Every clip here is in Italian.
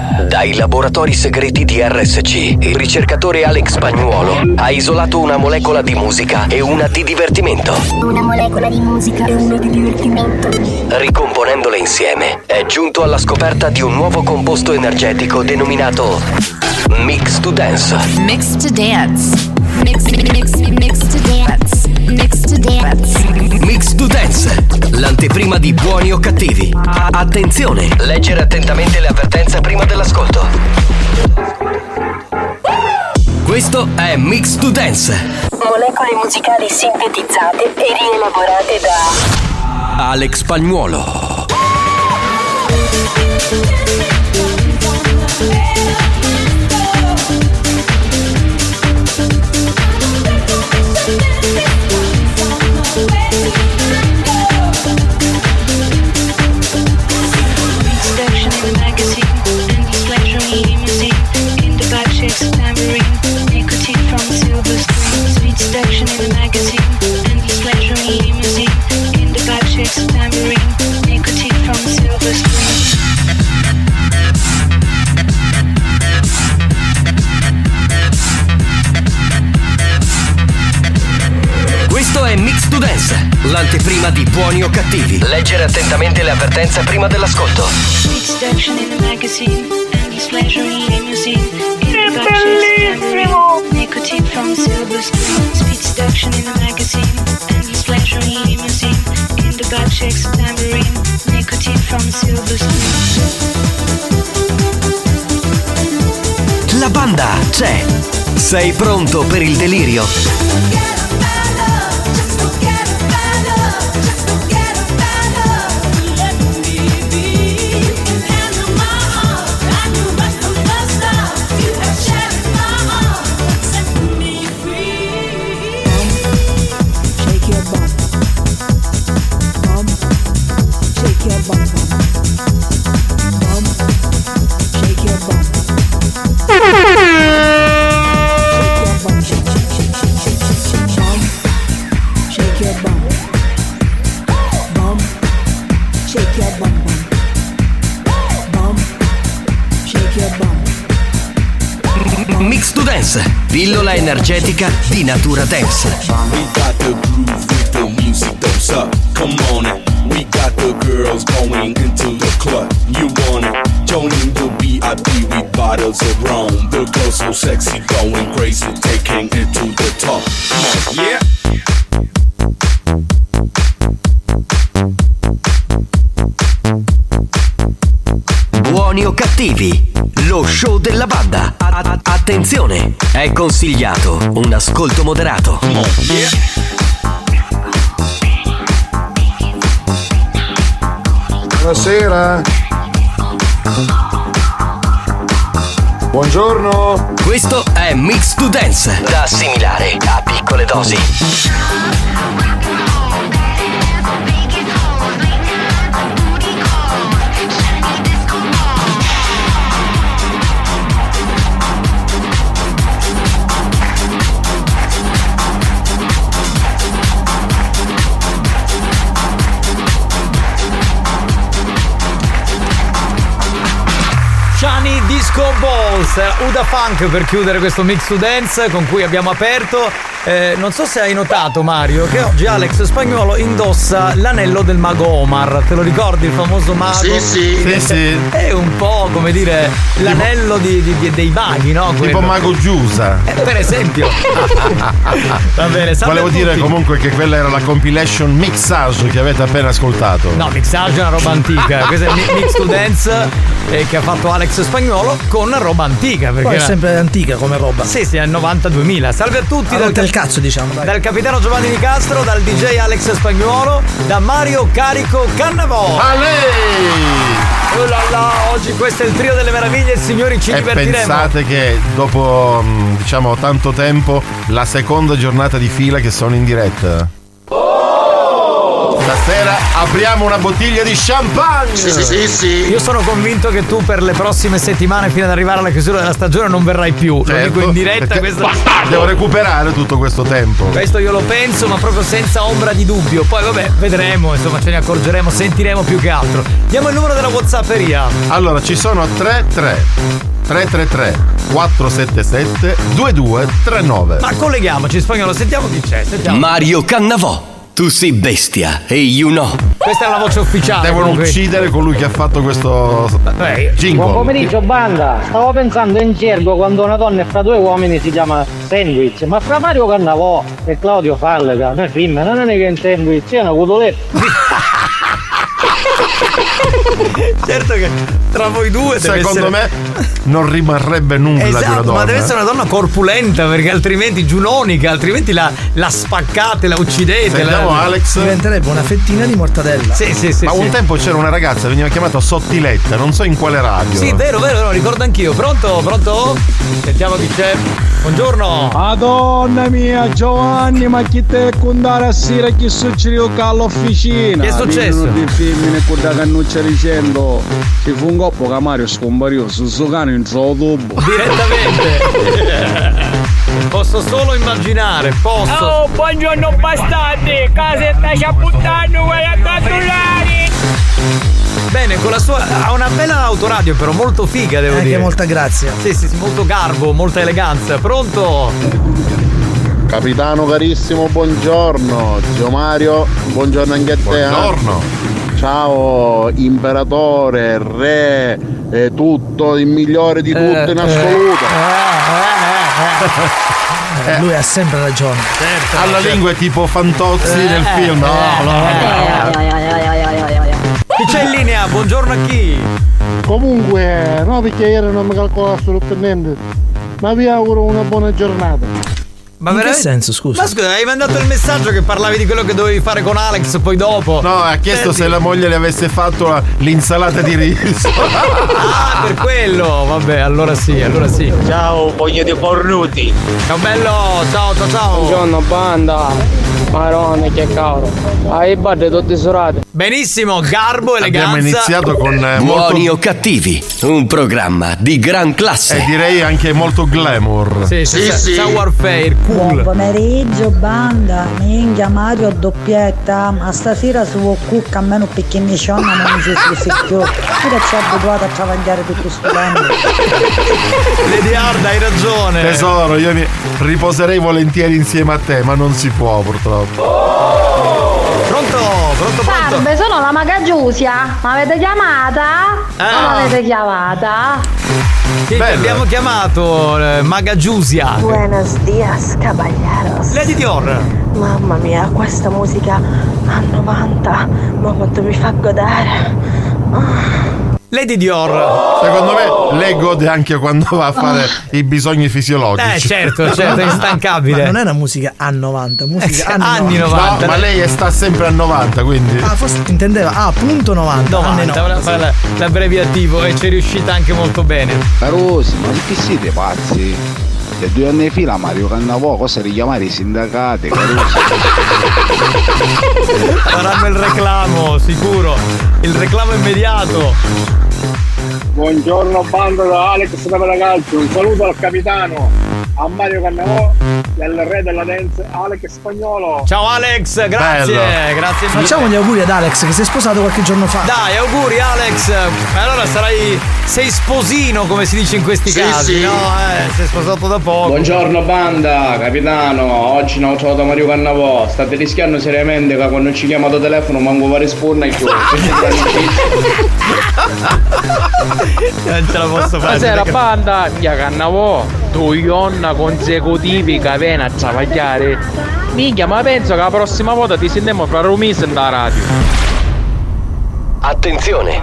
Dai laboratori segreti di RSC, il ricercatore Alex Spagnuolo ha isolato una molecola di musica e una di divertimento. Una molecola di musica e una di divertimento. Ricomponendole insieme, è giunto alla scoperta di un nuovo composto energetico denominato Mix to Dance. Mix to Dance. Mix to Dance. Mix to Dance. Mix to Dance, l'anteprima di Buoni o Cattivi. Attenzione, leggere attentamente le avvertenze prima dell'ascolto. Questo è Mix to Dance. Molecole musicali sintetizzate e rielaborate da Alex Spagnuolo. Questo è Mix to Dance, l'anteprima di Buoni o Cattivi. Leggere attentamente le avvertenze prima dell'ascolto. La banda c'è. Sei pronto per il delirio? Mix to Dance, pillola energetica di Natura Dance. We got the groove with the music, those up. Come on it. We got the girls going into the club. You want it? Joining the VIP with bottles of rum. The girls so sexy, going crazy, taking it to the top. Come on, yeah. Buoni o Cattivi, lo show della banda. Attenzione, è consigliato un ascolto moderato. Come on, yeah. Buonasera. Buongiorno. Questo è Mix to Dance, da assimilare a piccole dosi. Shani Disco Balls, Uda Funk per chiudere questo Mix to Dance con cui abbiamo aperto. Non so se hai notato, Mario, che oggi Alex Spagnuolo indossa l'anello del mago Omar. Te lo ricordi, il famoso mago? Sì. È un po', come dire, l'anello dei maghi, no? Tipo mago Giusa. Per esempio. Va bene, volevo dire comunque che quella era la compilation Mixage che avete appena ascoltato. No, Mixage è una roba antica. Questo è il Mix to Dance che ha fatto Alex Spagnuolo con roba antica. Perché poi è sempre antica come roba. Sì, è 90-2000. Salve a tutti. Del cazzo, diciamo. Dal capitano Giovanni Di Castro, dal DJ Alex Spagnuolo, da Mario Carico Cannavò. A lei! Oh là là, oggi questo è il trio delle meraviglie, signori, ci divertiremo. Pensate che dopo, diciamo, tanto tempo, la seconda giornata di fila che sono in diretta. stasera apriamo una bottiglia di champagne. Sì. Io sono convinto che tu per le prossime settimane fino ad arrivare alla chiusura della stagione non verrai più. Certo, lo dico in diretta. Devo recuperare tutto questo tempo. Questo io lo penso, ma proprio senza ombra di dubbio. Poi vabbè, vedremo, insomma, ce ne accorgeremo, sentiremo più che altro. Diamo il numero della WhatsApperia. Allora, ci sono 333 477 2239. Ma colleghiamoci, Spagnolo, sentiamo chi c'è. Mario Cannavò. Tu sei bestia e you know. Questa è la voce ufficiale. Devono comunque uccidere colui che ha fatto questo jingle. Buon pomeriggio banda. Stavo pensando in gergo quando una donna è fra due uomini si chiama sandwich. Ma fra Mario Cannavò e Claudio Fallega, nel film non è che è un sandwich, è una cotoletta. Certo che tra voi due secondo me non rimarrebbe nulla di una donna. Ma deve essere una donna corpulenta, perché altrimenti giunonica, altrimenti la spaccate, la uccidete. Sentiamo Alex. Diventerebbe una fettina di mortadella. Sì. Ma un tempo c'era una ragazza, veniva chiamata Sottiletta, non so in quale radio. Sì, vero, ricordo anch'io. Pronto? Sentiamo chi c'è. Buongiorno. Madonna mia, Giovanni, ma chi te condare a sera chi succede all'officina? Che è successo? Di femmine con da cannuccia dicendo ci fu un coppo che Mario scompariò su suo cane in tubo. Direttamente. Posso solo immaginare, posso. Oh, buongiorno bastardi, casetta ci ha buttato quella titolari. Bene, con la sua ha una bella autoradio, però molto figa, devo dire. Anche molta grazia. Sì, molto garbo, molta eleganza. Pronto? Capitano carissimo, buongiorno. Zio Mario, buongiorno anche a te. Buongiorno. Ciao, imperatore, re, tutto, il migliore di tutto in assoluto. Lui ha sempre ragione. Certo, alla lingua è tipo Fantozzi nel film. Chi c'è in linea? Buongiorno a chi? Comunque, no, perché ieri non mi calcola assolutamente. Ma vi auguro una buona giornata. Ma in che senso, scusa? Ma scusa, hai mandato il messaggio che parlavi di quello che dovevi fare con Alex poi dopo. No, ha chiesto se la moglie le avesse fatto l'insalata di riso. Ah, per quello. Vabbè, allora sì. Ciao, voglio di cornuti. Ciao bello, ciao. Buongiorno banda. Maronna, che cavolo. Hai batte tutte surate. Benissimo, garbo, eleganza. Abbiamo iniziato con Buoni o cattivi, un programma di gran classe. E direi anche molto glamour. Sì. Warfare, cool. Buon pomeriggio banda, minchia Mario a doppietta, ma stasera su cucca almeno perché mi cionna non si più. Io che ci ho abituato a travagliare tutto sto tempo. Lady Hard, hai ragione. Tesoro, io mi riposerei volentieri insieme a te, ma non si può purtroppo. Pronto? Salve, sono la Maga Giusia. Ma avete chiamata? Non avete chiamata? Sì, abbiamo chiamato Maga Giusia. Buenos dias, caballeros. Lady Dior. Mamma mia, questa musica a 90, ma quanto mi fa godere. Lady Dior. Secondo me lei gode anche quando va a fare i bisogni fisiologici. Certo, è instancabile. Ma non è una musica a 90, musica anni 90. No, ma lei sta sempre a 90, quindi. Forse intendeva punto 90. 90. L'abbreviativo e ci è riuscita anche molto bene. Carosi, ma che siete pazzi? E 2 anni fila Mario Cannavò, cosa richiamare i sindacati, Carosi? Faranno il reclamo, sicuro. Il reclamo immediato. Buongiorno banda da Alex da Calcio, un saluto al capitano, a Mario Cannavò e al re della dance Alex Spagnolo. Ciao Alex, grazie. Bello. Grazie. Facciamo gli auguri ad Alex che si è sposato qualche giorno fa. Dai, auguri Alex. Allora sei sposino, come si dice in questi casi, sì. No? Sei sposato da poco. Buongiorno banda, capitano. Oggi non ho trovato Mario Cannavò. State rischiando seriamente che quando ci chiamato telefono manco va a rispondere e chiudo. Non ce la posso fare. Buonasera banda, mia Cannavò, 2 giorni consecutivi che viene a travagliare. Minchia, ma penso che la prossima volta ti sentiamo fra Rumis in da radio. Attenzione.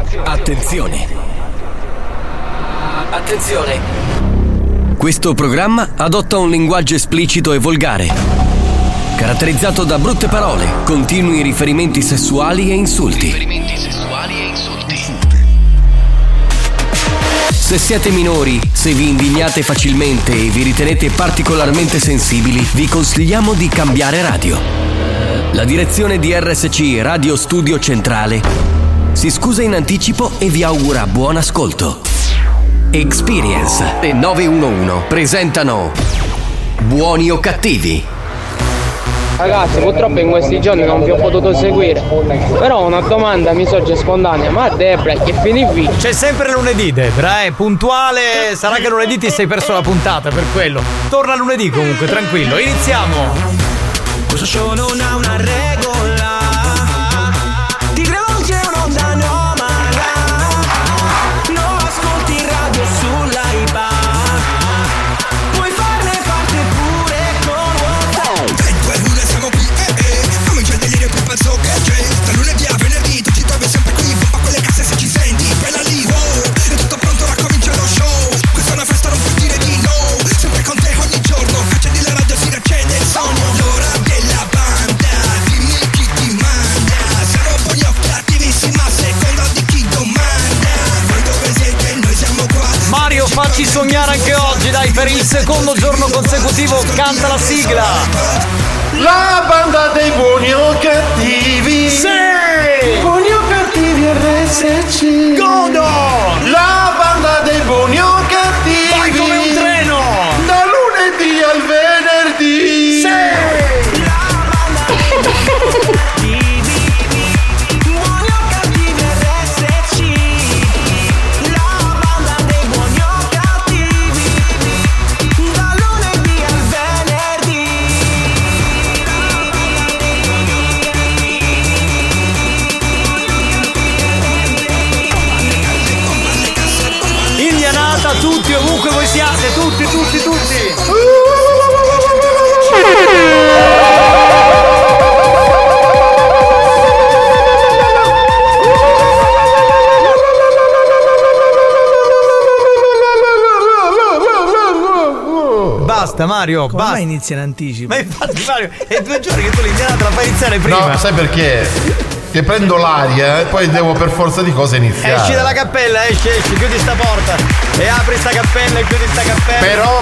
Questo programma adotta un linguaggio esplicito e volgare, caratterizzato da brutte parole, continui riferimenti sessuali e insulti. Se siete minori, se vi indignate facilmente e vi ritenete particolarmente sensibili, vi consigliamo di cambiare radio. La direzione di RSC Radio Studio Centrale si scusa in anticipo e vi augura buon ascolto. Experience e 911 presentano Buoni o Cattivi. Ragazzi, purtroppo in questi giorni non vi ho potuto seguire, però una domanda mi sorge spontanea: ma Debra che fine qui? C'è sempre lunedì, Debra, è puntuale. Sarà che lunedì ti sei perso la puntata, per quello. Torna lunedì comunque, tranquillo. Iniziamo. Questo show non ha una regola, ti rivolge un'onda anomala, non ascolti radio sull'Aiba, puoi farne parte pure con WhatsApp. Dai, 2 lune siamo qui, fammi già il delirio più pazzo che c'è. Da lunedì a venerdì tu ci trovi sempre qui, pompa quelle casse se ci senti, bella lì, wow, è tutto pronto, ora comincia lo show. Questa è una festa, non puoi dire di no, sempre con te ogni giorno, accendi la radio, si riaccende il sogno. L'ora della banda, dimmi chi ti manda, siamo buoni o cattivissimi a seconda di chi domanda. Voi dove siete, noi siamo qua. Mario, facci sognare anche oggi, dai, per il secondo giorno consecutivo, canta la sigla. La banda dei buoni o cattivi. Sì! Buoni o cattivi RSC. Godo! La banda dei buoni o cattivi. Vai come un treno! Da lunedì al venerdì. Sì! Buoni o cattivi RSC, la banda dei buoni o cattivi, da lunedì al venerdì. Indianata, tutti, ovunque voi siate, tutti. Basta Mario, Come basta. mai inizia in anticipo? Ma infatti Mario, è 2 giorni che tu l'indianata la fai iniziare prima. No, sai perché? Che prendo l'aria e poi devo per forza di cose iniziare. Esci dalla cappella, esci, chiudi sta porta e apri sta cappella e chiudi sta cappella.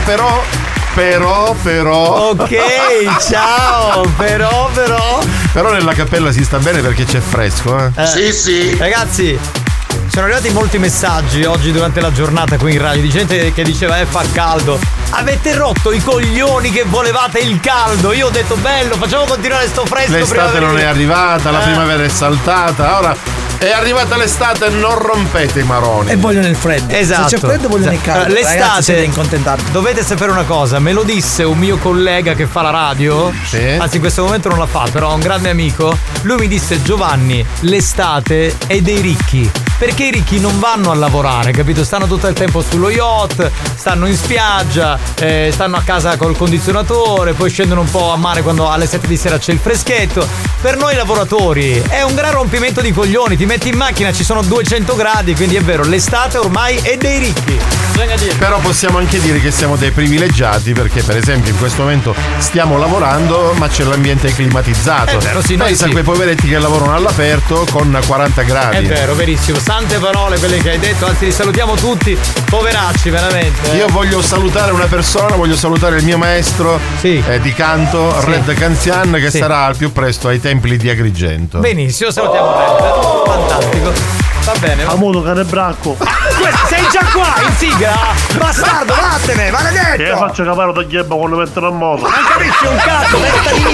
Però. Ok, ciao, però. Però nella cappella si sta bene perché c'è fresco, Sì. Ragazzi, sono arrivati molti messaggi oggi durante la giornata qui in radio di gente che diceva fa caldo. Avete rotto i coglioni che volevate il caldo. Io ho detto bello, facciamo continuare sto fresco. L'estate non è arrivata, la primavera è saltata. Ora è arrivata l'estate, non rompete i maroni. E vogliono il freddo. Esatto. Se c'è freddo vogliono il caldo. L'estate, ragazzi, siete incontentabili. Dovete sapere una cosa, me lo disse un mio collega che fa la radio. Sì. Anzi in questo momento non la fa, però è un grande amico. Lui mi disse: Giovanni, l'estate è dei ricchi. Perché i ricchi non vanno a lavorare, capito? Stanno tutto il tempo sullo yacht, stanno in spiaggia, stanno a casa col condizionatore, poi scendono un po' a mare quando alle 7 di sera c'è il freschetto. Per noi lavoratori è un gran rompimento di coglioni, ti metti in macchina, ci sono 200 gradi, quindi è vero, l'estate ormai è dei ricchi. Bisogna dire. Però possiamo anche dire che siamo dei privilegiati perché per esempio in questo momento stiamo lavorando ma c'è l'ambiente climatizzato. È vero, sì, noi pensa sì. a quei poveretti che lavorano all'aperto con 40 gradi. È vero, verissimo, tante parole quelle che hai detto, anzi li salutiamo tutti, poveracci veramente. Io voglio salutare una persona, voglio salutare il mio maestro di canto, Sì. Red Canzian, che Sì. sarà al più presto ai Templi di Agrigento. Benissimo, salutiamo Red, fantastico. Va bene. Amuto cane bracco. Sei già qua in sigla? Bastardo, vattene, maledetto! Che faccio capare da ghiebba quando mettono a moto? Non capisci un cazzo, testa di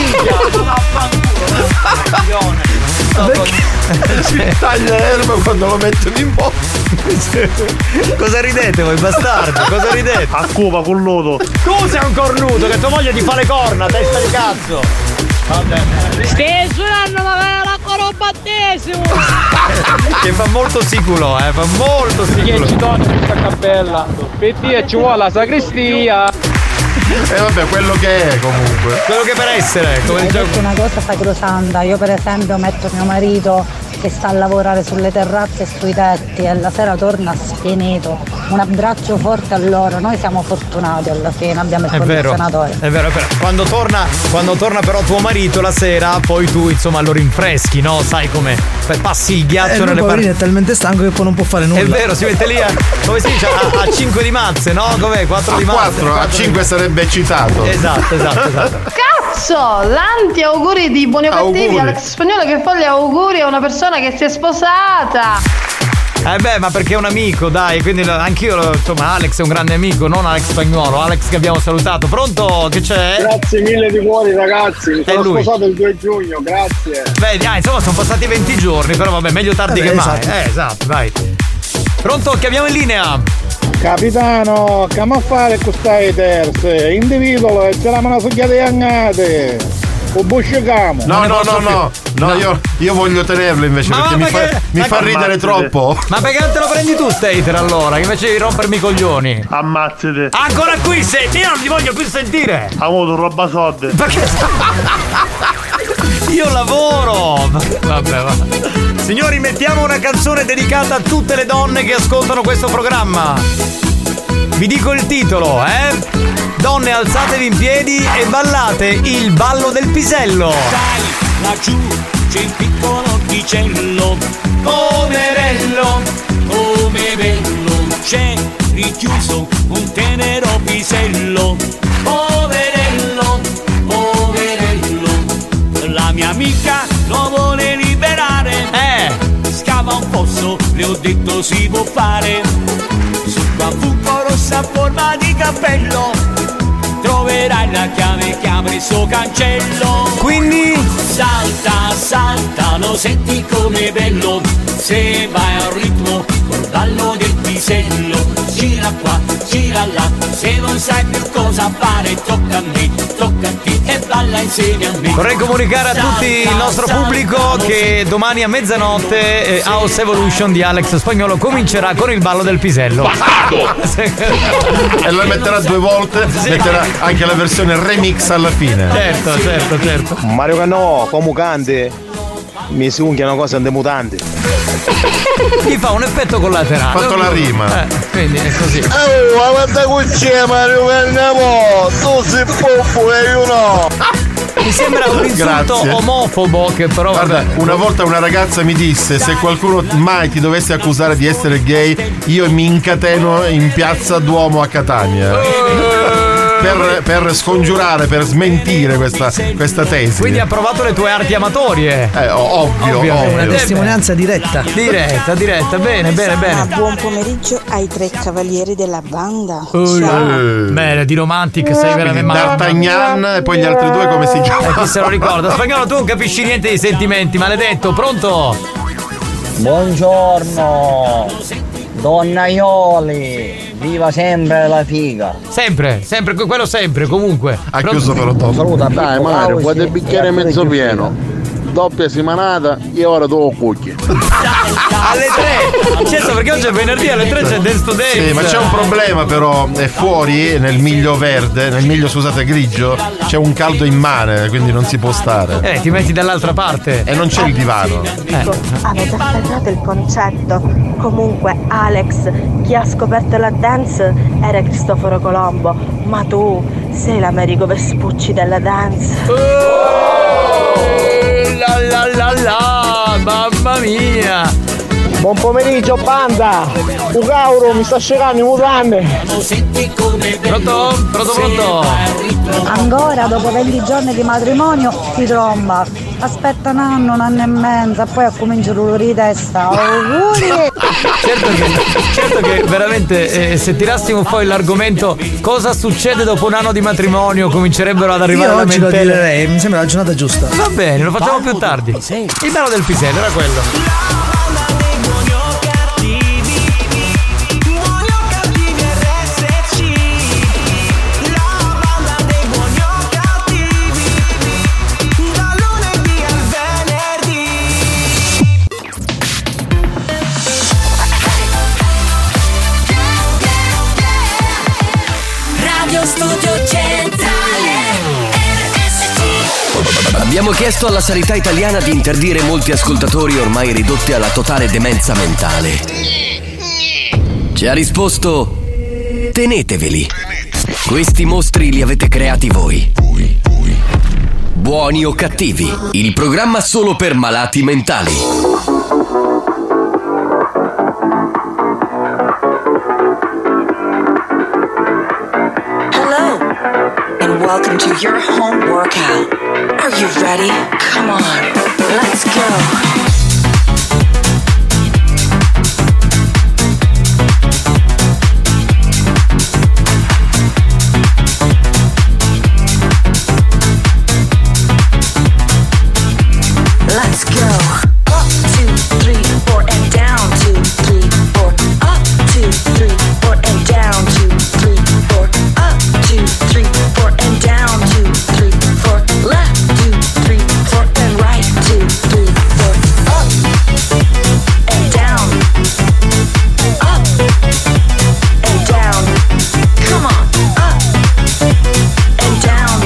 minchia! Ci taglia l'erba quando lo mettono in moto. Cosa ridete voi bastardi? Cosa ridete? A Cuba con lodo. Tu sei un cornuto che tua moglie ti fa le corna, testa di cazzo! Vabbè. Stai suonando magari l'ancora un battesimo! Che fa molto sicuro, fa molto sicuro. Che ci torna questa cappella? Per te ci vuole la sacrestia! E vabbè, quello che è comunque. Quello che per essere, come Hai dicevo. detto una cosa sacrosanta, io per esempio metto mio marito che sta a lavorare sulle terrazze e sui tetti e la sera torna spieneto. Un abbraccio forte a loro, noi siamo fortunati alla fine, abbiamo il condizionatore. È vero. Quando torna però tuo marito la sera, poi tu insomma lo rinfreschi, no? Sai come passi il ghiaccio nelle parti. è talmente stanco che poi non può fare nulla. È vero, si mette lì come si dice a 5 di mazze, no? Com'è? 4 di mazze. 4, a 5 sarebbe eccitato. Esatto. Cazzo, l'anti auguri di buoni o cattivi. Alex Spagnolo che fa gli auguri a una persona che si è sposata. Ma perché è un amico, dai, quindi anch'io, insomma, Alex è un grande amico, non Alex Spagnuolo, Alex che abbiamo salutato. Pronto? Che c'è? Grazie mille di cuore, ragazzi. Mi sono sposato il 2 giugno, grazie. Insomma, sono passati 20 giorni, però vabbè, meglio tardi che mai. Esatto, vai. Pronto? Che abbiamo in linea? Capitano, che a fare questa terze? Individualo e c'era una succhiata di angate. O buscicamo. No, io voglio tenerlo invece perché mi fa ridere troppo. Ma perché non te lo prendi tu Stater allora? Invece di rompermi i coglioni. Ammazzate. Ancora qui senti, io non ti voglio più sentire. Ha avuto roba soldi. Perché? Io lavoro. Vabbè, va. Signori, mettiamo una canzone dedicata a tutte le donne che ascoltano questo programma. Vi dico il titolo, Donne, alzatevi in piedi e ballate il ballo del pisello. Dai, laggiù c'è il piccolo orticello, poverello, come bello, c'è richiuso un tenero pisello, poverello, la mia amica lo vuole liberare, scava un posto, le ho detto si può fare, sul buco rossa a forma di cappello, troverai la chiave che apre il suo cancello. Quindi salta, lo senti come bello, se vai al ritmo col ballo del pisello, gira qua, gira là, se non sai più cosa fare tocca a me, tocca a te e balla insieme a me. Vorrei comunicare a tutti il nostro pubblico che domani a mezzanotte House Evolution di Alex Spagnuolo comincerà con il ballo del pisello. E lo metterà 2 volte, metterà anche la versione remix alla fine. Certo. Mario Cannò, come cante, mi si unghia una cosa in mutante. Gli fa un effetto collaterale. Ha fatto la rima. Quindi è così. Oh, guarda qui c'è Mario Cannò, tu sei poppo e io no. Mi sembra un insulto omofobo che però. Guarda, una volta una ragazza mi disse: se qualcuno mai ti dovesse accusare di essere gay, io mi incateno in piazza Duomo a Catania. Per scongiurare, per smentire questa tesi. Quindi ha provato le tue arti amatorie. Ovvio. Una testimonianza diretta. Diretta, bene. Buon pomeriggio ai 3 cavalieri della banda. Bene, di Romantic sei veramente male. D'Artagnan e poi gli altri 2 come si chiamano? Chi se lo ricorda? Spagnolo, tu non capisci niente di sentimenti, maledetto. Pronto? Buongiorno donnaioli, viva sempre la figa. Sempre, quello sempre, comunque. Ha chiuso però dopo. Saluta, dai Mario, guarda il bicchiere mezzo pieno. Doppia semanata e ora tu cucchi. Alle 3. Certo, perché oggi è venerdì, alle 3 c'è Dance to Dance. Sì, ma c'è un problema però, è fuori nel miglio verde, nel miglio scusate grigio, c'è un caldo immane, quindi non si può stare. Ti metti dall'altra parte. E non c'è il divano. Avete afferrato il concetto. Comunque Alex, chi ha scoperto la dance era Cristoforo Colombo, ma tu sei l'Americo Vespucci della dance. La, mamma mia. Buon pomeriggio banda. Ugauro mi sta scegando i mutande. Pronto? Ancora dopo 20 giorni di matrimonio si tromba. Aspetta un anno e mezzo, poi comincia l'olore di testa. Auguri! Certo che veramente se tirassimo fuori l'argomento cosa succede dopo un anno di matrimonio comincerebbero ad arrivare oggi lamentele. lo direi, mi sembra la giornata giusta. Va bene, lo facciamo più tardi. Il ballo del pisello era quello. Studio Centrale RSC. Abbiamo chiesto alla sanità italiana di interdire molti ascoltatori ormai ridotti alla totale demenza mentale. Ci ha risposto: teneteveli. Questi mostri li avete creati voi. Buoni o cattivi, il programma solo per malati mentali. Hello, and welcome to your home workout. Are you ready? Come on, let's go. Let's go. Up, 2, 3, 4, and down. 2, 3, 4. Up, 2, 3, 4, and down. 2, 3, 4. Up, 2, 3, 4, and down. 2, 3, 4. Left, 2, 3, 4, and right. 2, 3, 4. Up and down. Up and down. Come on. Up and down.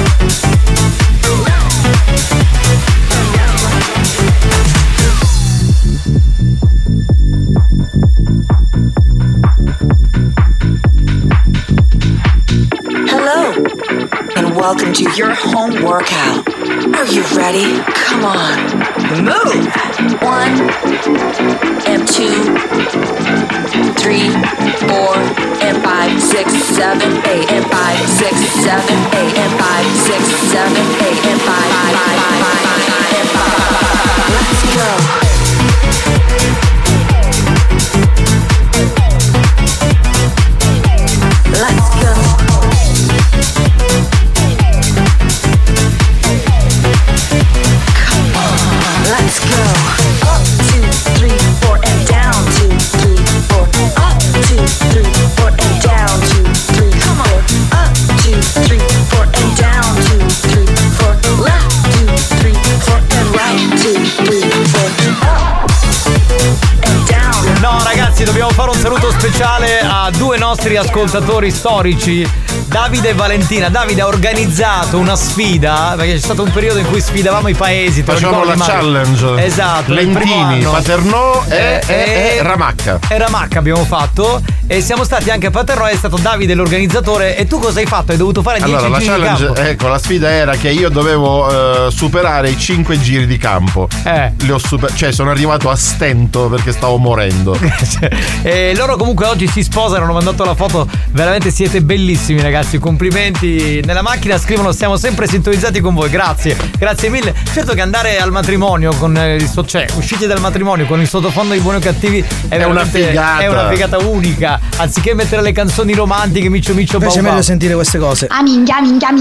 Hello, and welcome to your home workout. Are you ready? Come on, move. 1 and 2, 3, 4, and 5, 6, 7, 8, and 5, 6, 7, 8, and 5, 6, 7, 8, and 5, 5, 5, and 5. Let's go. Let's go. Come on, let's go. Up, 2, 3, 4, and down. 2, 3, 4. Up, 2, 3, 4, and down. 2, 3, 4. Up, 2, 3, 4, and down. 2, 3, 4. Left, 2, 3, 4, and right. 2, 3, 4. Up and down. No, ragazzi, dobbiamo fare un saluto speciale a due nostri ascoltatori storici, Davide e Valentina. Davide ha organizzato una sfida, perché c'è stato un periodo in cui sfidavamo i paesi. Facevamo la challenge. Esatto. Lentini, Paternò e Ramacca. E Ramacca abbiamo fatto. E siamo stati anche a Paternò, è stato Davide l'organizzatore. E tu cosa hai fatto? Hai dovuto fare 10 allora, giri la challenge, di campo. ecco, la sfida era che io dovevo superare i 5 giri di campo. Li ho cioè sono arrivato a stento perché stavo morendo. E loro comunque oggi si sposano, hanno mandato la foto. Veramente siete bellissimi, ragazzi. Complimenti. Nella macchina scrivono: siamo sempre sintonizzati con voi. Grazie mille. Certo che andare al matrimonio con cioè uscite dal matrimonio con il sottofondo di Buoni o Cattivi è una figata. È una figata unica. Anziché mettere le canzoni romantiche, miccio miccio invece è meglio sentire queste cose. Minchia.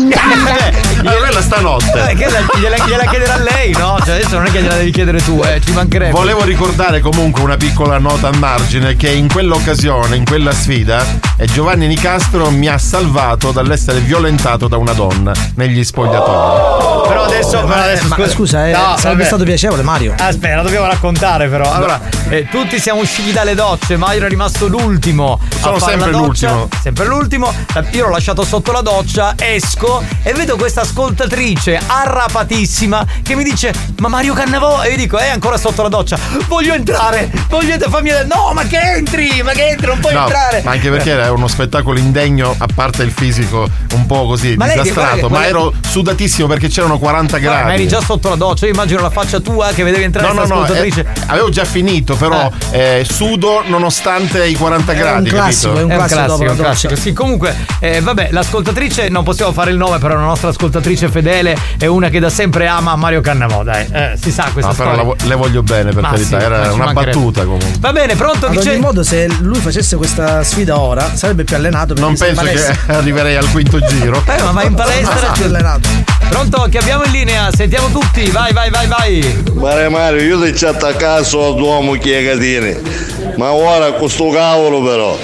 Quella stanotte. Gliela chiederà lei, no? Cioè adesso non è che gliela devi chiedere tu, ci mancherebbe. Volevo ricordare comunque una piccola nota a margine, che in quell'occasione, in quella sfida, Giovanni Nicastro mi ha salvato dall'essere violentato da una donna negli spogliatoi. Però adesso scusa, sarebbe stato piacevole, Mario. Aspetta, dobbiamo raccontare però. Allora, tutti siamo usciti dalle docce, Mario era rimasto l'ultimo. Sono sempre l'ultimo. Sempre l'ultimo. Io l'ho lasciato sotto la doccia, esco e vedo questa ascoltatrice arrapatissima che mi dice: ma Mario Cannavò? E io dico: è ancora sotto la doccia. Voglio entrare, fammi. No, ma che entri, non puoi entrare. Ma anche perché era uno spettacolo indegno, a parte il fisico un po' così disastrato, ma ero sudatissimo perché c'erano 40 gradi. Ma eri già sotto la doccia, io immagino la faccia tua che vedevi entrare questa ascoltatrice. Avevo già finito, però sudo nonostante i 40 gradi. È un classico, è un classico. Sì, comunque, vabbè, l'ascoltatrice, non possiamo fare il nome, però la nostra ascoltatrice fedele è una che da sempre ama Mario Cannavò, dai. Si sa questa storia. Però le voglio bene, per carità, era una battuta comunque. Va bene, pronto? Ad ogni modo, se lui facesse questa sfida ora, sarebbe più allenato. Non penso che arriverei al quinto giro. Ma vai in palestra, più allenato. Pronto? Che abbiamo in linea, sentiamo tutti. Vai. Mario, io ti c'ho a caso al duomo che è catene. Ma ora con sto cavolo però.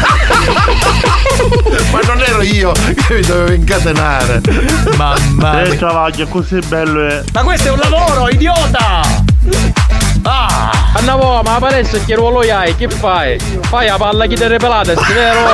Ma non ero io che mi dovevo incatenare. Mamma mia. Travaglia, così bello è. Ma questo è un lavoro, idiota! Annavo, ma adesso che ruolo hai? Che fai? Fai la palla chitarre pelate, vero?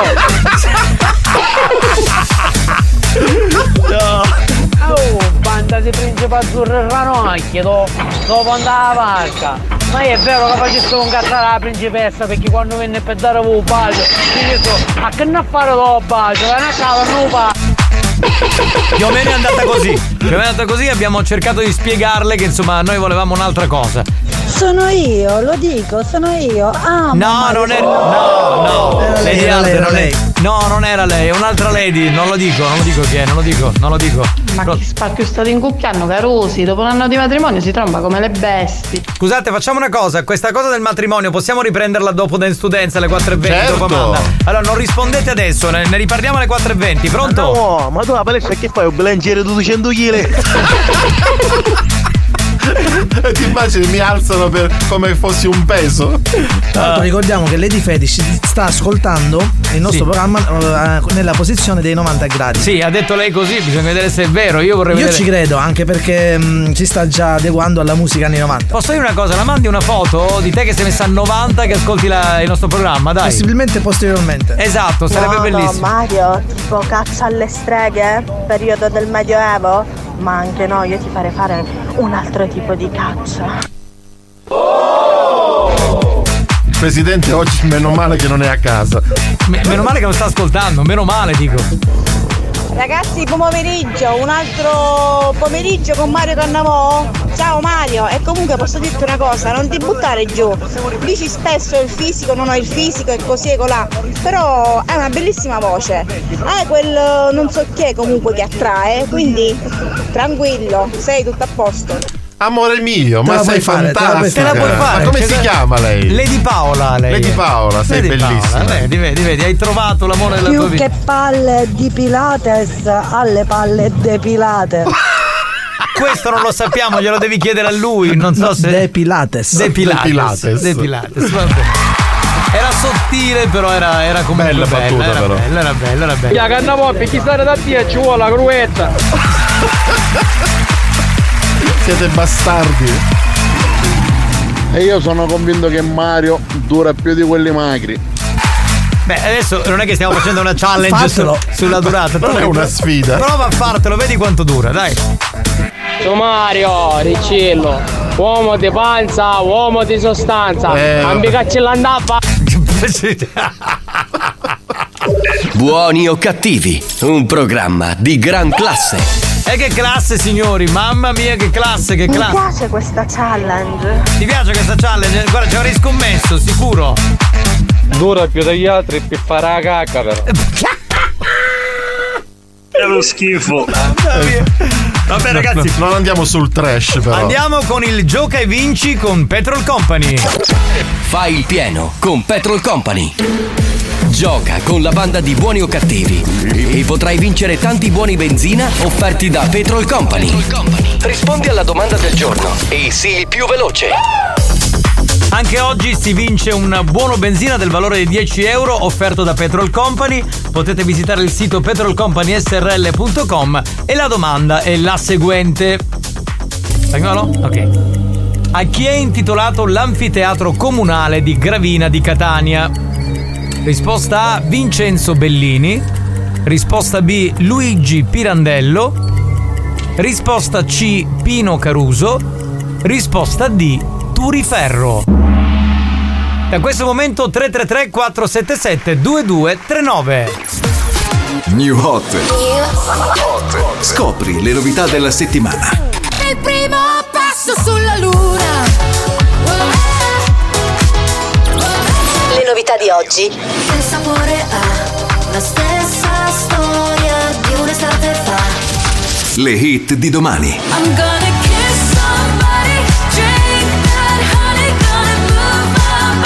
Oh, banda di principe azzurro e ranocchio, dopo andava la vacca. Ma è vero che facesse un cazzo alla principessa, perché quando venne per dare un bacio, io so, a che non fare lo bacio, vai a casa, non lo bacio. Più o meno è andata così, abbiamo cercato di spiegarle che insomma noi volevamo un'altra cosa. Sono io, lo dico, sono io. No, non è. No. Lady Alde non è. No, non era lei, è un'altra lady, non lo dico chi è, non lo dico. Ma chi spacchio state incucchiando, Carusi? Dopo un anno di matrimonio si tromba come le bestie. Scusate, facciamo una cosa, questa cosa del matrimonio possiamo riprenderla dopo Dance to Dance alle 4:20? Certo. Dopo Amanda. Allora non rispondete adesso, ne riparliamo alle 4:20, pronto? No, ma tu la palestra che fai? Un bilanciere di 200 kg? Ti immagini mi alzano come fossi un peso? Tra l'altro ricordiamo che Lady Fetish sta ascoltando il nostro programma nella posizione dei 90 gradi. Sì, ha detto lei così, bisogna vedere se è vero. Io ci credo, anche perché si sta già adeguando alla musica anni 90. Posso dire una cosa? La mandi una foto di te che sei messa a 90 che ascolti il nostro programma, dai. Possibilmente posteriormente. Esatto, sarebbe bellissimo. Mario, tipo caccia alle streghe, periodo del Medioevo. Ma anche no, io ti farei fare un altro tipo di caccia. Il presidente oggi meno male che non è a casa. Meno male che non sta ascoltando, meno male dico. Ragazzi, buon pomeriggio, un altro pomeriggio con Mario Cannavò. Ciao Mario, e comunque posso dirti una cosa, non ti buttare giù. Dici spesso il fisico, non ho il fisico e così e colà, però hai una bellissima voce. Hai quel non so che comunque che attrae, quindi tranquillo, sei tutto a posto. Amore mio, ma sei fantastica. Te la puoi fare. Ma come si chiama lei? Lady Paola, lei. Lady Paola, sei bellissima. Vedi, hai trovato l'amore della tua vita. Più che palle di Pilates, alle palle depilate. Questo non lo sappiamo, glielo devi chiedere a lui. Non so se. Depilates. Vabbè. Era sottile, però era comunque bella battuta, però. Era bella. Ya Cannavò, per chi stare da te ci vuole la cruetta. Siete bastardi. E io sono convinto che Mario dura più di quelli magri. Beh, adesso non è che stiamo facendo una challenge sulla durata. Non è una sfida. Prova a fartelo, vedi quanto dura, dai. Su Mario, Ricciello, uomo di panza, uomo di sostanza. Ambicacci l'andava. Buoni o cattivi, un programma di gran classe. E che classe, signori, mamma mia, che classe. Mi piace questa challenge. Ti piace questa challenge? Guarda, ci avrei scommesso, sicuro. Dura più degli altri per fare la cacca, però. È lo schifo. Vabbè, ragazzi, non andiamo sul trash, però. Andiamo con il Gioca e Vinci con Petrol Company. Fai il pieno con Petrol Company. Gioca con la banda di Buoni o Cattivi e potrai vincere tanti buoni benzina offerti da Petrol Company. Rispondi alla domanda del giorno e sii il più veloce. Anche oggi si vince un buono benzina del valore di 10 euro offerto da Petrol Company. Potete visitare il sito petrolcompanysrl.com e la domanda è la seguente. Spagnolo? Ok. A chi è intitolato l'anfiteatro comunale di Gravina di Catania? Risposta A, Vincenzo Bellini. Risposta B, Luigi Pirandello. Risposta C, Pino Caruso. Risposta D, Turiferro. Da questo momento 333 477 2239. New Hot. Scopri le novità della settimana. Il primo passo sulla luna. Le novità di oggi. Il sapore ha la stessa storia di un'estate fa. Le hit di domani. I'm gonna kiss somebody, drink that honey, gonna move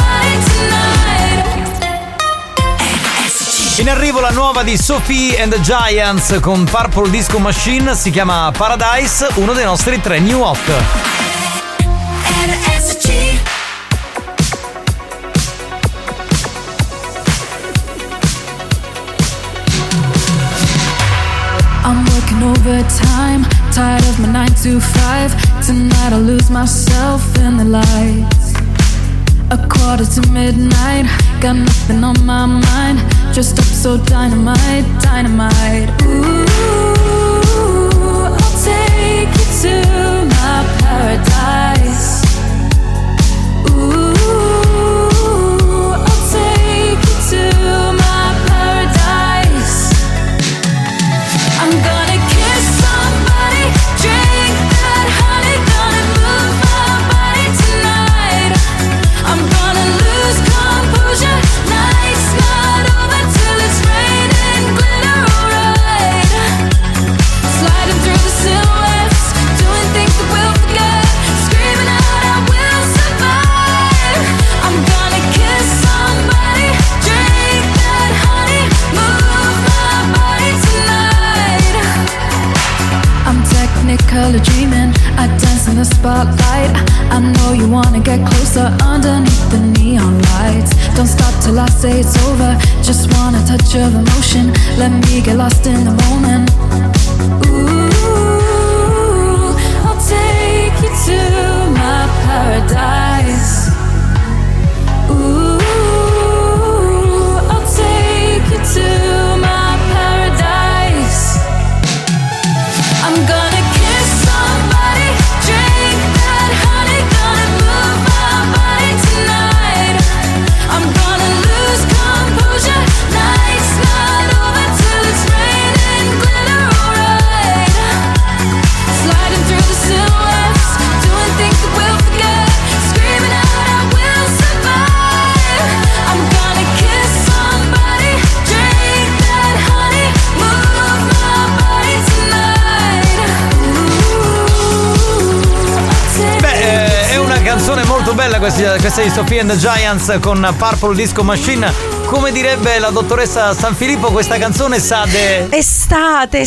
my body tonight. In arrivo la nuova di Sophie and the Giants con Purple Disco Machine, si chiama Paradise, uno dei nostri 3 New Hot. I'm working overtime, tired of my 9 to 5. Tonight I'll lose myself in the lights. 1:45, got nothing on my mind. Dressed up so dynamite, dynamite. Ooh, I'll take you to my paradise. spotlight. I know you wanna get closer underneath the neon lights. Don't stop till I say it's over. Just want a touch of emotion. Let me get lost in the moment. Ooh, I'll take you to my paradise. Ooh, I'll take you to my paradise. I'm gonna kiss somebody, drink that honey, gonna move my body tonight. I'm gonna lose composure, night's not over till it's raining glitter, alright. Sliding through the silhouettes, doing things that we'll forget, screaming out I will survive. I'm gonna kiss somebody, drink that honey, move my body tonight. Beh, è una canzone molto bella questa di Sophie and the Giants con Purple Disco Machine. Come direbbe la dottoressa Sanfilippo, questa canzone sa de... Estate.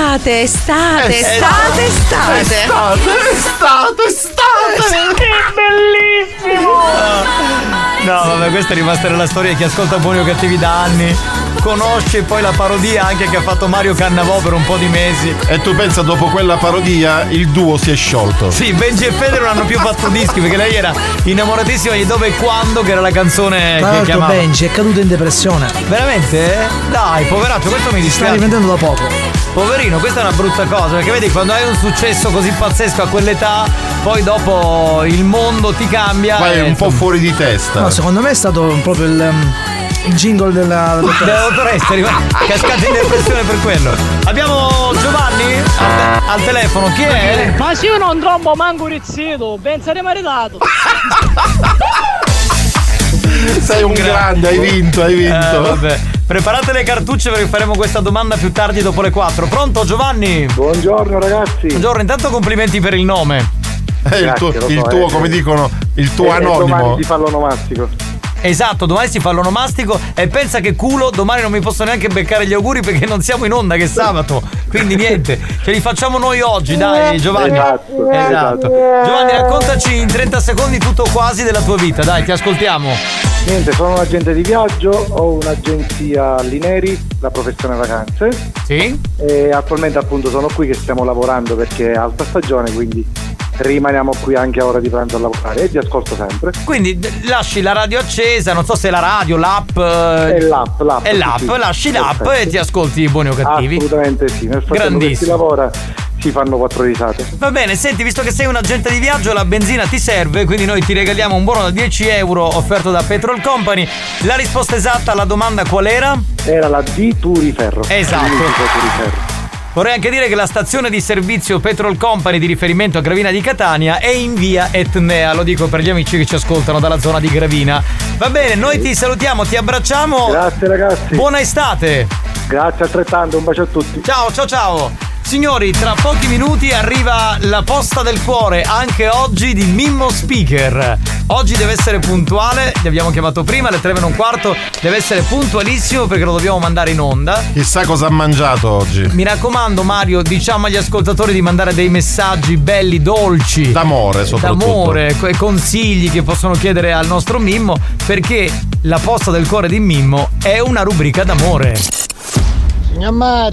Che bellissimo! No, vabbè, questa è rimasta nella storia. Chi ascolta Buoni o Cattivi da anni conosce poi la parodia anche che ha fatto Mario Cannavò per un po' di mesi. E tu pensa, dopo quella parodia il duo si è sciolto. Sì, Benji e Fede non hanno più fatto dischi perché lei era innamoratissima di Dove e Quando, che era la canzone Tra che l'altro chiamava. Benji è caduto in depressione. Veramente? Dai, poveraccio, questo mi Sta dispiace. riprendendo da poco. Poverino, questa è una brutta cosa, perché vedi, quando hai un successo così pazzesco a quell'età, poi dopo il mondo ti cambia. Vai un po' fuori di testa. No, secondo me è stato proprio il jingle della dottoressa, cascata in depressione per quello. Abbiamo Giovanni al telefono, chi è? Ma se io non trombo manco rizzito, pensa di maritato. Sei un grande, hai vinto. Vabbè. Preparate le cartucce perché faremo questa domanda più tardi dopo le 4. Pronto Giovanni? Buongiorno ragazzi. Buongiorno, intanto complimenti per il nome. Il tuo, come dicono, il tuo anonimo. Domani ti fa l'onomastico. Esatto, domani si fa l'onomastico e pensa che culo, domani non mi posso neanche beccare gli auguri perché non siamo in onda, che è sabato. Quindi niente, ce li facciamo noi oggi, dai Giovanni. Esatto. Giovanni, raccontaci in 30 secondi tutto quasi della tua vita, dai, ti ascoltiamo. Niente, sono un agente di viaggio, ho un'agenzia Lineri, la professione vacanze. Sì. E attualmente appunto sono qui che stiamo lavorando perché è alta stagione, quindi rimaniamo qui anche a ora di pranzo a lavorare e ti ascolto sempre. Quindi lasci la radio accesa, non so se la radio, l'app. È l'app. È l'app, sì. lasci l'app Perfetto. e ti ascolti Buoni o Cattivi. Assolutamente sì, nel frattempo che si lavora si fanno 4 risate. Va bene, senti, visto che sei un agente di viaggio, la benzina ti serve, quindi noi ti regaliamo un buono da 10 euro offerto da Petrol Company. La risposta esatta alla domanda qual era? Era la di Turiferro. Esatto. Vorrei anche dire che la stazione di servizio Petrol Company di riferimento a Gravina di Catania è in via Etnea, lo dico per gli amici che ci ascoltano dalla zona di Gravina. Va bene, noi ti salutiamo, ti abbracciamo. Grazie ragazzi. Buona estate. Grazie altrettanto, un bacio a tutti. Ciao. Signori, tra pochi minuti arriva la posta del cuore, anche oggi di Mimmo Speaker. Oggi deve essere puntuale, li abbiamo chiamato prima, alle 3:15, deve essere puntualissimo perché lo dobbiamo mandare in onda. Chissà cosa ha mangiato oggi. Mi raccomando Mario, diciamo agli ascoltatori di mandare dei messaggi belli, dolci. D'amore soprattutto. D'amore, consigli che possono chiedere al nostro Mimmo, perché la posta del cuore di Mimmo è una rubrica d'amore. Signor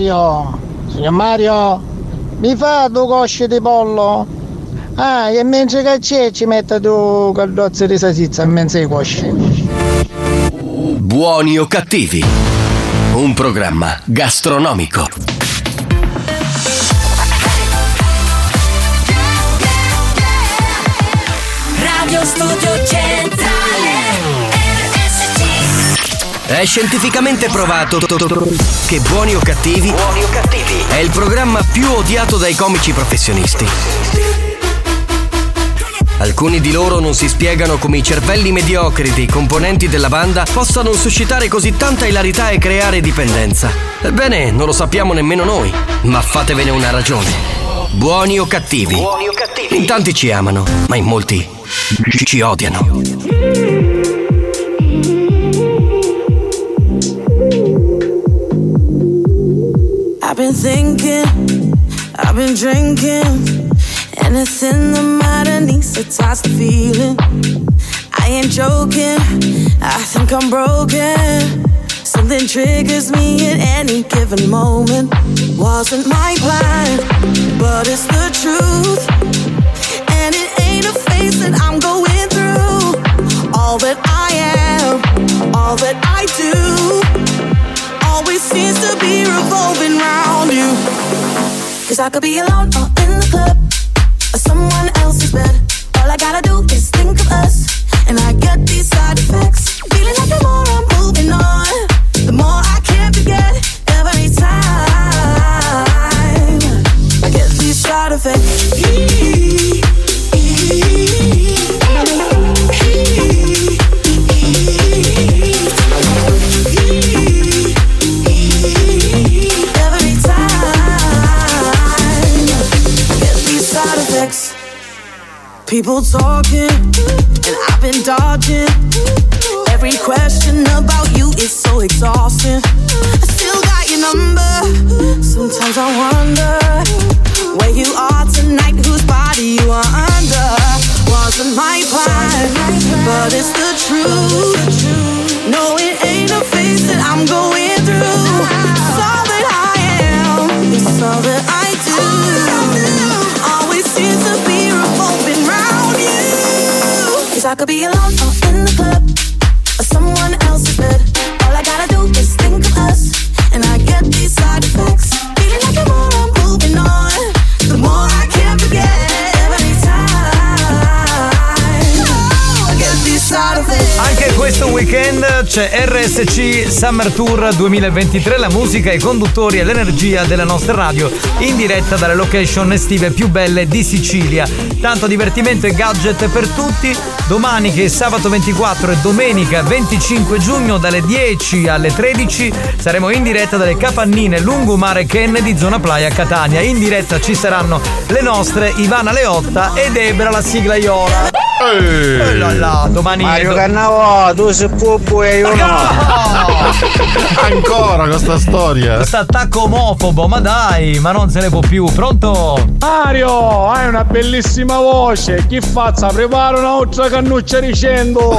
Mario, mi fa 2 cosce di pollo? Ah, e mentre che c'è ci mette 2 caldozze di salsiccia in mezzo ai cosci. Buoni o Cattivi, un programma gastronomico. Radio Studio Centrale RSC. È scientificamente provato che Buoni o Cattivi è il programma più odiato dai comici professionisti. Alcuni di loro non si spiegano come i cervelli mediocri dei componenti della banda possano suscitare così tanta ilarità e creare dipendenza. Ebbene, non lo sappiamo nemmeno noi, ma fatevene una ragione. Buoni o Cattivi. In tanti ci amano, ma in molti ci odiano. I've been thinking, I've been drinking, Anything that matters needs to touch the feeling. I ain't joking, I think I'm broken. Something triggers me at any given moment. Wasn't my plan, but it's the truth. And it ain't a phase that I'm going through. All that I am, all that I do, always seems to be revolving around you. 'Cause I could be alone or in the club, or someone else's bed. All I gotta do is think of us, and I get these side effects. Feeling like the more I'm moving on, the more I can't forget. Every time I get these side effects. Every time I get these side effects. People talking, and I've been dodging. Every question about you is so exhausting. I still got your number. Sometimes I wonder where you are tonight, whose body you are under. Wasn't my plan, but it's the truth. No, it ain't a phase that I'm going through. It's all that I am, it's all that I do. Always seems to be revolving around you. 'Cause I could be alone or in the club, or someone else's bed. All I gotta do is think of us, and I get these side effects. Feeling like the more I'm moving on, the more I can't forget. Every time I get these side effects. Anche questo weekend c'è RSC Summer Tour 2023, la musica, i conduttori e l'energia della nostra radio in diretta dalle location estive più belle di Sicilia. Tanto divertimento e gadget per tutti. Domani, che è sabato 24 e domenica 25 giugno, dalle 10 alle 13 saremo in diretta dalle Capannine Lungomare Kennedy, zona Playa Catania. In diretta ci saranno le nostre Ivana Leotta e Debra la siglaiola. Domani Mario Cannavò, tu sei pupo e io no. Ancora questa storia. Questo attacco omofobo, ma dai, ma non se ne può più. Pronto? Mario, hai una bellissima voce. Chi fazza? Prepara un'altra cannuccia dicendo.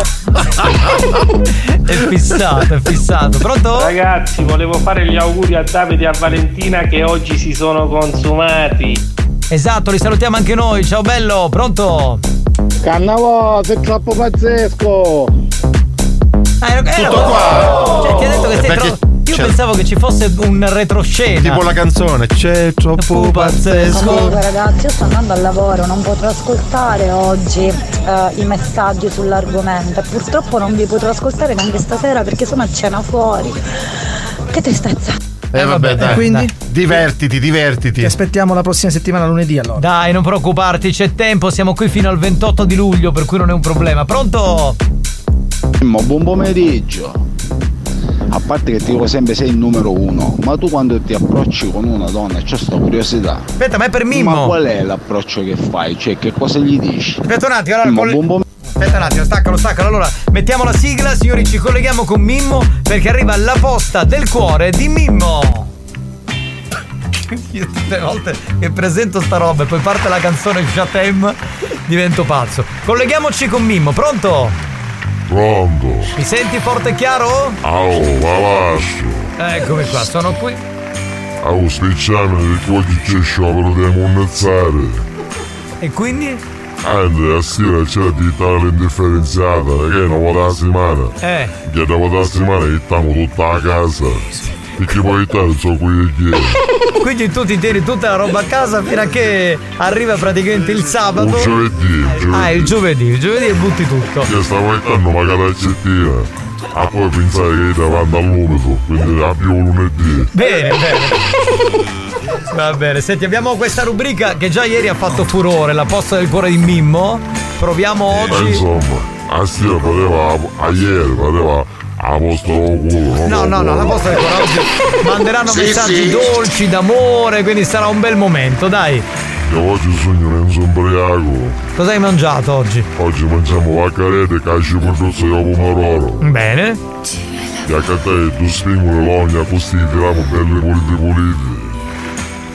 È fissato. Pronto? Ragazzi, volevo fare gli auguri a Davide e a Valentina che oggi si sono consumati. Esatto, li salutiamo anche noi. Ciao bello, pronto? Cannavò, sei troppo pazzesco. Tutto qua. Cioè, ti ha detto che sei troppo. Io pensavo che ci fosse un retroscena. Tipo la canzone, c'è troppo pazzesco. Comunque ragazzi, io sto andando al lavoro, non potrò ascoltare oggi i messaggi sull'argomento. Purtroppo non vi potrò ascoltare neanche stasera perché sono a cena fuori. Che tristezza. Vabbè, dai. Quindi? Dai. Divertiti. Ti aspettiamo la prossima settimana, lunedì allora. Dai, non preoccuparti, c'è tempo, siamo qui fino al 28 di luglio, per cui non è un problema. Pronto? Buon pomeriggio. A parte che ti dico sempre sei il numero uno, ma tu quando ti approcci con una donna c'è sta curiosità. Aspetta, ma è per Mimmo. Ma qual è l'approccio che fai? Cioè, che cosa gli dici? Aspetta un attimo, allora aspetta un attimo, staccalo. Allora, mettiamo la sigla, signori, ci colleghiamo con Mimmo perché arriva la posta del cuore di Mimmo. Io tutte le volte che presento sta roba e poi parte la canzone Shatem divento pazzo. Colleghiamoci con Mimmo, pronto? Pronto. Mi senti forte e chiaro? Valascio. Eccomi qua, sono qui. Spicciamo di qua che c'è sciopero di monnezzare. E quindi? A sera c'è la vita indifferenziata, che è una volta a settimana. Che da volta a settimana mettiamo tutta la casa. Perché poi non so qui che è. Quindi tu ti tieni tutta la roba a casa fino a che arriva praticamente il sabato. Il giovedì. Il giovedì e butti tutto. Che stavo mettendo magari la cettina. A poi pensare che è davanti all'umido, quindi la più lunedì. Bene. Va bene, senti, abbiamo questa rubrica che già ieri ha fatto furore, la posta del cuore di Mimmo. Proviamo oggi. Insomma, a ieri poteva a posto del culo. No, la posta del cuore oggi manderanno messaggi dolci d'amore, quindi sarà un bel momento, dai. Io oggi sogno Renzo ubriaco. Cosa hai mangiato oggi? Oggi mangiamo vaccarete, cascio conduzzo e pomodoro. Bene. E a te tu spingoli l'ogna così tiriamo belli puliti.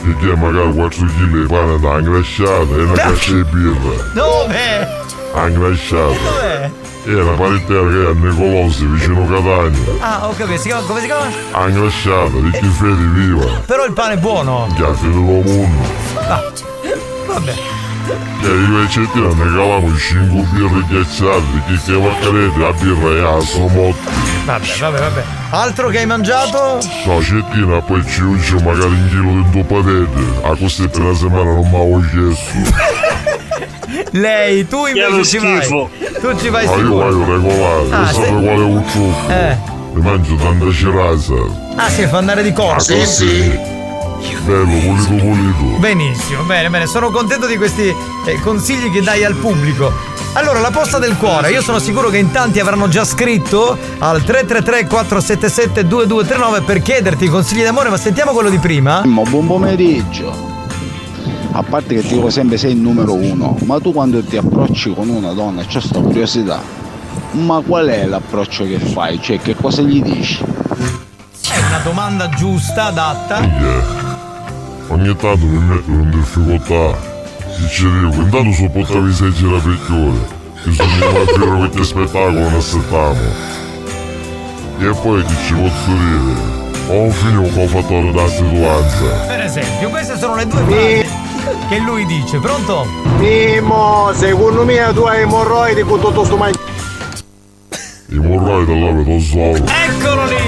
E che magari 4 kg di pane da ingrasciata e una caccia di birra. Dove? Ingrasciata. Dov'è? È una panettiera che è a Nicolosi, vicino Catania. Ah, ho capito, come si chiama? Ingrasciata, di chi fede viva. Però il pane è buono. Già fede lo mondo. Ah, vabbè. E io e Cettina ne calavamo 5 birre ghiacciate, che vaccarete la birra e a sono motti. Vabbè. Altro che hai mangiato? No, Cettina, poi ci uccio magari un chilo di dopatete. A queste per una settimana non mi avevo chiesto. Lei, tu invece ci vai. Tu ci vai sicuro. Io vai regolare, io so quale è un trucco. Mi mangio tanta cirasa. Ah sì, fa andare di corpo? Sì. Bello, pulito. Benissimo, bene, sono contento di questi consigli che dai al pubblico. Allora, la posta del cuore, io sono sicuro che in tanti avranno già scritto al 333-477-2239 per chiederti consigli d'amore, ma sentiamo quello di prima. Buon pomeriggio. A parte che ti dico sempre sei il numero 1, ma tu quando ti approcci con una donna c'è sta curiosità. Ma qual è l'approccio che fai? Cioè, che cosa gli dici? È una domanda giusta, adatta. Ogni tanto mi metto in difficoltà. Ci dico, intanto sopportavi 6 gira per chiore. Bisognava dire qualche spettacolo ne aspettavo. E poi che ci posso dire? Ho un figlio che ho fatto la situazione. Per esempio, queste sono le due frasi che lui dice. Pronto? Mimo, secondo me tu hai emorroidi con tutto sto mangiare. I morroidi la vedo solo. Eccolo lì!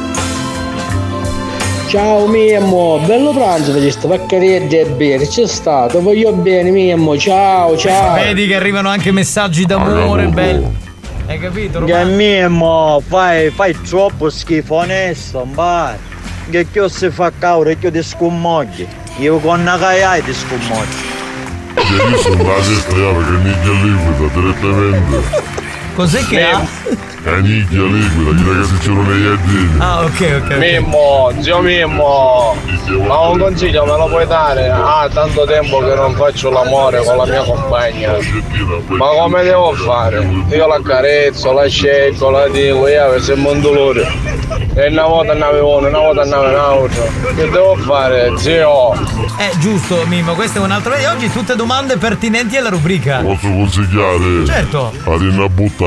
Ciao Mimmo, bello pranzo per questa vaccaria e bere, c'è stato, voglio bene Mimmo, ciao. Vedi che arrivano anche messaggi d'amore, bello. Hai capito? Che Mimmo, fai troppo schifo, onesto, vai. Che si fa cauro e che ti scommogli. Io con una caia ti scommogli. Io sono la destra che nicchia liquida direttamente. Cos'è che ha? È nicchia liquida, chi ragazzi c'erano negli addini. Ah, ok. Mimmo, zio Mimmo, ma un consiglio me lo puoi dare? Tanto tempo che non faccio l'amore con la mia compagna. Ma come devo fare? Io la carezzo, la scelgo, la dico, io sembra un dolore. E una volta andavo uno, una volta andavo un altro. Che devo fare, zio? Giusto, Mimmo, questo è un altro. E oggi tutte domande pertinenti alla rubrica. Posso consigliare? Certo. A rinnabuttare.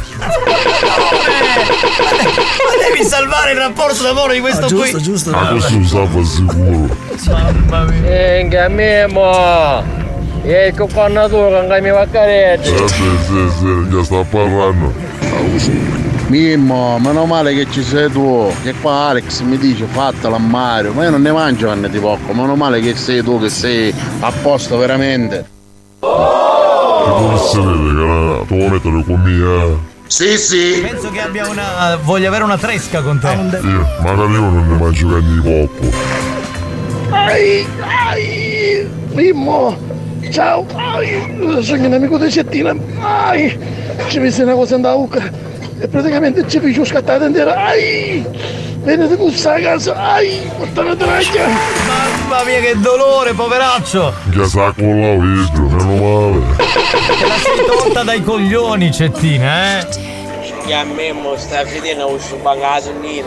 Ma devi salvare il rapporto d'amore di questo qui. Giusto. Ma questo lo salva sicuro. Mamma mia. Che Mimmo, e che fanno tu con la mia vaccaretta? Sì, già sta parlando. Mimmo, meno male che ci sei tu, che qua Alex mi dice fattela a Mario, ma io non ne mangio carne di porco, meno male che sei tu, che sei a posto veramente. Che vuoi essere, tu vuoi mettere con me? Sì. Penso che voglia avere una tresca con te. Magari io non ne mangio carne di porco. Ai, Mimmo, ciao, sono un amico di Cettina, ci visse una cosa in da uca. E praticamente ci faccio scattare intera. Venite con sta casa. Portami a traccia. Mamma mia, che dolore, poveraccio. Già sa con la video, meno male. Te la sei tolta dai coglioni, Cettina, Che a Mimmo sta finendo uscito la sonnina.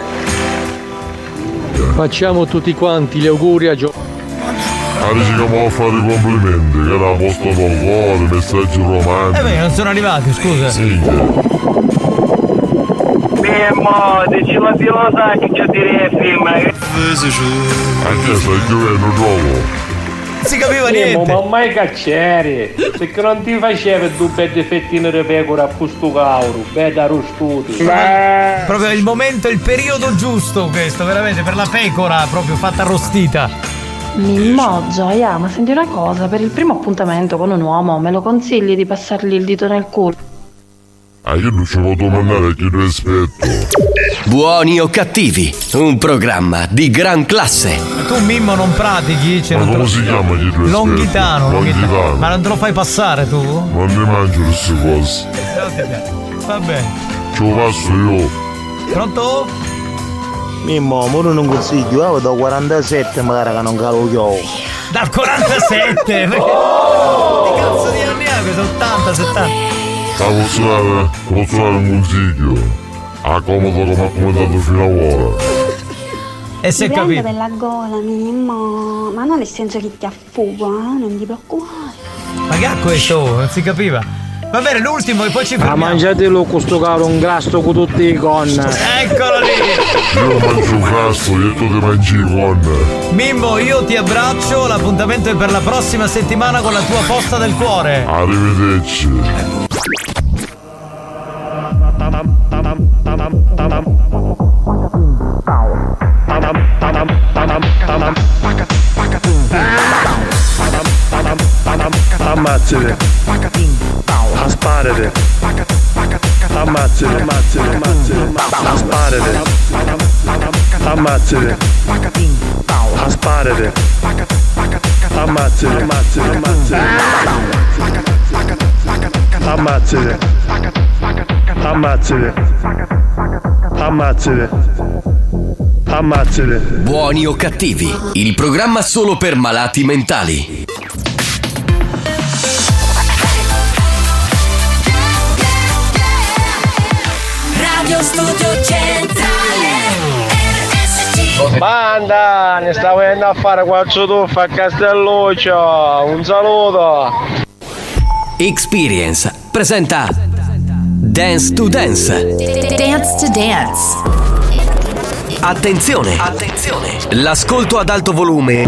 Facciamo tutti quanti gli auguri a Gio. Dici che mi fare i complimenti, che era posto col cuore, messaggi romantici. Non sono arrivati, scusa. Mimmo, dici la filosa che c'è dire film. Anche se io non trovo. Si capiva niente. Ma mai cacciare, perché non ti facevi due belle fettine di pecora a questo cauro, bella rostuti. Proprio il momento, il periodo giusto questo, veramente, per la pecora proprio fatta arrostita. Mimmo, Gioia, ma senti una cosa, per il primo appuntamento con un uomo me lo consigli di passargli il dito nel culo? Io non ci posso mandare a chi rispetto. Buoni o cattivi, un programma di gran classe. Ma tu Mimmo non pratichi? Ma come si chiama chi rispetto? Longhitano. Ma non te lo fai passare tu? Non ne mangio queste cose. Va bene. Ce lo passo io. Pronto? Mimmo, ora non consiglio, da 47 magari che non calo io. Dal 47? Che cazzo di anni ha questo? 80, 70? Posso dare un consiglio? A comodo come ha commentato fino a ora. E si è Ti prendo capito. per la gola, Mimmo, ma non nel senso che ti affugo, non ti preoccupare. Ma che ha questo? Non si capiva. Va bene, l'ultimo e poi ci Ma fermiamo. mangiatelo questo caro un grasso con tutti i con. Eccolo lì. Io mangio un grasso e tu ti mangi i con. Mimmo, io ti abbraccio, l'appuntamento è per la prossima settimana con la tua posta del cuore. Arrivederci. Ammazzate. Asparate. Ammazzate. Asparate. Ammazzate. Asparate. Ammazzate. Ammazzate. Ammazzate. Ammazzate. Ammazzate. Buoni o cattivi, il programma solo per malati mentali. Radio Studio Centrale RSC. Banda, ne stavo andando a fare quattro tuffe a Castelluccio. Un saluto. Experience presenta Dance to Dance. Dance to Dance. Attenzione! Attenzione! L'ascolto ad alto volume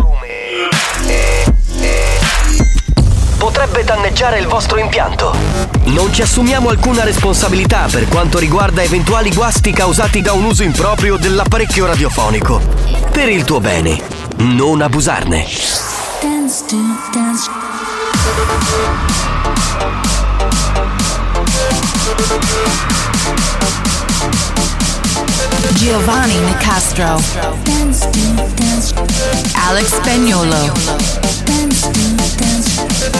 potrebbe danneggiare il vostro impianto. Non ci assumiamo alcuna responsabilità per quanto riguarda eventuali guasti causati da un uso improprio dell'apparecchio radiofonico. Per il tuo bene, non abusarne. Dance to dance. Giovanni Nicastro. Dance to dance. Alex Spagnolo. Dance to dance.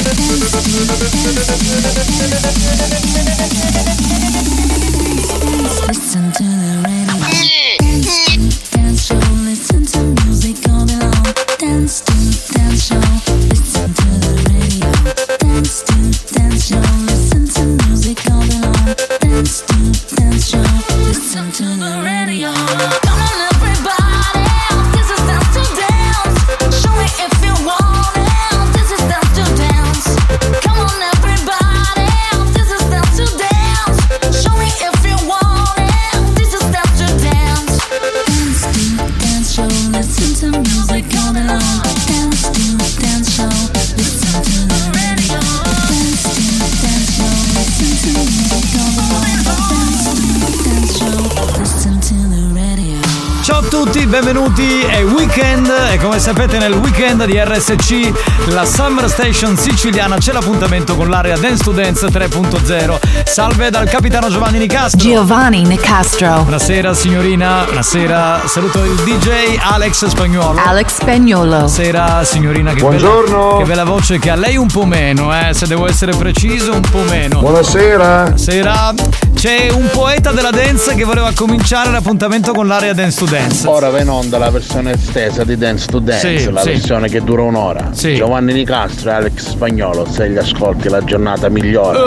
Listen to the radio. Dance show. Listen to music all day long. Dance to dance show. Listen to the radio. Dance to dance show. Listen to music all day long. Dance to dance show. Listen to the radio. Come on everybody, this is dance to dance. Show me if you want it. This is dance to dance. Come on everybody, this is dance to dance. Show me if you want it. This is dance to dance. Dance to dance show. Listen to music all day long. Dance to dance show. Listen to the radio. Dance to dance show. Listen to music all day long. Dance to dance show. Listen to the radio. Ciao a tutti, benvenuti, è weekend e come sapete nel weekend di RSC la Summer Station siciliana c'è l'appuntamento con l'area Dance to Dance 3.0. Salve dal capitano Giovanni Nicastro. Giovanni Nicastro. Buonasera signorina, buonasera, saluto il DJ Alex Spagnolo. Alex Spagnolo. Buonasera signorina, che Buongiorno. bella, che bella voce che ha lei, un po' meno, se devo essere preciso un po' meno. Buonasera. Buonasera. C'è un poeta della dance che voleva cominciare l'appuntamento con l'area Dance to Dance. Ora va in onda la versione estesa di Dance to Dance, Sì, la sì. versione che dura un'ora. Sì. Giovanni Nicastro e Alex Spagnolo, se li ascolti la giornata migliore.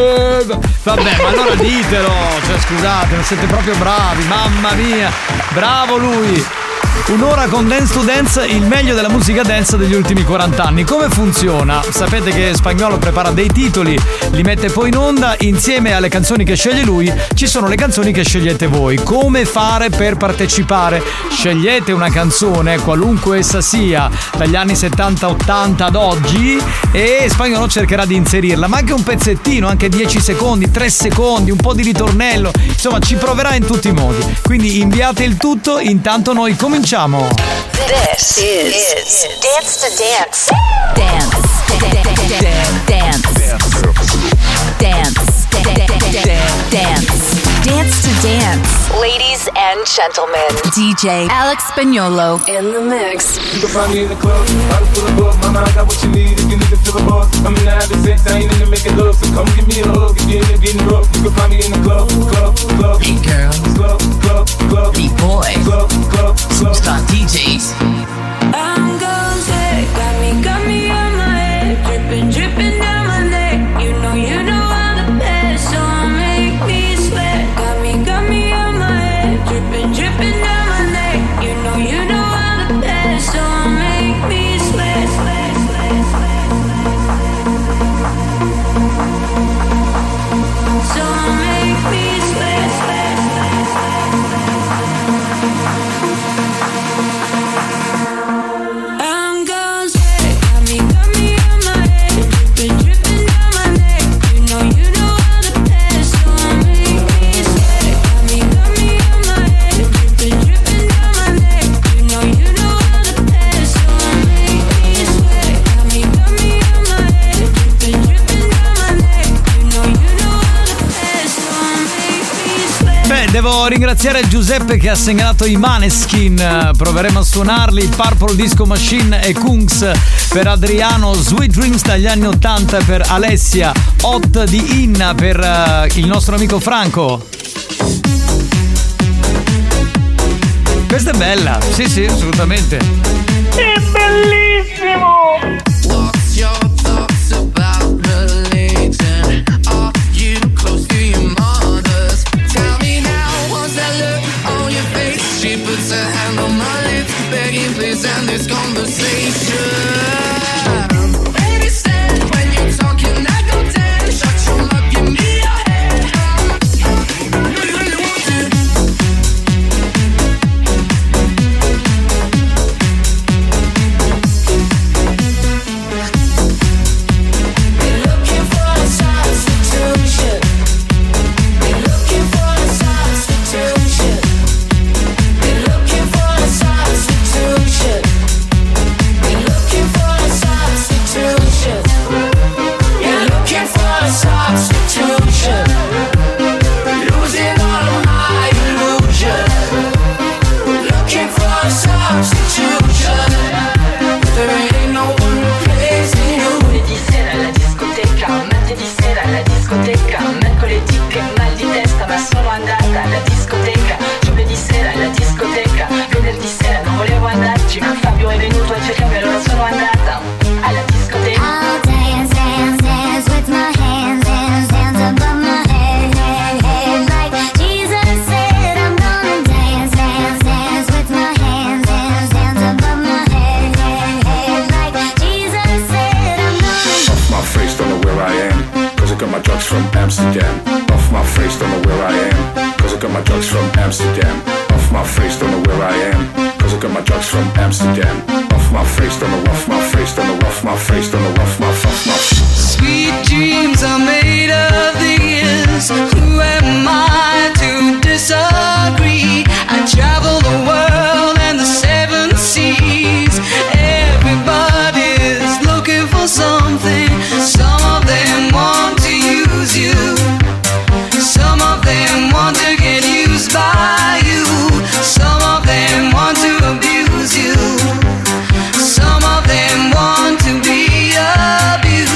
Vabbè, ma allora ditelo, cioè scusate, non siete proprio bravi, mamma mia, bravo lui. Un'ora con Dance to Dance, il meglio della musica dance degli ultimi 40 anni. Come funziona? Sapete che Spagnolo prepara dei titoli, li mette poi in onda, insieme alle canzoni che sceglie lui ci sono le canzoni che scegliete voi. Come fare per partecipare? Scegliete una canzone, qualunque essa sia, dagli anni 70-80 ad oggi, e Spagnolo cercherà di inserirla, ma anche un pezzettino, anche 10 secondi, 3 secondi, un po' di ritornello, insomma ci proverà in tutti i modi. Quindi inviate il tutto, intanto noi cominciamo. This is Dance to Dance. Dance. Dance. Dance. Dance. Dance to Dance. Ladies and gentlemen, DJ Alex Spagnolo in the mix. You can find me in the club, bottle full of bug. Mama, I got what you need if you need to feel the buzz. I'm in the having sex, I ain't in the making love. So come give me a hug if you're in the getting rough. You can find me in the club, club. Hey girls, club. hey boys, club. superstar DJs. I'm gonna say, got me on my head, dripping down my neck. You know I'm the best, so make me sweat. Got me on my head, dripping down my neck. You know Volevo ringraziare Giuseppe che ha segnalato i Maneskin. Proveremo a suonarli. Purple Disco Machine e Kungs per Adriano. Sweet Dreams dagli anni 80 per Alessia. Hot di Inna per il nostro amico Franco. Questa è bella, sì, assolutamente. È bellissimo! What's your thoughts about religion? Are you close to your mothers? Tell me now, what's that look on your face? She puts her hand on my lips, begging please end this conversation. Baby said when you're talking I go down. Shut your mouth, give me your hand. Do you really want to? Mercoledì che mal di testa ma sono andata alla discoteca. Giovedì sera alla discoteca. Venerdì sera non volevo andarci ma Fabio è venuto a cercarmi allora sono andata alla discoteca. I'll dance, dance, dance with my hands, hands, hands above my head, head, head. Like Jesus said, I'm gonna dance, dance, dance with my hands, hands, hands above my head, head, head. Like Jesus said, I'm gonna. Off my face, don't know where I am. Cause I got my drugs from Amsterdam. Off my face, don't know where I am. Cause I got my drugs from Amsterdam. Off my face, don't know where I am. Cause I got my drugs from Amsterdam. Off my face, don't know, off my face, don't know, off my face, don't know, off my Sweet dreams are made of these. Who am I to disagree? I travel the world and the seven seas. Everybody's looking for something. Some of them want to use you. Some of them want to get used by you. Some of them want to abuse you. Some of them want to be abused.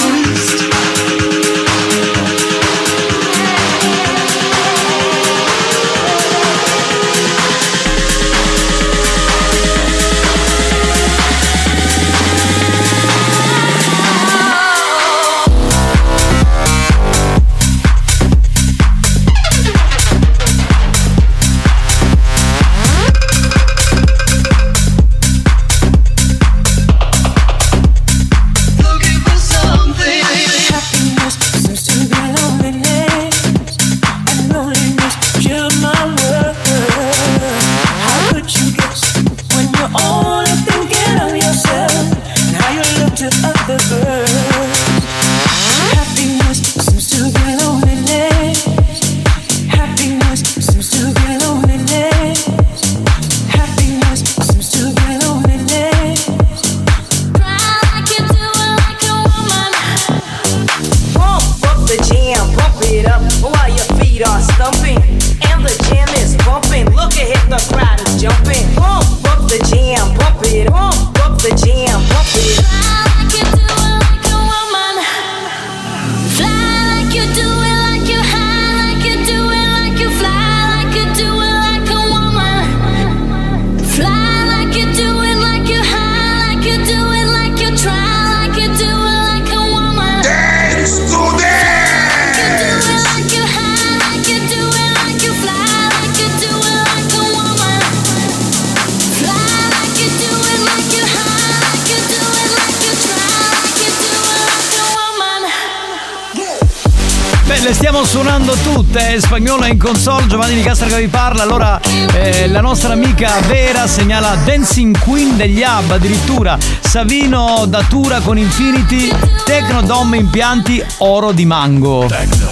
Le stiamo suonando tutte, Spagnola in console, Giovanni Nicastro che vi parla. Allora la nostra amica Vera segnala Dancing Queen degli ABBA, addirittura Savino Datura con Infinity, Technodome impianti Oro di Mango.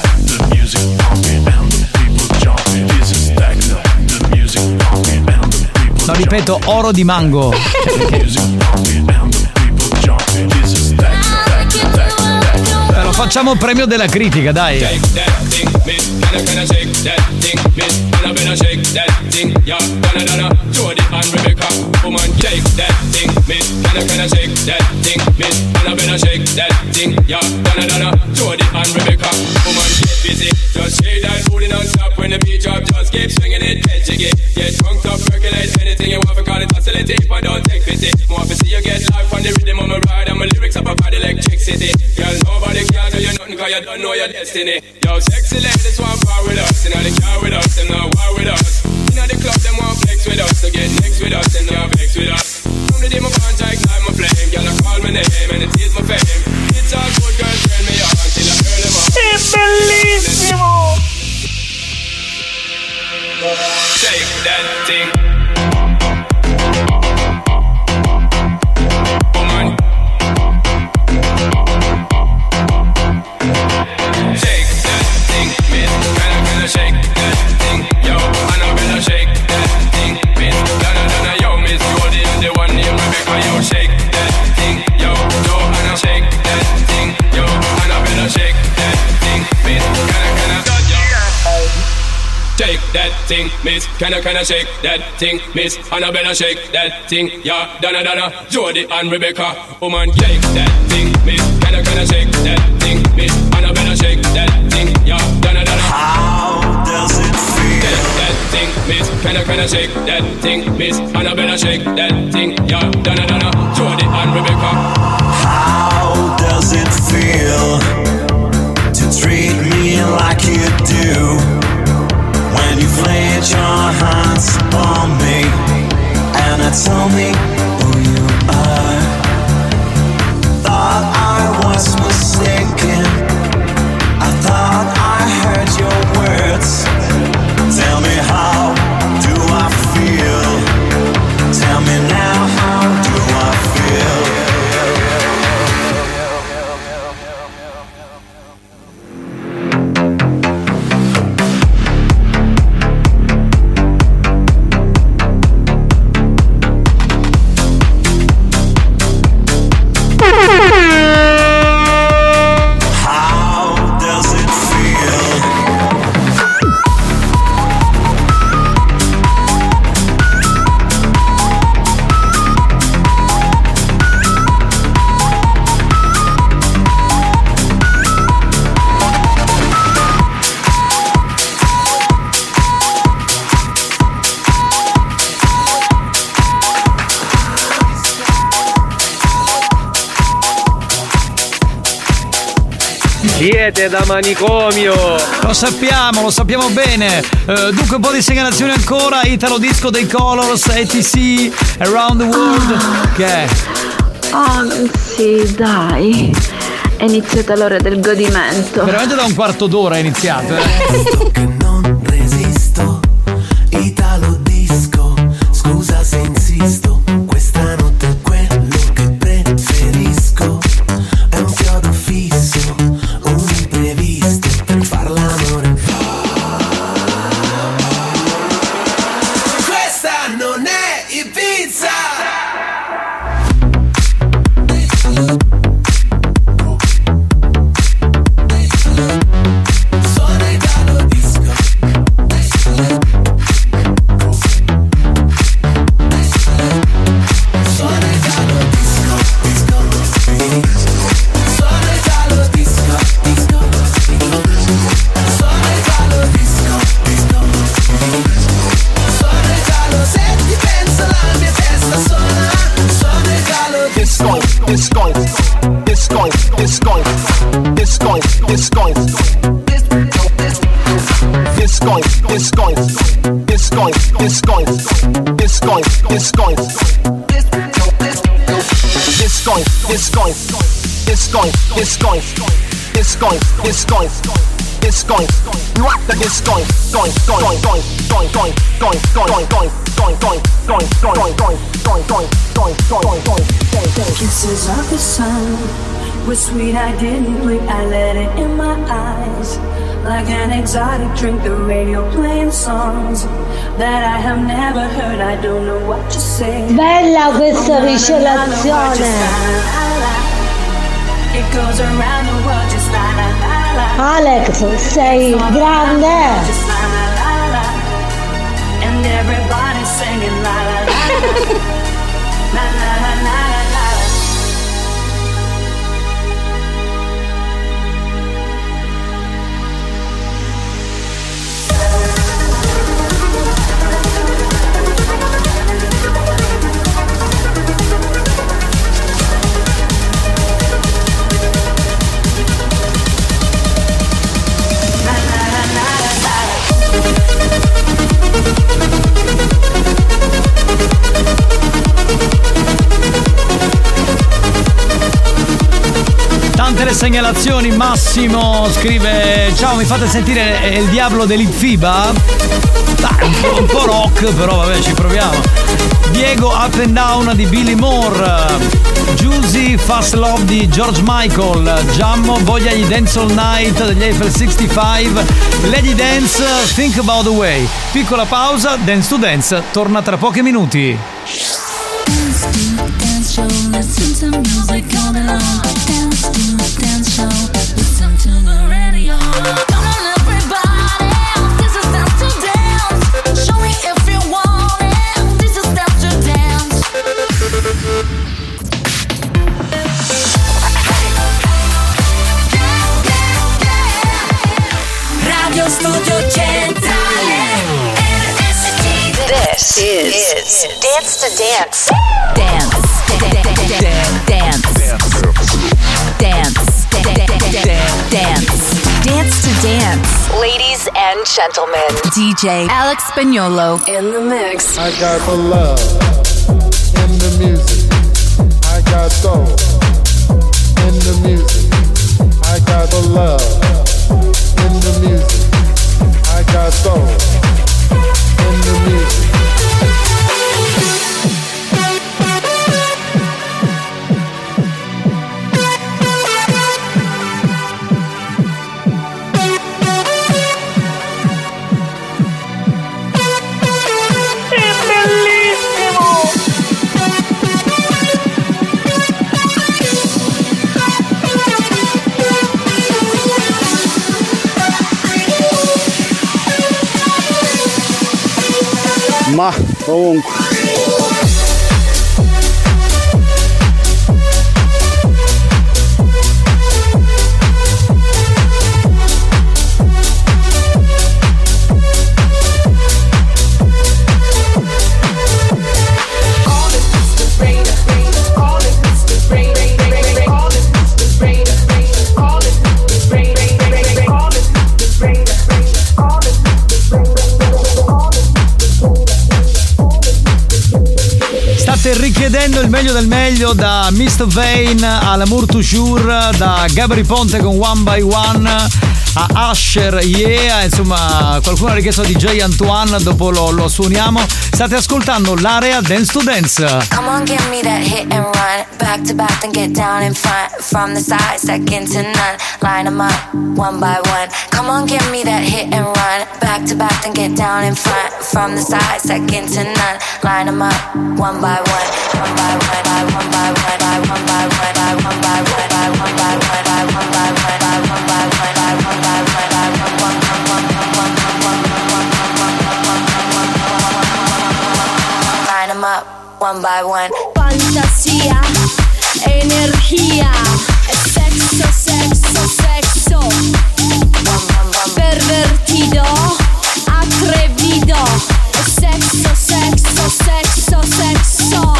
No, ripeto, Oro di Mango. Però Lo facciamo premio della critica, dai. Shake that thing, miss. Can I shake that thing, miss? Annabella shake that thing, yeah. Donna, Jody and Rebecca. Woman, shake that thing, miss. Can I shake that thing, miss? Annabella shake that thing, yeah. Donna, Jody and Rebecca. Woman, get busy. Just shake that booty non-stop when the beat drop. Just keep swinging it, catch it, get drunk up, percolate anything you want to call it oscillate. But don't take pity. Want to see you get life on the rhythm of my ride. And my lyrics up about electricity. Girl, nobody can do you nothing cause you don't know your destiny. Yo, sexy ladies want power with us. You know they car with us, them not war with us. You know the club, them want flex with us. To get next with us, them not vex with us. From the day my bond, I ignite my flame. Girl, I call my name and it is my fame. It's all good, girl, turn me on till I earn them up. È bellissimo! Shake that thing. Woman. Shake that thing, miss. Can I shake that thing? Yo, Annabella shake that thing, miss. Donna, yo, Miss Jody and the one named Rebecca. Yo, shake that thing. Yo, Joanna shake that thing. Yo, Annabella shake that thing, miss. Can I shake that thing, miss? Can I shake that thing, miss? Annabella shake that thing, yeah. Donna, Jody and Rebecca. Woman, shake that thing, miss. Can I shake that thing, miss? Annabella shake that thing, yeah. Donna. How does it feel? Shake that thing, miss. Can I shake that thing, miss? Annabella shake that thing, yeah. Donna, Jody and Rebecca. How does it feel to treat me like you do? When you laid your hands on me and told me who you are, thought I was mistaken. I thought I heard your words. Tell me, how do I feel? Tell me now, how do I feel? Siete da manicomio! Lo sappiamo bene. Dunque un po' di segnalazioni ancora. Italo Disco dei Colors, ETC, Around the World. Che è? Oh sì, dai. È iniziata l'ora del godimento. Veramente da un quarto d'ora è iniziato, Che non resisto. Italo Disco, scusa se insisto. Questa notte è quello che preferisco. È un chiodo fisso, un imprevisto per far l'amore. Questa non è Ibiza. Suona Italo Disco. Suona Italo Disco, disco. Suona Italo Disco, disco. Suona Italo Disco, disco. Suona Italo, se ti penso la mia testa suona. Suona Italo Disco, disco. Disco, disco. Disco, disco. Disco, disco. Disco, disco. Disco, disco. Disco, disco. Disco, disco. Disco, disco. Disco. Rock the disco. Going, going, going, going, going, going, going, going, going, going, going, going, going, going, going, going, going, going. Kisses of the sun were sweet, I didn't blink, I let it in my eyes. Like an exotic drink, the radio playing songs that I have never heard, I don't know what to say. Bella questa ricelazione. It goes around the world just la la la la. Alex, sei grande. Just la la la la. And everybody's singing la la la la. La la la la la la. Tante le segnalazioni. Massimo scrive: ciao, mi fate sentire il diavolo dell'Ipfiba? Dai, un po' rock, però vabbè, ci proviamo. Diego, Up and Down di Billy Moore. Juicy, Fast Love di George Michael. Giammo, Voglia di Dance All Night degli Eiffel 65. Lady Dance, Think About the Way. Piccola pausa, Dance to Dance torna tra pochi minuti. Dance show, listen to music all day long. Dance show, listen to the radio. Come on everybody, this is dance to dance. Show me if you want it, this is dance to dance. Radio Studio Centrale RSC. This is Dance to Dance. Dance. Dance to Dance. Ladies and gentlemen, DJ Alex Spagnolo in the mix. I got the love in the music. I got soul in the music. I got the love in the music. I got soul in the music. Ma comunque richiedendo il meglio del meglio, da Mr. Vane all'Amour Toujours, da Gabri Ponte con One by One a Usher, yeah, insomma qualcuno ha richiesto DJ Antoine, dopo lo suoniamo. State ascoltando l'area Dance to Dance. Come on, give me that hit and run. Back to back, then get down in front. From the side, second to none. Line them up, one by one. Come on, give me that hit and run. Back to back, then get down in front. From the side, second to none. Line them up, one by one. One by one, I one by one, I one by one, I one by one, I one by one, I one by one, I one by one, I one by one, I line them up, one by one. Fantasia, energia, sexo, sexo, sexo. Pervertido, atrevido, sexo, sexo, sexo, sexo.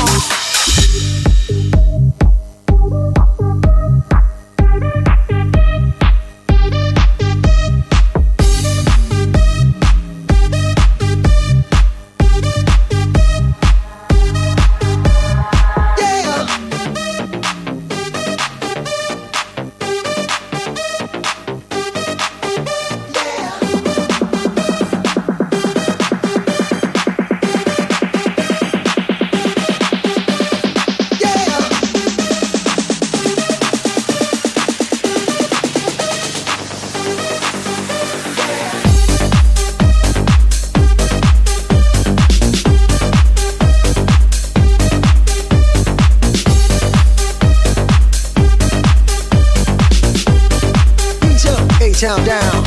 H-Town down.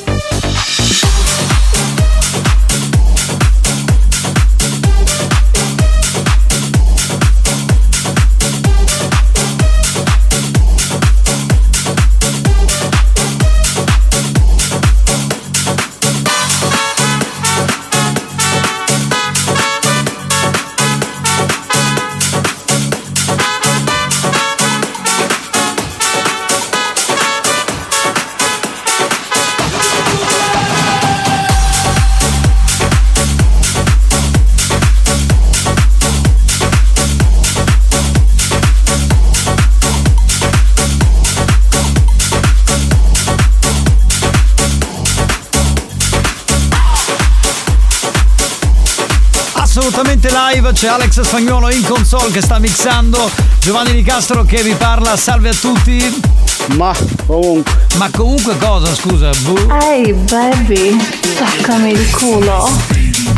Assolutamente live, c'è Alex Spagnuolo in console che sta mixando, Giovanni Di Castro che vi parla, salve a tutti. Ma comunque cosa, scusa? Ehi baby, toccami il culo.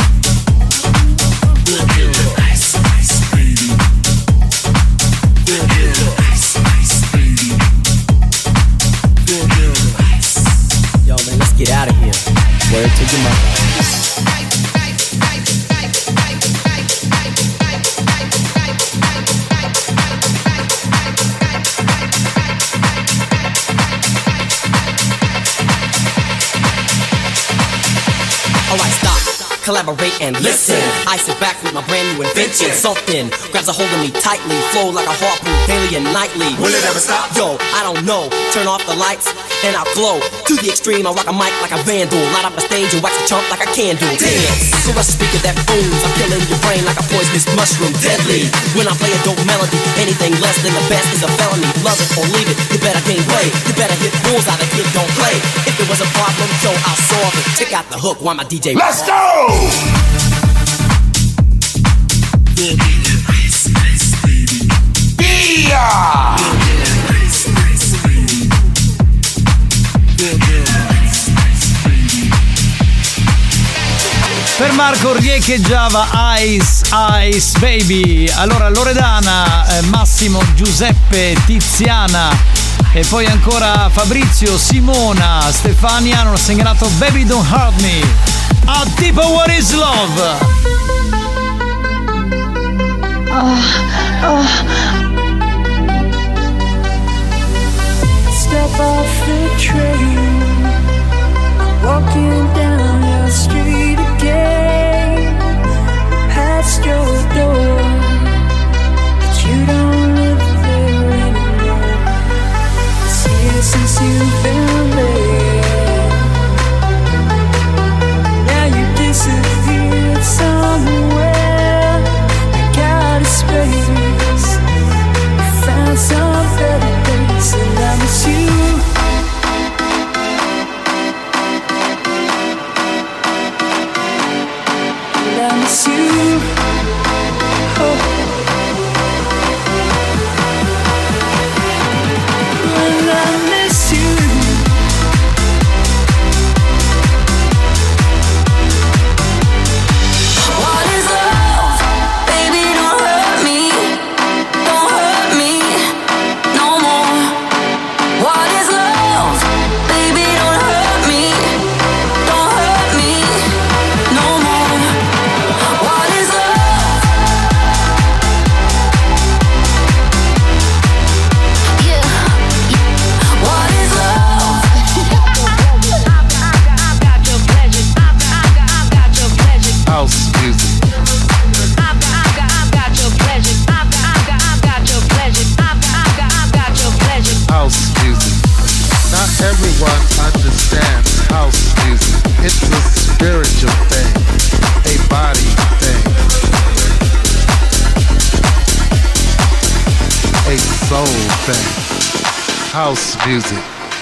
Yo man, let's get out of here. Word to your mother. Collaborate and listen. I sit back with my brand new invention. Something grabs a hold of me tightly, flow like a harpoon daily and nightly. Will it ever stop? Yo, I don't know. Turn off the lights and I'll glow. To the extreme, I rock a mic like a vandal. Light up a stage and wax a chump like a candle. Dance. So rush a speaker that booms. I'm killing your brain like a poisonous mushroom. Deadly. When I play a dope melody, anything less than the best is a felony. Love it or leave it. You better game play. You better hit bullseye. The kid don't play. If it was a problem, yo, I'll solve it. Check out the hook while my DJ. Let's go! Per Marco riecheggiava Ice Ice Baby. Allora Loredana, Massimo, Giuseppe, Tiziana e poi ancora Fabrizio, Simona, Stefania hanno segnalato Baby Don't Hurt Me. A tipo What Is Love? Step off the train, walking down your street again, past your door, but you don't live there anymore. It's years since you've been there. Now you disappeared somewhere. I got a space. You found some better place, and I miss you. I miss you. Oh. And I miss you. What is love? Baby, don't hurt me. Don't hurt me no more. What is love? Baby, don't hurt me. Don't hurt me no more. What is love? Yeah. What is love? I've got your pleasure. I've got your pleasure. House music. I've got your pleasure. I've got your pleasure. I've got your pleasure. House music. Not everyone understands house music. It's a spiritual thing, a body thing, a soul thing. House music.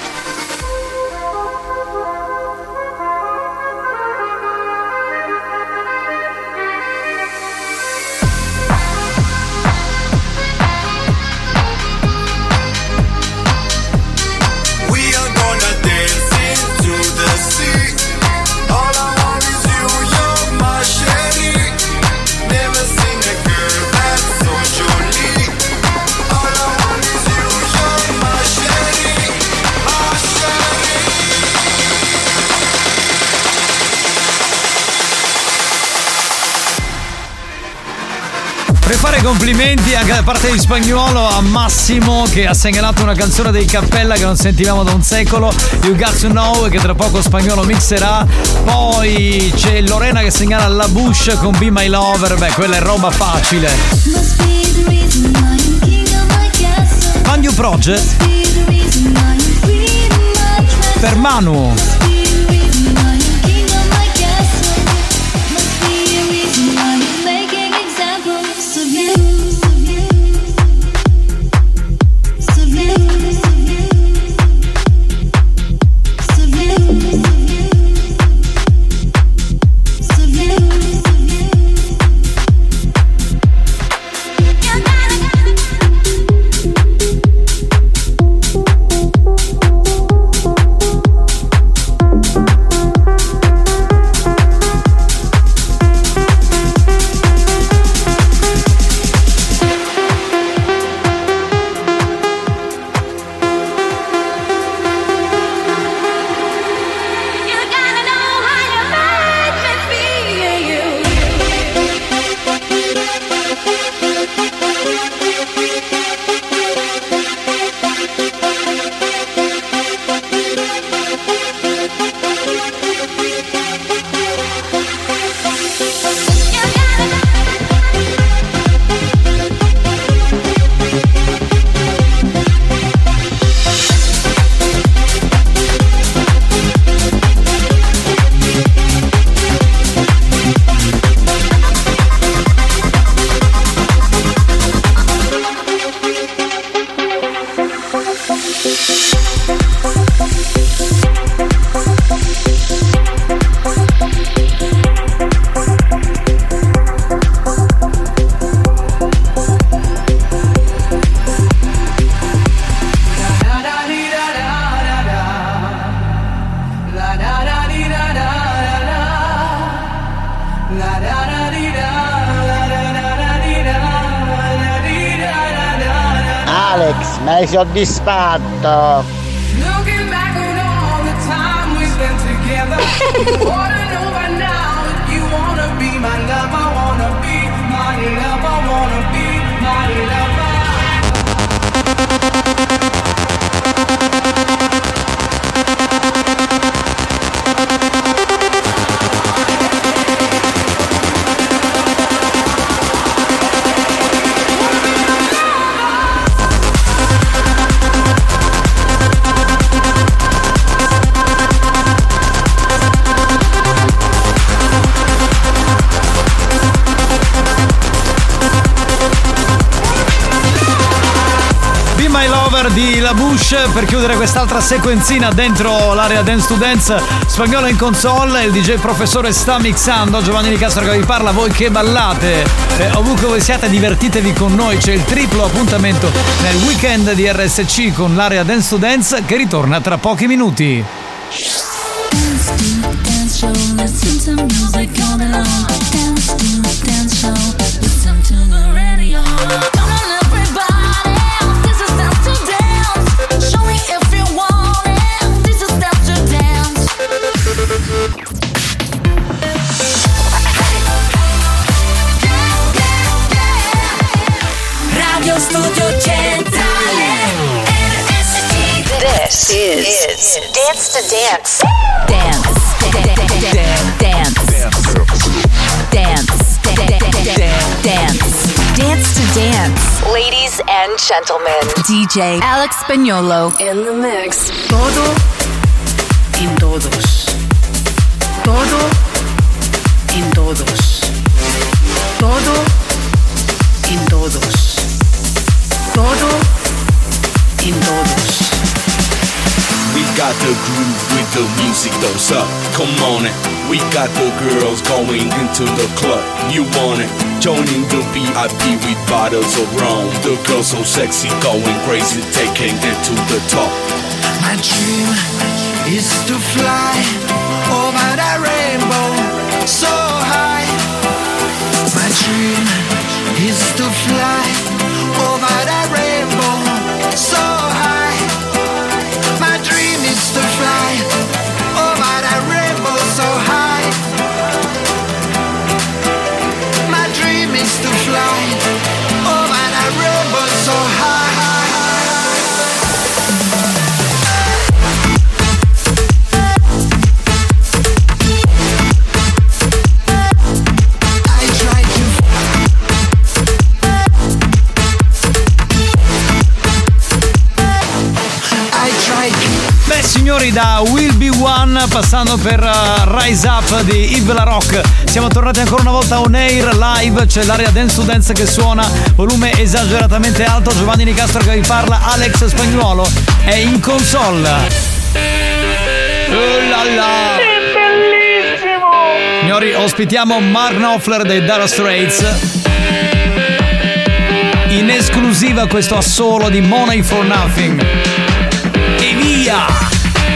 We are gonna dance into the sea. All I want is you, you're my sherry. Never seen a girl that's so jolly. All I want is you, you're my sherry. complimenti anche da parte di Spagnuolo a Massimo, che ha segnalato una canzone dei Cappella che non sentivamo da un secolo, You Got to Know, che tra poco Spagnuolo mixerà. Poi c'è Lorena che segnala La Bush con Be My Lover. Beh, quella è roba facile. Mandio Project per Manu. Alex, mi hai soddisfatto. Looking back on all the time we spent together, wanna know by now if you wanna be my lover, wanna be my lover, wanna be my lover. Di La Bush per chiudere quest'altra sequenzina dentro l'area Dance to Dance. Spagnolo in console, il DJ professore sta mixando, Giovanni Di Castro che vi parla, voi che ballate ovunque voi siate, divertitevi con noi, c'è il triplo appuntamento nel weekend di RSC con l'area Dance to Dance che ritorna tra pochi minuti. Radio Studio Centrale RSC. This is Dance to Dance. Dance to Dance. Ladies and gentlemen, DJ Alex Spagnolo in the mix. Todo en todos. Todo en todos. Todo en todos. Todo en todos. We got the groove with the music, those up. Come on it. We got the girls going into the club. You want it? Joining the VIP with bottles of rum. The girls so sexy, going crazy, taking it to the top. My dream is to fly over the rainbow so high. My dream is to fly over the rainbow so high. My dream is to fly over the rainbow so high. My dream is to fly signori, da Will Be One passando per Rise Up di Yves La Rock. Siamo tornati ancora una volta on air live, c'è l'area Dance to Dance che suona, volume esageratamente alto. Giovanni Nicastro che vi parla, Alex Spagnuolo è in console. La la. È bellissimo! Signori, ospitiamo Mark Knopfler dei Dire Straits. In esclusiva questo assolo di Money for Nothing. E via!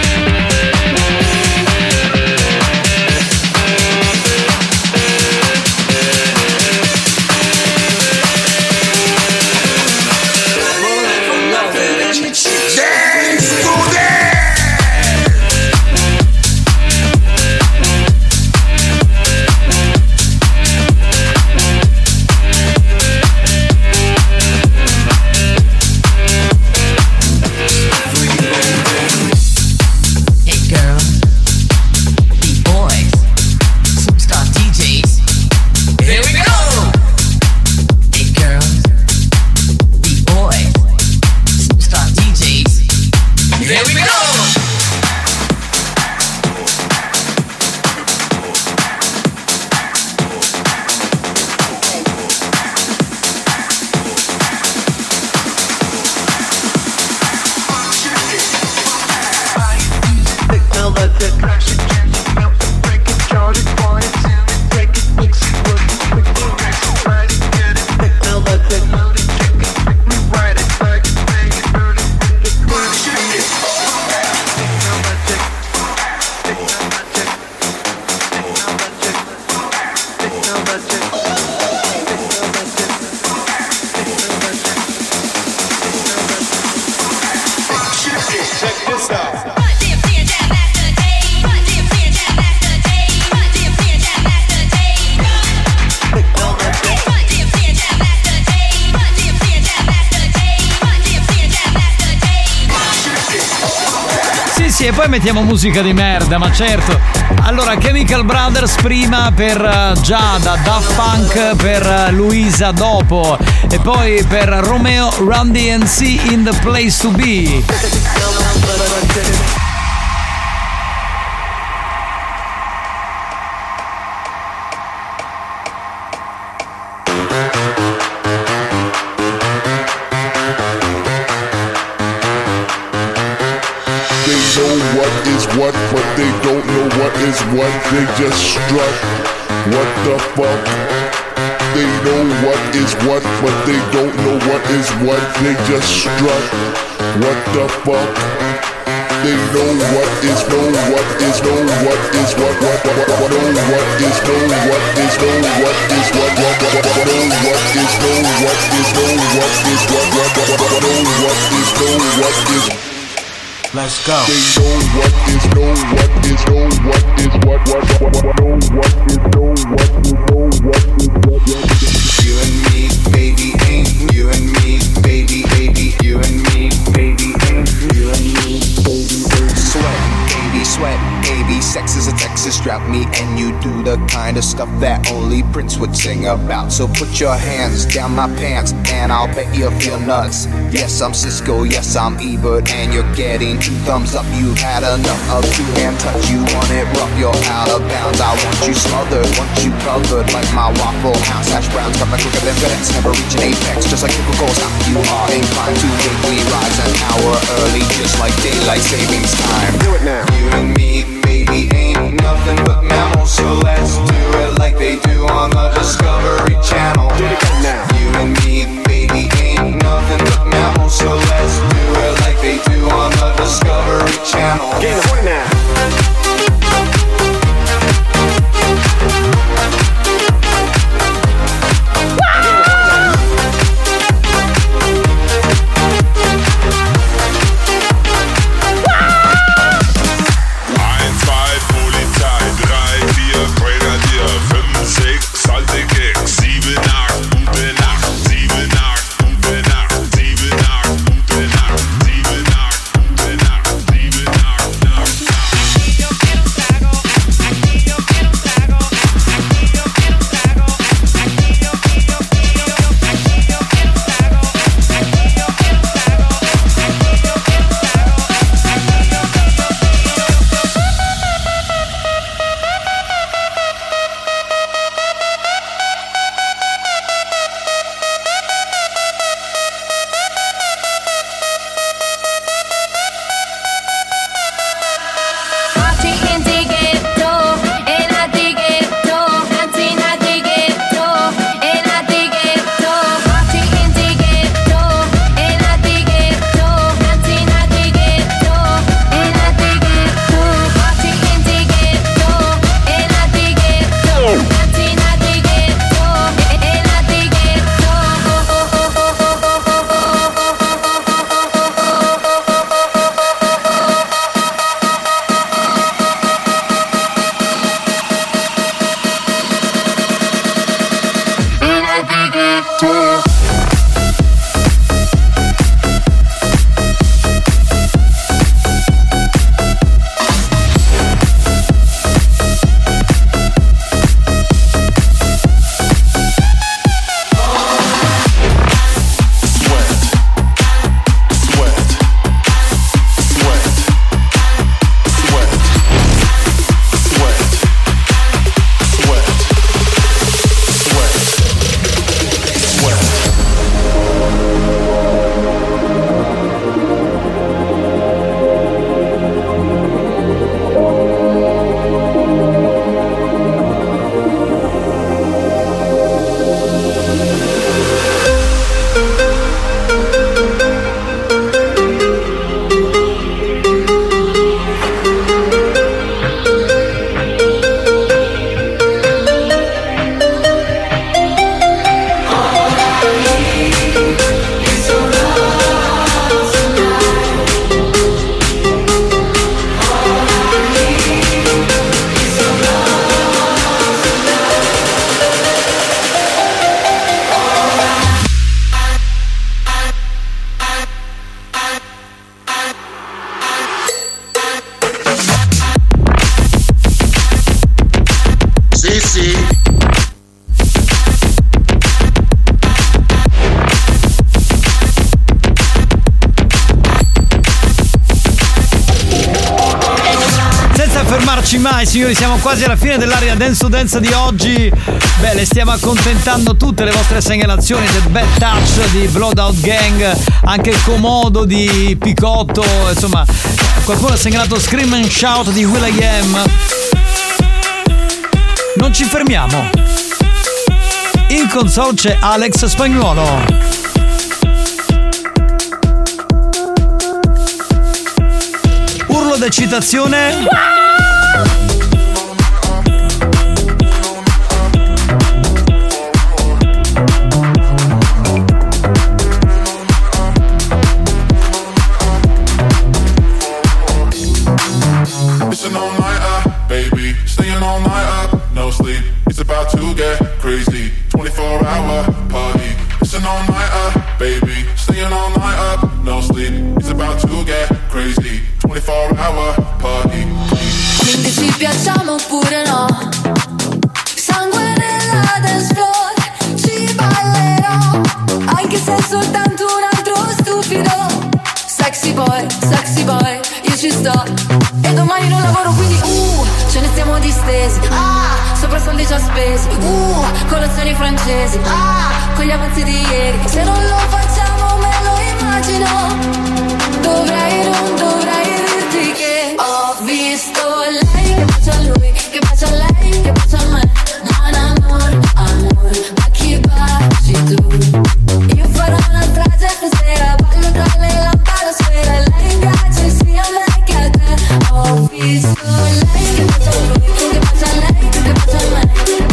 E poi mettiamo musica di merda, ma certo. Allora, Chemical Brothers prima per Giada, Daft Punk per Luisa dopo, e poi per Romeo, Run DMC in the Place to Be. What, but they don't know what is what. They just strut. What the fuck? They know what is what, but they don't know what is what. They just strut. What the fuck? They know what is know what is know what is what know what is know what is know what is what know what is know what is know what is what know what is know what is. Let's go. They know what is know what is know what is what know what is know what is know what is what. You and me, baby, ain't you and me, baby, baby, you and me, baby, ain't you and me, baby, sweat, baby, sex is a Texas drought, me and you do the kind of stuff that only Prince would sing about. So put your hands down my pants and I'll bet you'll feel nuts. Yes, I'm Cisco, yes, I'm Ebert, and you're getting 2 thumbs up. You've had enough of 2-hand touch, you want it rough, you're out of bounds. I want you smothered, want you covered like my Waffle House. Hash browns coming quicker than FedEx, never reach an apex, just like Coca Cola. You are inclined to make me rise an hour early, just like daylight savings time. Do it now. You and me, baby, ain't nothing but mammals, so let's do it like they do on the Discovery Channel. Do it now. You and me, baby, ain't nothing but mammals, so let's do it like they do on the Discovery Channel. Get the point now. Grenadier, 5, 6, alte Gags, 7, 8, gute Nacht, 7, 8. fermarci mai, signori, siamo quasi alla fine dell'area Dance to Dance di oggi. Beh, le stiamo accontentando tutte le vostre segnalazioni del Bad Touch di Blowout Gang, anche il Comodo di Picotto, insomma, qualcuno ha segnalato Scream and Shout di will.i.am. Non ci fermiamo. In console c'è Alex Spagnuolo. Urlo d'eccitazione. It's an all-nighter, baby. Staying all night up, no sleep. It's about to get crazy. 24-hour party. It's an all-nighter, baby. Staying all night up, no sleep. It's about to get crazy. 24-hour party. Quindi ci piacciamo oppure no? Sangue nella dance floor, ci ballerò, anche se è soltanto un altro stupido. Sexy boy, io ci sto. E domani non lavoro quindi ce ne stiamo distesi. Sopra soldi già spesi. Colazioni francesi. Con gli avanzi di ieri. Se non lo facciamo me lo immagino. Non dovrei dirti che ho visto lei che bacia a lui, che bacia a lei, che bacia a me. Mon amor, a chi baci tu? Io farò una strage stasera, ballo tra le lampadosfere. Lei piace sia a me che a te. Ho visto lei che bacia a lui, che bacia a lei, che bacia a me.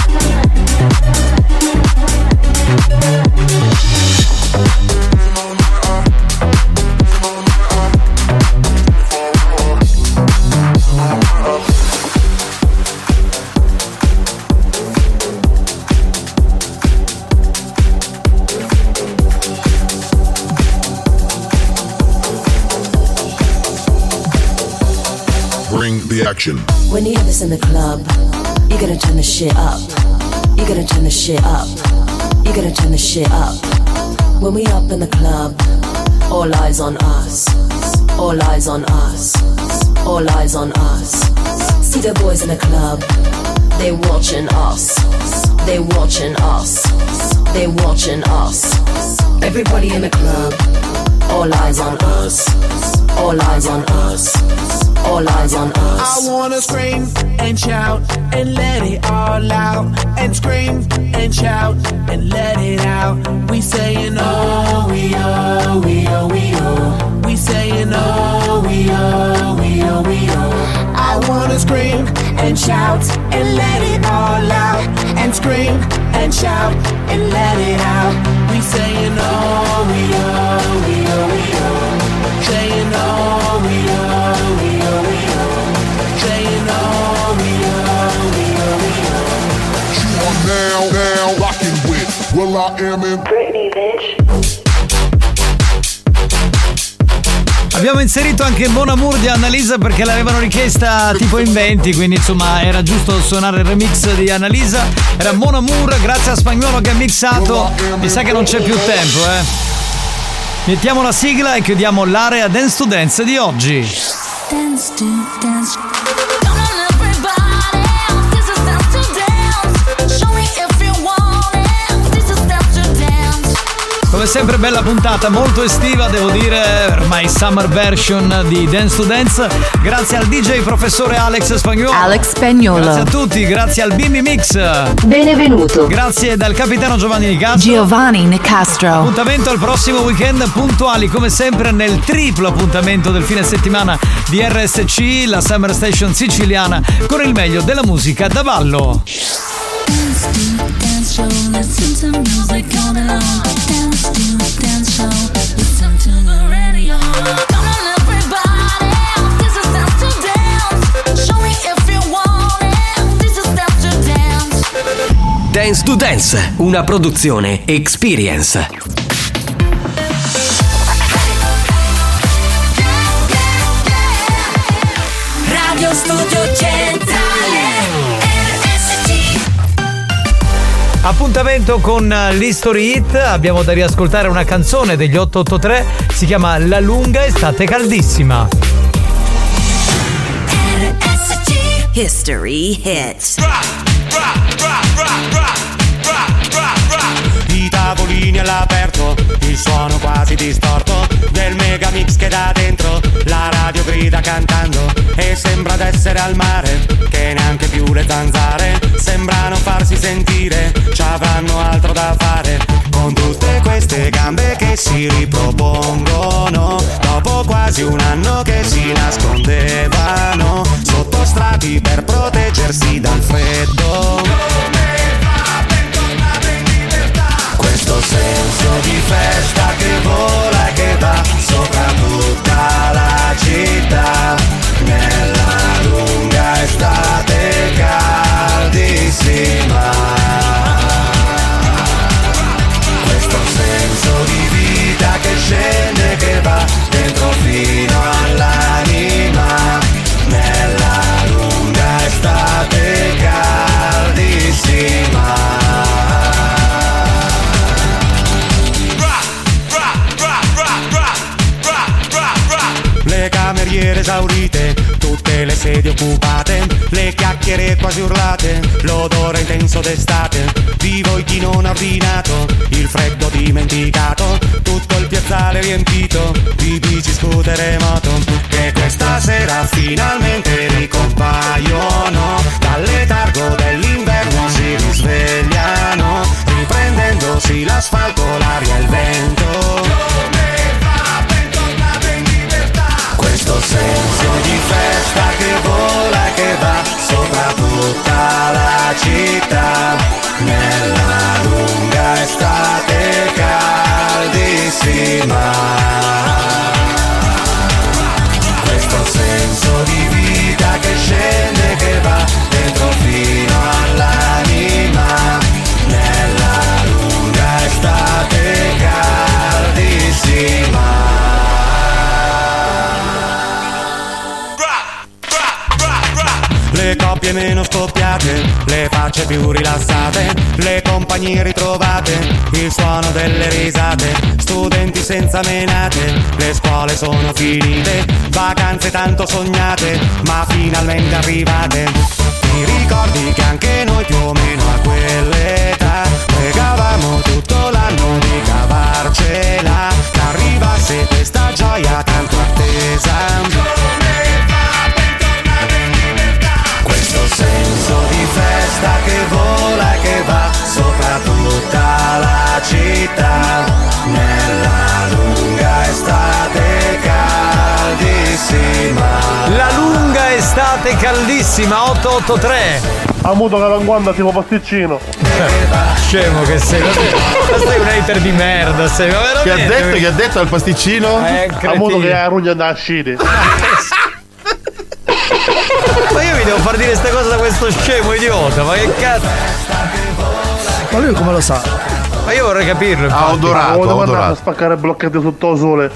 Bring the action. When you hear this in the club, you gotta turn the shit up. You gotta turn the shit up. You gotta turn the shit up. When we up in the club, all eyes on us. All eyes on us. All eyes on us. See the boys in the club, they watching us. They watching us. They watching us. Everybody in the club, all eyes on us. All eyes on us. All eyes on us. I wanna scream and shout and let it all out. And scream and shout and let it out. We saying oh, we oh, we oh, we oh. We saying oh, we oh, we oh, we oh. I wanna scream and shout and let it all out. And scream and shout and let it out. We saying oh, we oh, we oh, we oh. Saying oh, we oh, we oh, we oh. Saying oh, we oh, we oh, we oh. You are now rocking with will.i.am in Britney, bitch. Abbiamo inserito anche Mon Amour di Annalisa perché l'avevano richiesta tipo in 20, quindi insomma era giusto suonare il remix di Annalisa. Era Mon Amour, grazie a Spagnuolo che ha mixato. Mi sa che non c'è più tempo, Mettiamo la sigla e chiudiamo l'area Dance to Dance di oggi. Dance to dance. Come sempre bella puntata, molto estiva devo dire, ormai summer version di Dance to Dance. Grazie al DJ professore Alex Spagnuolo. Alex Spagnuolo. Grazie a tutti, grazie al Bimbi Mix. Benvenuto. Grazie dal capitano Giovanni Nicastro. Giovanni Nicastro. Appuntamento al prossimo weekend, puntuali come sempre nel triplo appuntamento del fine settimana di RSC, la Summer Station siciliana, con il meglio della musica da ballo. Dance to dance show, listen to music all along. Dance to dance show, listen to the radio. Come on everybody, this is dance to dance. Show me if you want it, this is dance to dance. Dance to Dance, una produzione Experience. Radio Studio Centrale. Appuntamento con l'History Hit, abbiamo da riascoltare una canzone degli 883, si chiama La lunga estate caldissima. RSC History Hit. I tavolini all'aperto, il suono quasi distorto del megamix che da dentro la radio grida cantando e sembra d'essere al mare, che neanche più le zanzare sembrano farsi sentire, c'avranno altro da fare con tutte queste gambe che si ripropongono dopo quasi un anno che si nascondevano sotto strati per proteggersi dal freddo. Questo senso di festa che vola e che va sopra tutta la città, nella lunga estate caldissima. Questo senso di vita che scende, che va dentro fino all'anima, nella lunga estate caldissima. Le cameriere esaurite, tutte le sedie occupate, le chiacchiere quasi urlate, l'odore intenso d'estate, vivo chi non ha ordinato, il freddo dimenticato, tutto il piazzale riempito di bici, scooter e moto, che questa sera finalmente ricompaiono, dal letargo dell'inverno si risvegliano, riprendendosi l'asfalto, l'aria e il vento. Questo senso di festa che vola e che va sopra tutta la città, nella lunga estate caldissima. Questo senso di vita che scende, che va dentro fino all'anima, nella lunga estate caldissima. Le coppie meno scoppiate, le facce più rilassate, le compagnie ritrovate, il suono delle risate, studenti senza menate, le scuole sono finite, vacanze tanto sognate, ma finalmente arrivate. Ti ricordi che anche noi più o meno a quell'età pregavamo tutto l'anno di cavarcela, che arrivasse questa gioia tanto attesa. Questo senso di festa che vola e che va sopra tutta la città, nella lunga estate caldissima. La lunga estate caldissima, 883. Ha avuto calanguanda tipo pasticcino. Scemo che sei, ma sei un hater di merda, sei, ma veramente. Che ha detto al pasticcino? Ha avuto che la rugna da uscire. Ma io mi devo far dire queste cose da questo scemo idiota, ma che cazzo? Ma lui come lo sa? Ma io vorrei capirlo. Ha odorato a spaccare blocchetti sotto il sole.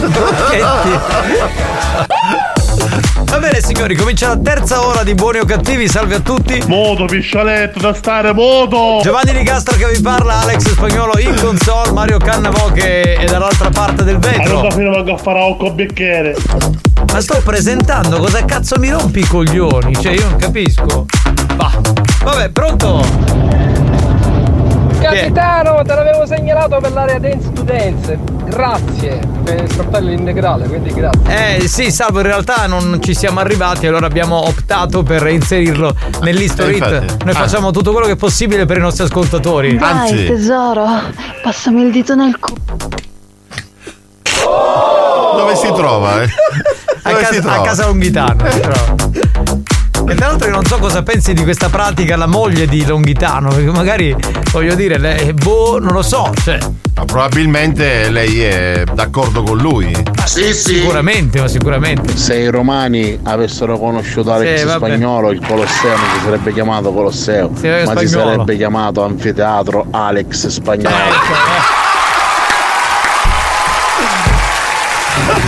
Va bene signori, comincia la terza ora di Buoni o Cattivi, salve a tutti. Moto, piscialetto, da stare, moto. Giovanni Nicastro che vi parla, Alex Spagnuolo in console, Mario Cannavò che è dall'altra parte del vetro. Allora fino manco a fare occo bicchiere. Ma sto presentando, cosa cazzo mi rompi i coglioni? Cioè io non capisco. Vabbè, pronto? Capitano, te l'avevo segnalato per l'area dance to dance. Grazie per scortarlo l'integrale, quindi grazie. Sì, salvo in realtà non ci siamo arrivati, allora abbiamo optato per inserirlo nell'history hit. Noi facciamo tutto quello che è possibile per i nostri ascoltatori. Dai, tesoro, passami il dito nel culo. Dove si trova? A casa Longhitano si trova. E tra l'altro io non so cosa pensi di questa pratica la moglie di Longhitano, perché magari, voglio dire, non lo so, cioè. Ma probabilmente lei è d'accordo con lui. Sì. Sicuramente. Se i romani avessero conosciuto Alex Spagnuolo, il Colosseo non si sarebbe chiamato Colosseo, ma Spagnuolo. si sarebbe chiamato Anfiteatro Alex Spagnuolo.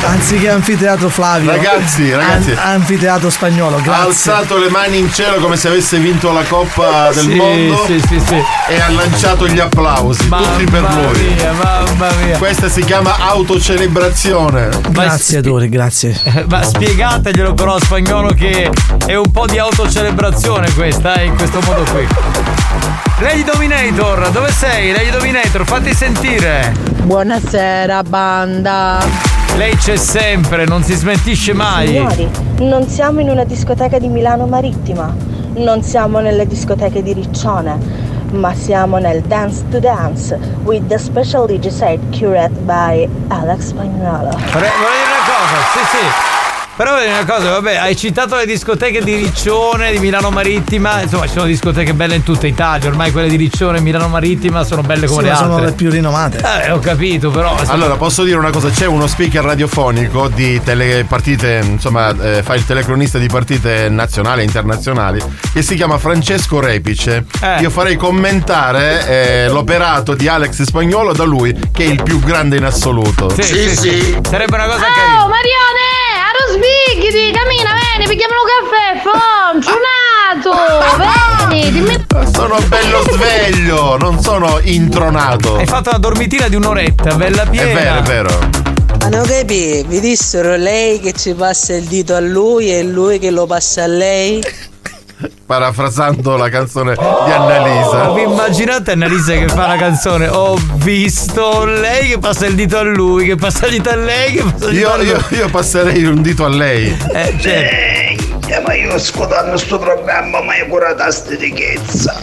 Anziché anfiteatro Flavio. Ragazzi. Anfiteatro Spagnolo, grazie. Ha alzato le mani in cielo come se avesse vinto la Coppa del Mondo. Sì. E ha lanciato gli applausi. Tutti per lui. Mamma mia. Questa si chiama autocelebrazione. Grazie Dori, grazie. Ma spiegateglielo però Spagnolo che è un po' di autocelebrazione questa, in questo modo qui. Lady Dominator, dove sei? Lady Dominator, fatti sentire. Buonasera banda. Lei c'è sempre, non si smentisce mai. Signori, non siamo in una discoteca di Milano Marittima, non siamo nelle discoteche di Riccione, ma siamo nel Dance to Dance with the special DJ set curated by Alex Spagnolo. Vorrei dire una cosa, sì. Però vorrei dire una cosa, vabbè, hai citato le discoteche di Riccione, di Milano Marittima, insomma ci sono discoteche belle in tutta Italia, ormai quelle di Riccione e Milano Marittima sono belle come le altre. Sono le più rinomate. Ho capito, però. Allora, posso dire una cosa, c'è uno speaker radiofonico di telepartite, insomma, fa il telecronista di partite nazionali e internazionali, che si chiama Francesco Repice. Io farei commentare l'operato di Alex Spagnolo da lui, che è il più grande in assoluto. Sì. Sarebbe una cosa carina. Oh Marione, aro sbighiti, cammina, vieni, picchiamo un caffè, foncionato, vieni, dimmi. Sono bello sveglio, non sono intronato. Hai fatto una dormitina di un'oretta, bella piena. È vero. Ma non capi, vi dissero lei che ci passa il dito a lui e lui che lo passa a lei? Parafrasando la canzone di Annalisa. Vi immaginate Annalisa che fa la canzone? Ho visto lei che passa il dito a lui, che passa il dito a lei, che passa il dito a lui. Io passerei un dito a lei. Certo. Ma io ascoltando sto programma mai curato a stitichezza.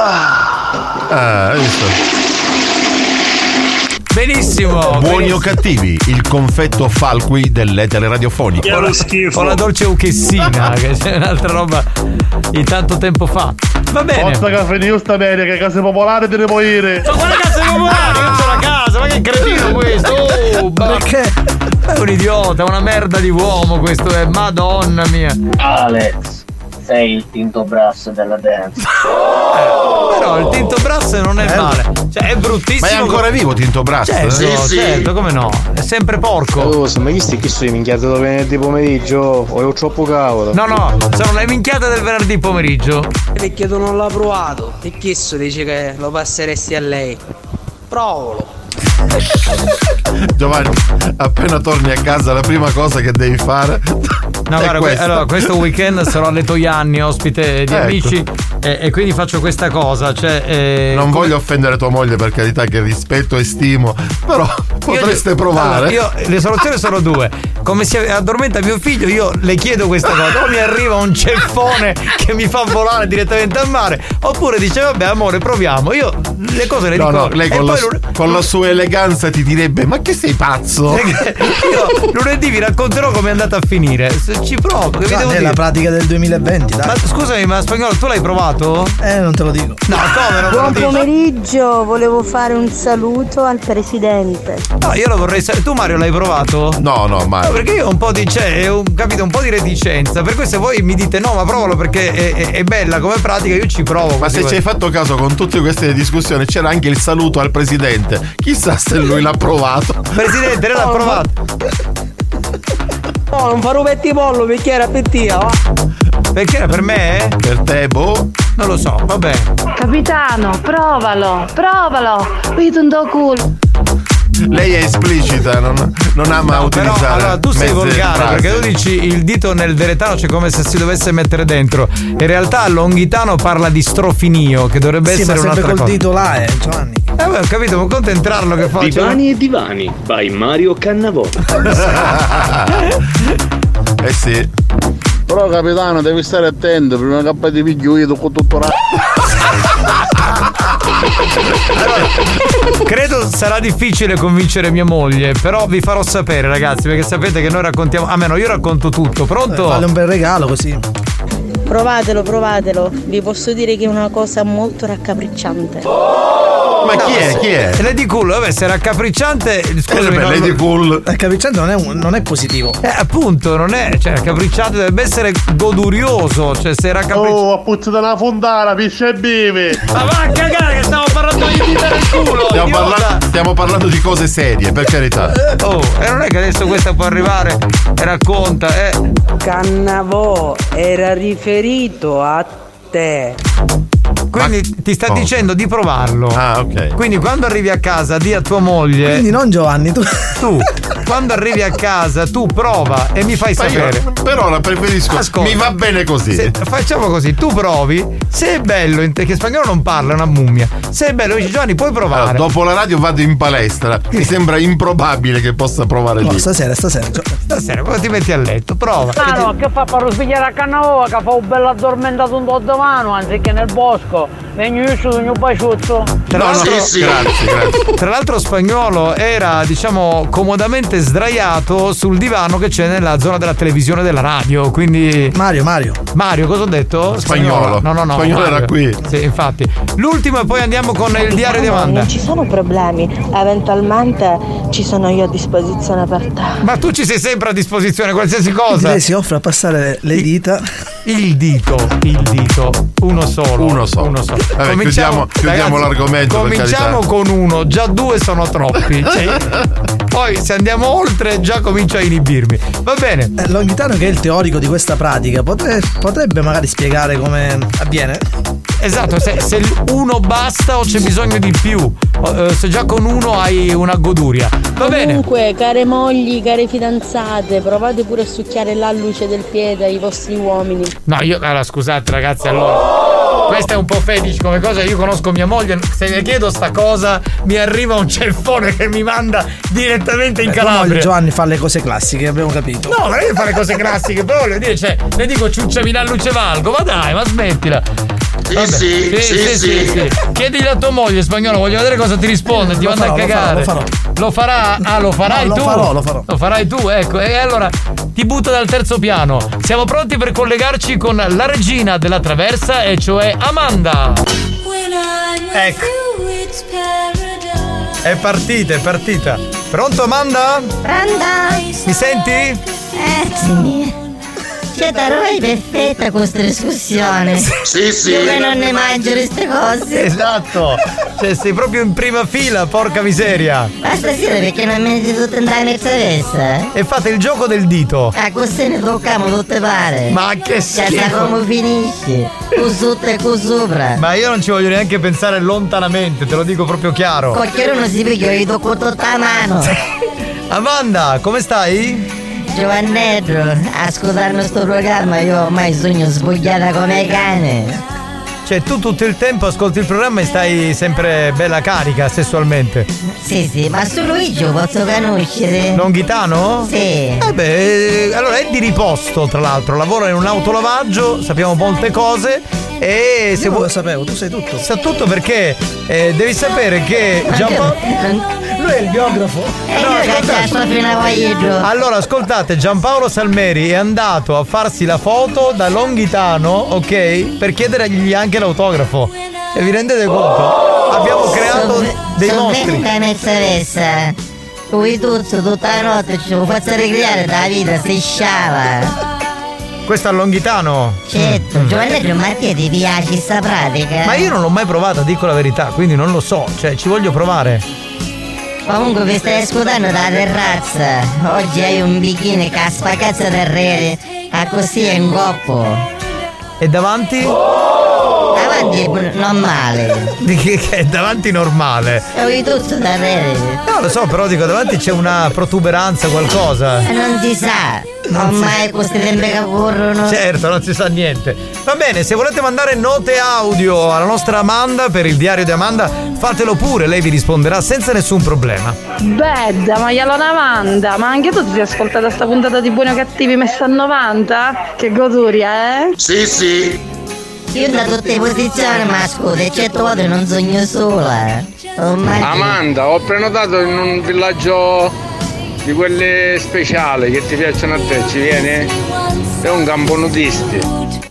Hai visto? Benissimo. Buoni o cattivi, il confetto Falqui dell'etere radiofonico. O la dolce uchessina, che c'è un'altra roba di tanto tempo fa. Va bene. Forza caffè, sta bene, che case popolari te ne puoi dire. Ma quale case popolari? Io c'ho la casa, ma che cretino questo? Perché? È un idiota, una merda di uomo questo è, madonna mia. Alex, sei il Tinto Brass della dance. Però il Tinto Brass non è male. Cioè è bruttissimo. Ma è ancora vivo Tinto Brass? Certo, certo, come no? È sempre porco. Oh, se mi visti che sono minchiate da venerdì pomeriggio o io troppo cavolo. No, sono le minchiate del venerdì pomeriggio. Perché tu non l'ha provato e chi dice che lo passeresti a lei? Provalo. Giovanni, appena torni a casa la prima cosa che devi fare No, guarda, allora, questo weekend sarò alle Toianni, ospite di amici, e quindi faccio questa cosa. Cioè, non voglio offendere tua moglie, per carità, che rispetto e stimo, però potreste provare. Allora, le soluzioni sono due. Come si addormenta mio figlio, io le chiedo questa cosa. O mi arriva un ceffone che mi fa volare direttamente al mare, oppure dice vabbè amore proviamo. Io le cose le dico. No, lei con la sua eleganza ti direbbe ma che sei pazzo? Io lunedì vi racconterò come è andata a finire. Ci provo, che vi devo dire? È la pratica del 2020, dai. Ma scusami, ma Spagnolo, tu l'hai provato? Non te lo dico. No, come non Buon te lo dici? pomeriggio, volevo fare un saluto al presidente. No, io lo vorrei sapere. Tu Mario l'hai provato? No, Mario. No, perché io ho un po' di capito, un po' di reticenza. Per cui se voi mi dite no, ma provalo perché è bella come pratica, io ci provo. Ma se ci hai fatto caso con tutte queste discussioni c'era anche il saluto al presidente. Chissà se lui l'ha provato. Presidente, lei l'ha provato. No, non farò petti pollo perché era pettia, va? Perché era per me? Per te, boh? Non lo so, vabbè. Capitano, provalo. Vedo un culo. Lei è esplicita, non ama utilizzare. Però, allora, tu sei volgare frasi. perché tu dici il dito nel deretano, c'è come se si dovesse mettere dentro. In realtà Longhitano parla di strofinio, che dovrebbe essere un'altra cosa. Sì, ma sempre col dito là, Giovanni. Ho capito, ma contentrarlo che faccio. Divani e divani, by Mario Cannavò. Sì. Però capitano devi stare attento, prima che ti piglio io con tutto Allora, credo sarà difficile convincere mia moglie, però vi farò sapere ragazzi, perché sapete che noi raccontiamo, almeno io racconto tutto. Pronto? Fate un bel regalo così. Provatelo. Vi posso dire che è una cosa molto raccapricciante. Ma chi è? Lady Cool, vabbè, se raccapricciante. Scusami, Lady Cool. Raccapricciante non è positivo. Appunto, non è. Cioè, raccapricciante dovrebbe essere godurioso. Cioè, se raccapricciante. Oh, a puzza della fontana, pisce e bevi. Ma va a cagare che stavo parlando di dita nel culo. Stiamo parlando di cose serie, per carità. Oh, e non è che adesso questa può arrivare e racconta, Cannavò era riferito a te. Quindi ti sta dicendo di provarlo. Ah, ok. Quindi quando arrivi a casa di a tua moglie. Quindi non Giovanni, tu quando arrivi a casa tu prova e mi fai sapere. Io per ora preferisco. Ascolta, mi va bene così. Facciamo così, tu provi, se è bello, che spagnolo non parla, è una mummia. Se è bello, dici Giovanni, puoi provare. Allora, dopo la radio vado in palestra. Mi sembra improbabile che possa provare lì. Stasera quando ti metti a letto, prova. Ah no, che fa per svegliare a Cannavò, che fa un bello addormentato un po' di mano, anziché nel bosco. Vengo io su un baciuzzo. Grazie. Tra l'altro Spagnolo era, diciamo, comodamente sdraiato sul divano che c'è nella zona della televisione della radio. Quindi. Mario, cosa ho detto? Spagnolo. No. Spagnolo era qui. Sì, infatti. L'ultimo e poi andiamo con il diario di Amanda. Non ci sono problemi, eventualmente ci sono io a disposizione per te. Ma tu ci sei sempre a disposizione, qualsiasi cosa. Lei si offre a passare le dita. Il dito, uno solo. Vabbè, chiudiamo l'argomento. Cominciamo con uno, già due sono troppi. Poi se andiamo oltre già comincio a inibirmi. Va bene. Longhitano, che è il teorico di questa pratica, potrebbe magari spiegare come avviene? Esatto, se uno basta o c'è bisogno di più. Se già con uno hai una goduria. Va bene. Comunque, care mogli, care fidanzate, provate pure a succhiare la luce del piede ai vostri uomini. No, allora scusate ragazzi, allora questa è un po' fetish come cosa. Io conosco mia moglie, se le chiedo sta cosa mi arriva un ceffone che mi manda direttamente in Calabria. Giovanni fa le cose classiche, abbiamo capito. No, ma io fa le cose classiche, però voglio dire, le dico ciucciami la luce valgo, ma dai, ma smettila. Sì. Chiedili a tua moglie, Spagnolo, voglio vedere cosa ti risponde. Ti manda a cagare. Lo farà? Lo farai tu? Lo farò. Lo farai tu, ecco. E allora ti butto dal terzo piano. Siamo pronti per collegarci con la regina della traversa, e cioè Amanda. Ecco. È partita. Pronto Amanda? Mi senti? Sì. C'è da noi perfetta questa discussione. Sì. Io che non ne mangio queste cose. Esatto. Sei proprio in prima fila, porca miseria. Ma stasera perché non mi dite tutte andare in traversa? E fate il gioco del dito. Così ne toccamo tutte pare. Ma che schifo. Sa come finisce. Cu sotto e cu sopra. Ma io non ci voglio neanche pensare lontanamente, te lo dico proprio chiaro. Qualcuno si piglia, gli tocco tutta la mano. Amanda, come stai? Giovannetto, ascoltando sto programma io ormai sogno svogliata come cane. Cioè tu tutto il tempo ascolti il programma e stai sempre bella carica sessualmente. Sì, ma su Luigi lo posso conoscere. Longhitano? Sì. Allora è di riposto, tra l'altro, lavora in un autolavaggio, sappiamo molte cose. E se lo sapevo, tu sai tutto. Sa tutto perché devi sapere che Giampaolo. Lui è il biografo. Allora ascoltate, Giampaolo Salmeri è andato a farsi la foto da Longhitano, ok? Per chiedergli anche l'autografo. Cioè, vi rendete conto? Abbiamo creato dei mostri. Lui tutta la notte ci lo faccio ricreare dalla vita, si sciava. Questo è Longhitano? Certo, Giovanni, ma a te ti piace sta pratica? Ma io non l'ho mai provata, dico la verità, quindi non lo so, cioè ci voglio provare. Comunque vi stai ascoltando dalla terrazza. Oggi hai un bikini che ha spaccato del rete, a così è in coppo. E davanti? Davanti è normale. Di che è davanti normale? È tutto da rete. No, lo so, però dico davanti c'è una protuberanza, qualcosa. Non si sa. Ormai questi tempi che corrono. Certo, non si sa niente. Va bene, se volete mandare note audio alla nostra Amanda per il diario di Amanda, fatelo pure, lei vi risponderà senza nessun problema. Beh, ma Amanda, ma anche tu ti sei ascoltata sta puntata di Buoni o Cattivi messa a 90? Che goduria, eh? Sì. Io da tutte le posizioni, ma scusa, eccetto volte non sogno sola. Amanda, ho prenotato in un villaggio di quelle speciali che ti piacciono a te, ci vieni? È un campo nudisti.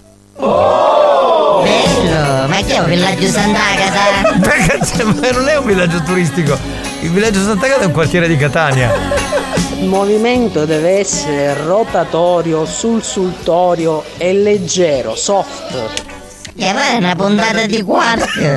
Bello, ma che è un villaggio Sant'Agata? Ragazzi, ma non è un villaggio turistico. Il villaggio Sant'Agata è un quartiere di Catania. Il movimento deve essere rotatorio, sussultorio e leggero, soft. Che va, è una puntata di Quark.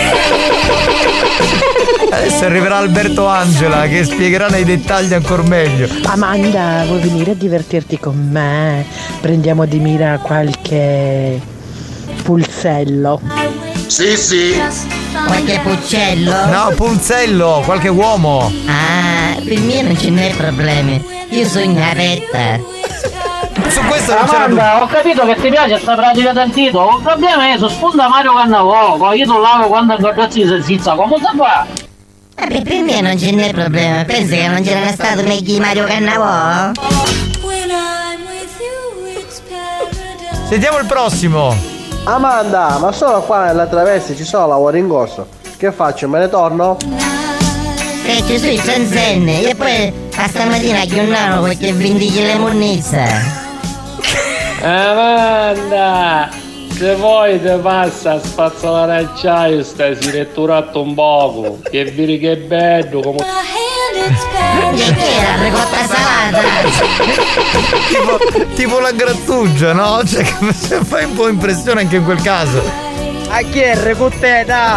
Adesso arriverà Alberto Angela che spiegherà nei dettagli ancora meglio. Amanda, vuoi venire a divertirti con me? Prendiamo di mira qualche pulsello. Sì. Qualche puccello? No, pulsello, qualche uomo. Ah, per me non ce n'è problemi. Io sono una petta. Su questo non c'era Amanda, ho capito che ti piace sta pratica tantito. Il problema è su spunta Mario Cannavò. Poi io non lavo quando ragazzi si zizza. Come si fa? Per me non ce n'è problema. Pensi che non c'era stato meglio Mario Cannavò? Sentiamo il prossimo. Amanda, ma solo qua nella travessa ci sono lavori in corso. Che faccio? Me ne torno? Ci sono i transenne. E poi a stamattina chiunnano perché vindichi le monnezza. Amanda, se vuoi te passa a spazzolare acciaio stasera e turatto un poco. Che vedi che è bello come... Che era ricotta salata? tipo la grattugia, no? Cioè che fai un po' impressione anche in quel caso. A chi è ricotteta?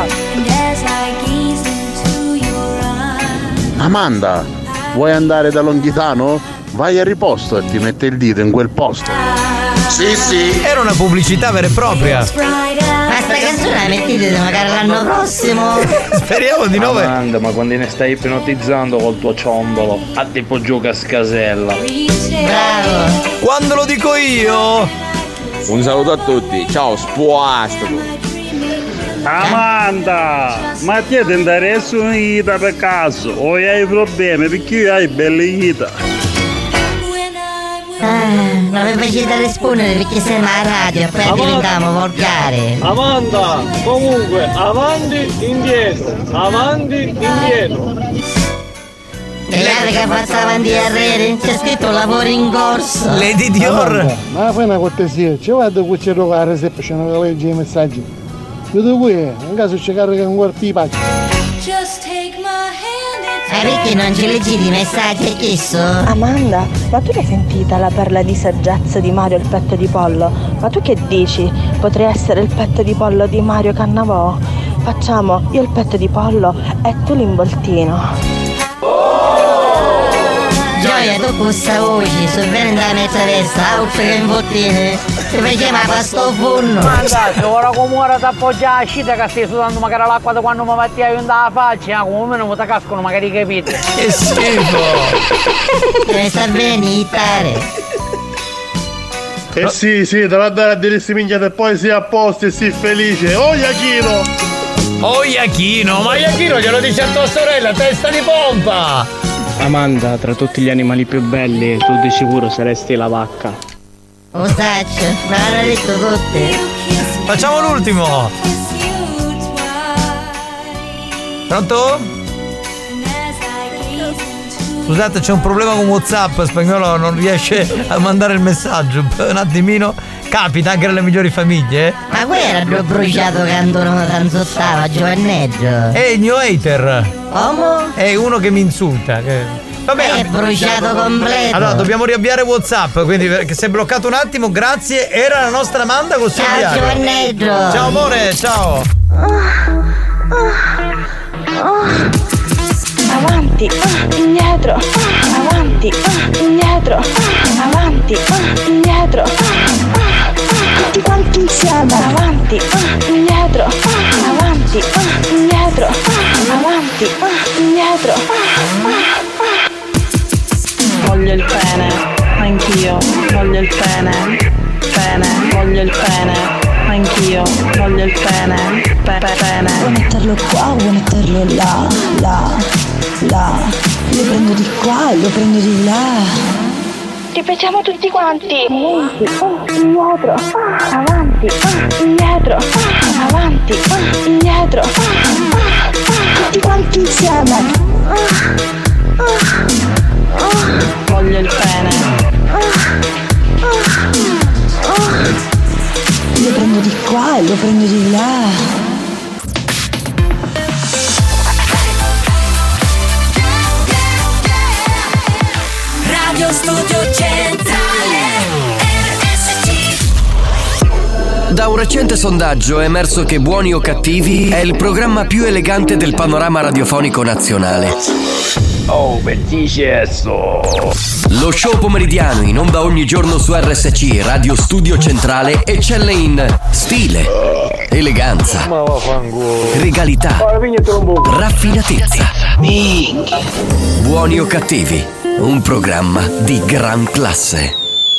Amanda, vuoi andare da Longhitano? Vai a riposto e ti mette il dito in quel posto. Sì. Era una pubblicità vera e propria. Ma sta canzone la mettete magari l'anno prossimo? Speriamo di no. Amanda, ma quando ne stai ipnotizzando col tuo ciondolo, a tipo gioca a scasella. Bravo. Quando lo dico io. Un saluto a tutti, ciao spuastico. Amanda, ma ti interessa un'ita per caso? O hai problemi perché io hai belle ita? Non mi facete rispondere perché siamo a radio e poi diventiamo volgari. Amanda, comunque, avanti, indietro. E l'altra che fa avanti e arrere, c'è scritto lavoro in corso. Lady Dior. Amanda, ma fai una cortesia, ci vado qui c'è la reception, c'è una legge i messaggi. Io devo qui, in caso ci carica un guardi di pace. Perché non ci leggi di messaggi e chiesto? Amanda, ma tu l'hai sentita la perla di saggezza di Mario il petto di pollo? Ma tu che dici? Potrei essere il petto di pollo di Mario Cannavò? Facciamo io il petto di pollo e tu l'involtino. Gioia, tu con questa voce, so bene da mezza testa, altro che involtine. Ti faceva questo forno. Amanda, se ora come ora ti appoggia la scita che stai sudando magari l'acqua da quando mi batti a la faccia, come non mi cascano magari i capiti. Che schifo! Deve star bene imitare. Sì, devo andare a dire sti minchiate e poi si a posto e si felice. Oh Iachino! Ma Iachino glielo dice a tua sorella, testa di pompa! Amanda, tra tutti gli animali più belli, tu di sicuro saresti la vacca. Ostaccio, me l'hanno detto tutti. Facciamo l'ultimo. Pronto? Scusate, c'è un problema con WhatsApp, Spagnolo non riesce a mandare il messaggio. Un attimino. Capita anche nelle migliori famiglie. Ma quello era il bruciato che Antonio tanzottava, Giovanneggio. È il mio hater. Come? È uno che mi insulta. Vabbè, è bruciato completo. Allora, dobbiamo riavviare WhatsApp, quindi perché si è bloccato un attimo, grazie. Era la nostra Amanda con Ciao Giovanneggio. Ciao amore, ciao. Avanti, indietro, avanti, indietro, avanti, indietro. Tutti quanti insieme, avanti, indietro, avanti, indietro, avanti, indietro. Voglio il pene, anch'io, voglio il pene, voglio il pene, anch'io, voglio il pene, pene. Vuoi metterlo qua o vuoi metterlo là? Lo prendo di qua e lo prendo di là. Ripetiamo tutti quanti. Indietro, avanti, indietro, avanti, indietro. Tutti quanti insieme. Voglio il pene. Lo prendo di qua e lo prendo di là. Radio Studio Centrale RSC. Da un recente sondaggio è emerso che Buoni o Cattivi è il programma più elegante del panorama radiofonico nazionale. Oh, bellissimo! Lo show pomeridiano in onda ogni giorno su RSC, Radio Studio Centrale, eccelle in stile, eleganza, regalità, raffinatezza. Buoni o Cattivi, un programma di gran classe.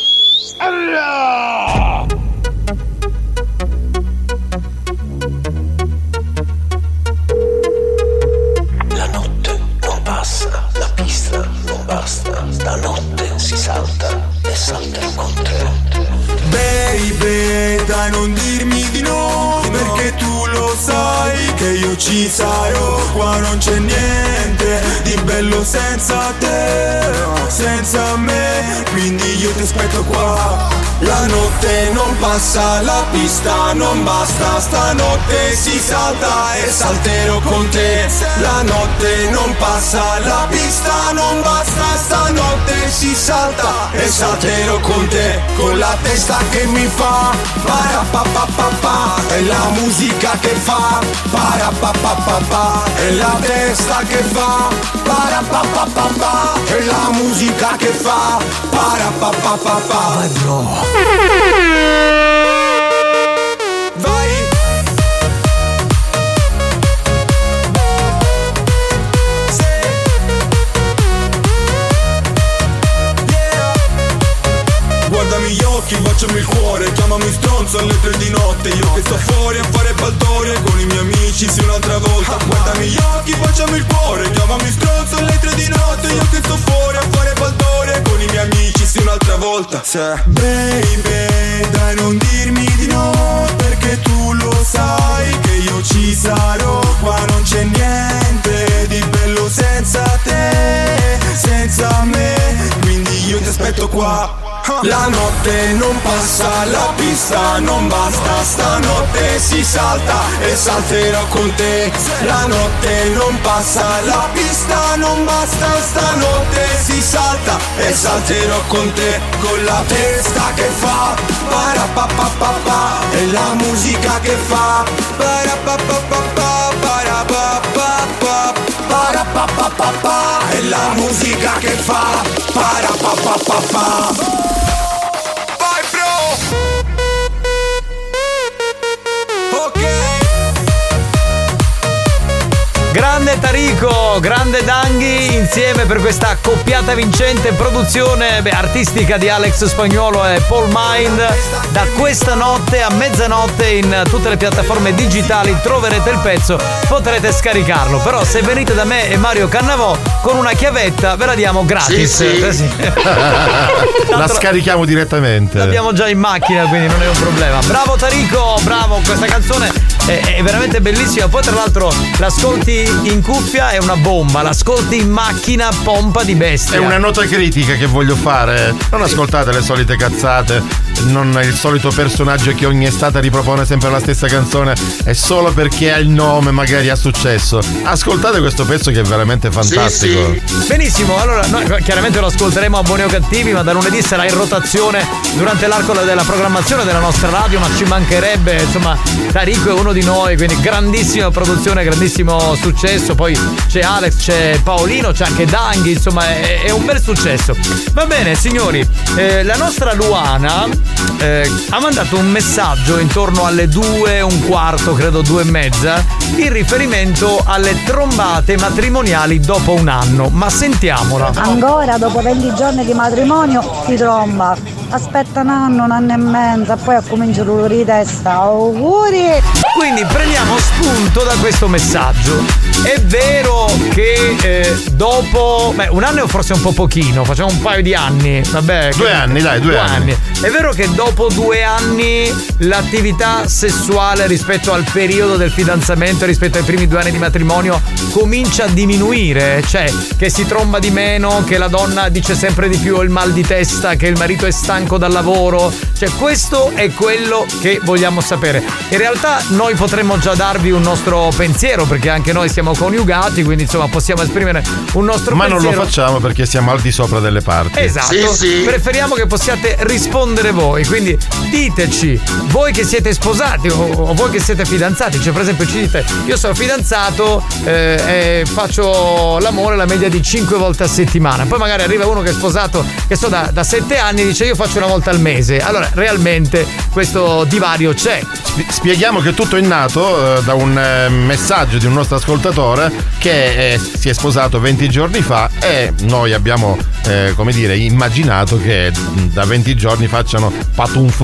La notte non passa, la pista non basta, stanotte si salta e salterò con te. Baby, dai non dirmi di no, perché tu lo sai che io ci sarò. Qua non c'è niente di bello senza te, senza me, quindi io ti aspetto qua. La notte non passa, la pista non basta, stanotte si salta e salterò con te. La notte non passa, la pista non basta, stanotte si salta e salterò con te. Con la testa che mi fa parapapapapa, è la musica che fa parapapapapa, è la testa che fa parapapapapa, è la musica che fa parapapapapa. Vai bro. Vai. Guardami gli occhi, baciami il cuore, chiamami stronzo alle 3 di notte. Io che sto fuori a fare baldoria con i miei amici, sì un'altra volta. Guardami gli occhi, baciami il cuore, chiamami stronzo alle 3 di notte. Io che sto fuori a fare baldoria con i miei amici, sì un'altra volta. Baby, dai non dirmi di no, perché tu lo sai che io ci sarò. Qua non c'è niente di bello senza te, senza me, quindi io ti aspetto qua. La notte non passa, la pista non basta, stanotte si salta e salterò con te. La notte non passa, la pista non basta, stanotte si salta e salterò con te. Con la testa che fa parapapapapa, e la musica che fa parapapapapa, parapapapapa, parapapapapa, e la musica che fa parapapapapa. Grande Tarico, grande Danghi, insieme per questa accoppiata vincente produzione artistica di Alex Spagnuolo e Paul Mind. Da questa notte a mezzanotte in tutte le piattaforme digitali troverete il pezzo, potrete scaricarlo. Però se venite da me e Mario Cannavò con una chiavetta ve la diamo gratis. Sì. La scarichiamo direttamente. L'abbiamo già in macchina, quindi non è un problema. Bravo Tarico, bravo, questa canzone è veramente bellissima. Poi tra l'altro l'ascolti in cuffia, è una bomba, l'ascolti in macchina, pompa di bestia. È una nota critica che voglio fare. Non ascoltate le solite cazzate, non è il solito personaggio che ogni estate ripropone sempre la stessa canzone e solo perché ha il nome magari ha successo. Ascoltate questo pezzo che è veramente fantastico. Sì. Benissimo, allora noi chiaramente lo ascolteremo a Buoni o Cattivi, ma da lunedì sarà in rotazione durante l'arco della programmazione della nostra radio, ma ci mancherebbe, insomma, Tarico è uno di noi, quindi grandissima produzione, grandissimo successo. Poi c'è Alex, c'è Paolino, c'è anche Danghi, insomma è un bel successo. Va bene signori, la nostra Luana ha mandato un messaggio intorno alle 2:15, credo 2:30, in riferimento alle trombate matrimoniali dopo un anno. Ma sentiamola. Ancora dopo 20 giorni di matrimonio si tromba. Aspetta un anno e mezzo, poi comincia l'olore di testa. Auguri! Quindi prendiamo spunto da questo messaggio. È vero che dopo un anno è forse un po' pochino, facciamo un paio di anni, vabbè. 2 anni, dai, 2 anni. È vero che dopo 2 anni l'attività sessuale rispetto al periodo del fidanzamento, rispetto ai primi 2 anni di matrimonio, comincia a diminuire, cioè che si tromba di meno, che la donna dice sempre di più ho il mal di testa, che il marito è stanco dal lavoro, cioè questo è quello che vogliamo sapere. In realtà noi potremmo già darvi un nostro pensiero, perché anche noi stiamo siamo coniugati, quindi insomma possiamo esprimere un nostro ma pensiero. non lo facciamo perché siamo al di sopra delle parti. Esatto, preferiamo che possiate rispondere voi, quindi diteci, voi che siete sposati o voi che siete fidanzati, cioè per esempio ci dite io sono fidanzato e faccio l'amore la media di 5 volte a settimana, poi magari arriva uno che è sposato che so da 7 anni e dice io faccio una volta al mese, allora realmente questo divario c'è. Spieghiamo che tutto è nato da un messaggio di un nostro ascoltatore che si è sposato 20 giorni fa e noi abbiamo come dire immaginato che da 20 giorni facciano patunf.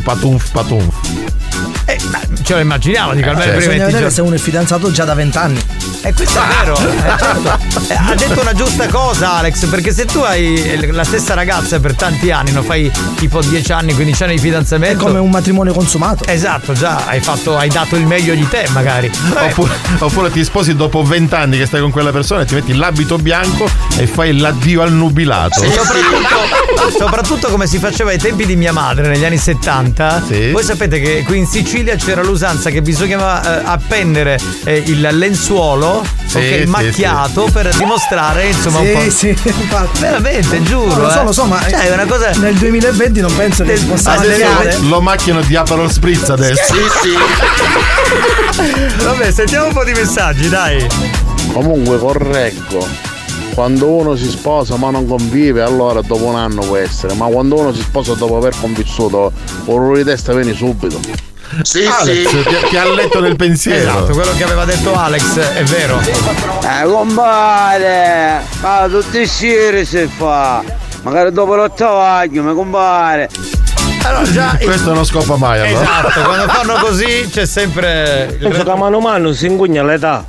Ce lo immaginiamo, dico almeno i primi 20 vedere giorni. se uno è fidanzato già da 20 anni. E questo è vero, certo. Ha detto una giusta cosa Alex, perché se tu hai la stessa ragazza per tanti anni, non fai tipo 10 anni, 15 anni di fidanzamento, è come un matrimonio consumato. Esatto, già hai dato il meglio di te magari. Oppure ti sposi dopo 20 anni che stai con quella persona e ti metti l'abito bianco e fai l'addio al nubilato. Soprattutto come si faceva ai tempi di mia madre negli anni 70. Voi sapete che qui in Sicilia c'era l'usanza che bisognava appendere il lenzuolo macchiato per dimostrare insomma un po'. Sì, infatti. Veramente, giuro. Lo so, ma cioè, è una cosa. Nel 2020 non penso che si possa vedere. Lo macchiano di Aperol Spritz adesso. Sì. Vabbè, sentiamo un po' di messaggi, dai. Comunque correggo. Quando uno si sposa ma non convive, allora dopo un anno può essere, ma quando uno si sposa dopo aver convissuto, un di testa viene subito. Alex, ti ha letto nel pensiero. Esatto, quello che aveva detto Alex è vero. Compare, ma tutti sciire si fa. Magari dopo l'8 mi compare. Allora già questo non scoppa mai allora. Esatto, quando fanno così c'è sempre penso che mano a mano si ingugna l'età.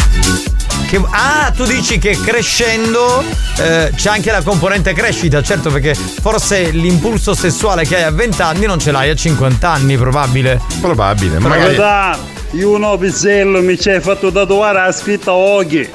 Tu dici che crescendo c'è anche la componente crescita, certo, perché forse l'impulso sessuale che hai a 20 anni non ce l'hai a 50 anni, probabile. Magari. Io uno pizzello mi ci hai fatto tatuare la scritta Oghi.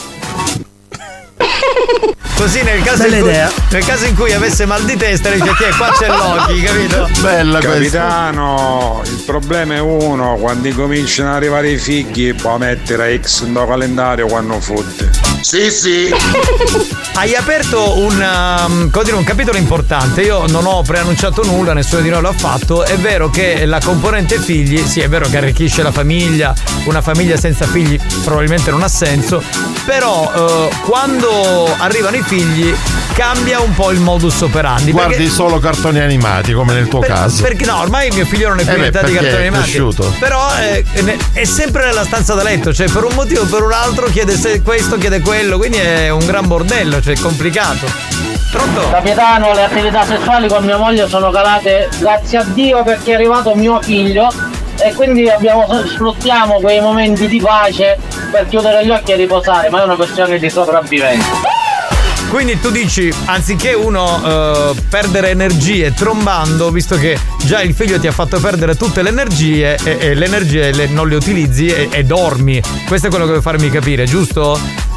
Così nel caso in cui avesse mal di testa dice qua c'è l'Oghi, capito? Bella Capitano, il problema è uno, quando incominciano ad arrivare i figli può mettere X nel calendario quando fotte. Sì. Hai aperto un capitolo importante. Io non ho preannunciato nulla, nessuno di noi l'ha fatto. È vero che la componente figli, sì, è vero che arricchisce la famiglia. Una famiglia senza figli probabilmente non ha senso. Però quando arrivano i figli cambia un po' il modus operandi. Guardi solo cartoni animati, come nel tuo caso. Perché no, ormai mio figlio non è più in età di cartoni animati. Cresciuto. Però è sempre nella stanza da letto, cioè per un motivo o per un altro chiede questo, chiede quello, quindi è un gran bordello, cioè è complicato. Pronto? Capitano, le attività sessuali con mia moglie sono calate grazie a Dio perché è arrivato mio figlio e quindi sfruttiamo quei momenti di pace per chiudere gli occhi e riposare, ma è una questione di sopravvivenza. Quindi tu dici, anziché uno perdere energie trombando, visto che già il figlio ti ha fatto perdere tutte le energie e le energie non le utilizzi e dormi. Questo è quello che vuoi farmi capire, giusto?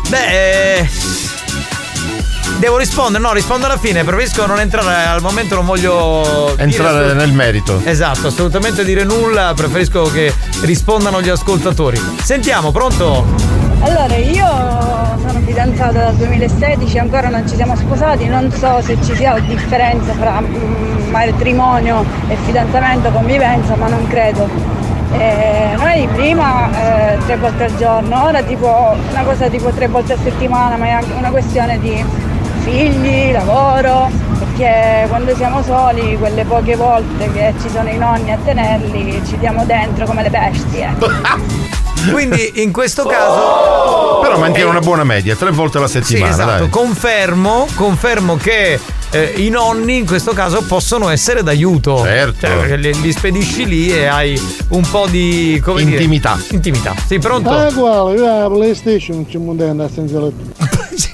Devo rispondere? No, rispondo alla fine. Preferisco non entrare al momento, non voglio entrare nel merito. Esatto, assolutamente dire nulla. Preferisco che rispondano gli ascoltatori. Sentiamo, pronto? Allora, io sono fidanzata dal 2016, ancora non ci siamo sposati, non so se ci sia differenza fra matrimonio e fidanzamento, convivenza, ma non credo. Noi prima 3 volte al giorno, ora tipo una cosa tipo 3 volte a settimana, ma è anche una questione di figli, lavoro, perché quando siamo soli, quelle poche volte che ci sono i nonni a tenerli, ci diamo dentro come le bestie. Quindi in questo caso però mantiene una buona media, 3 volte alla settimana. Sì, esatto, dai. Confermo che i nonni in questo caso possono essere d'aiuto. Certo. Cioè, li spedisci lì e hai un po' di intimità. Intimità. Sì, pronto? Ma quale? Io la PlayStation non ci mondiamo andare senza letto.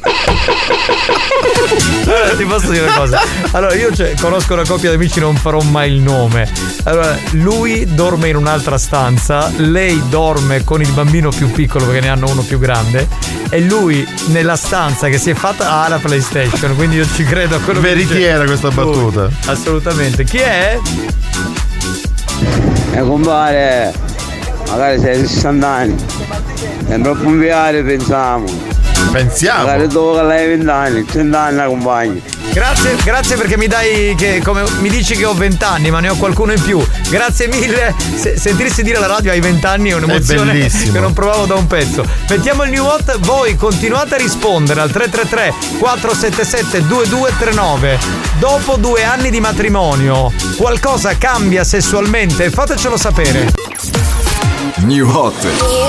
Allora, ti posso dire una cosa. Allora, io conosco una coppia di amici, non farò mai il nome. Allora, lui dorme in un'altra stanza, lei dorme con il bambino più piccolo perché ne hanno uno più grande, e lui nella stanza che si è fatta ha la PlayStation, quindi io ci credo a quello veritiera questa battuta. Assolutamente. Chi è? Compare, magari sei 60 anni. Sembra un viario, pensiamo. Magari dopo che lei hai 20 anni, 100 anni la compagni. Grazie perché mi dai come mi dici che ho 20 anni, ma ne ho qualcuno in più. Grazie mille. Sentirsi dire alla radio hai 20 anni è un'emozione che non provavo da un pezzo. Mettiamo il new hot, voi continuate a rispondere al 333 477 2239. Dopo 2 anni di matrimonio, qualcosa cambia sessualmente? Fatecelo sapere. New Hot.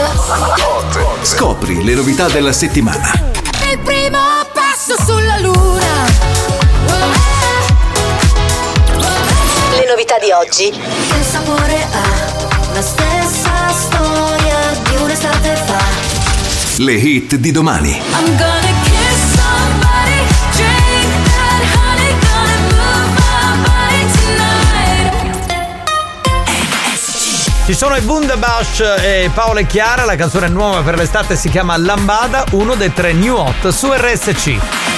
Scopri le novità della settimana. Il primo passo sulla luna. Le novità di oggi. Che sapore ha la stessa storia di un'estate fa. Le hit di domani. I'm gonna kiss somebody, drink that honey, gonna move my body tonight. Ci sono i Wunderbash e Paola e Chiara, la canzone nuova per l'estate si chiama Lambada, uno dei 3 new hot su RSC.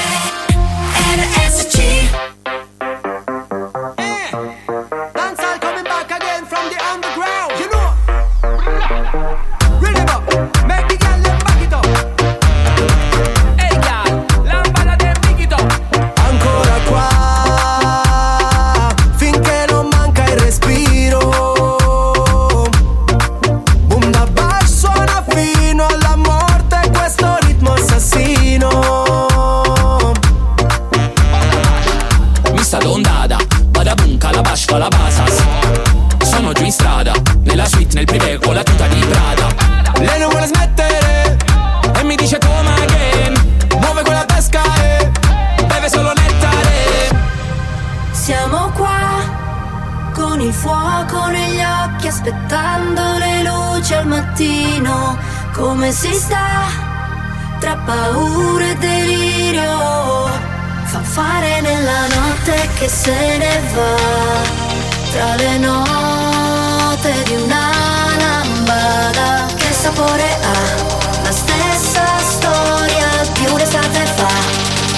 La basas. Sono giù in strada, nella suite, nel privé con la tuta di Prada. Lei non vuole smettere e mi dice come again. Muove quella pesca e beve solo nettare. Siamo qua con il fuoco negli occhi, aspettando le luci al mattino. Come si sta tra paura e delirio? Fanfare nella notte che se ne va, tra le note di una lambada. Che sapore ha la stessa storia di un'estate fa.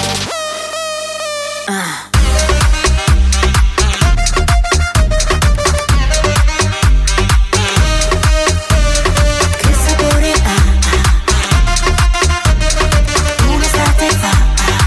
Che sapore ha un'estate fa.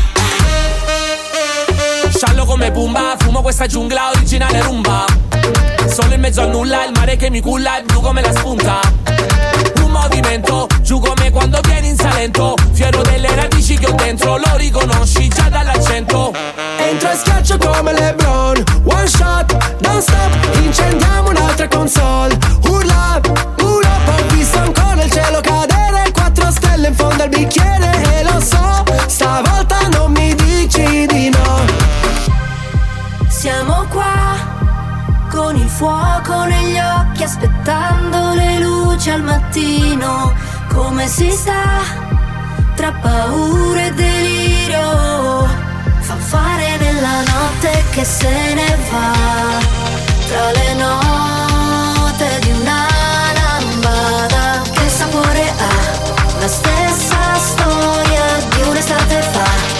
Sciallo come Pumba, fumo questa giungla originale rumba. Solo in mezzo al nulla, il mare che mi culla è blu come la spunta. Un movimento, giù come quando vieni in Salento. Fiero delle radici che ho dentro, lo riconosci già dall'accento. Entro e schiaccio come LeBron, one shot, non stop, incendiamo un'altra console. Urla, urla, ho visto ancora il cielo cadere, 4 stelle in fondo al bicchiere. E lo so, stavolta non mi dici di no. Siamo qua con il fuoco negli occhi, aspettando le luci al mattino. Come si sta tra paura e delirio? Fanfare nella notte che se ne va, tra le note di una lambada. Che sapore ha la stessa storia di un'estate fa.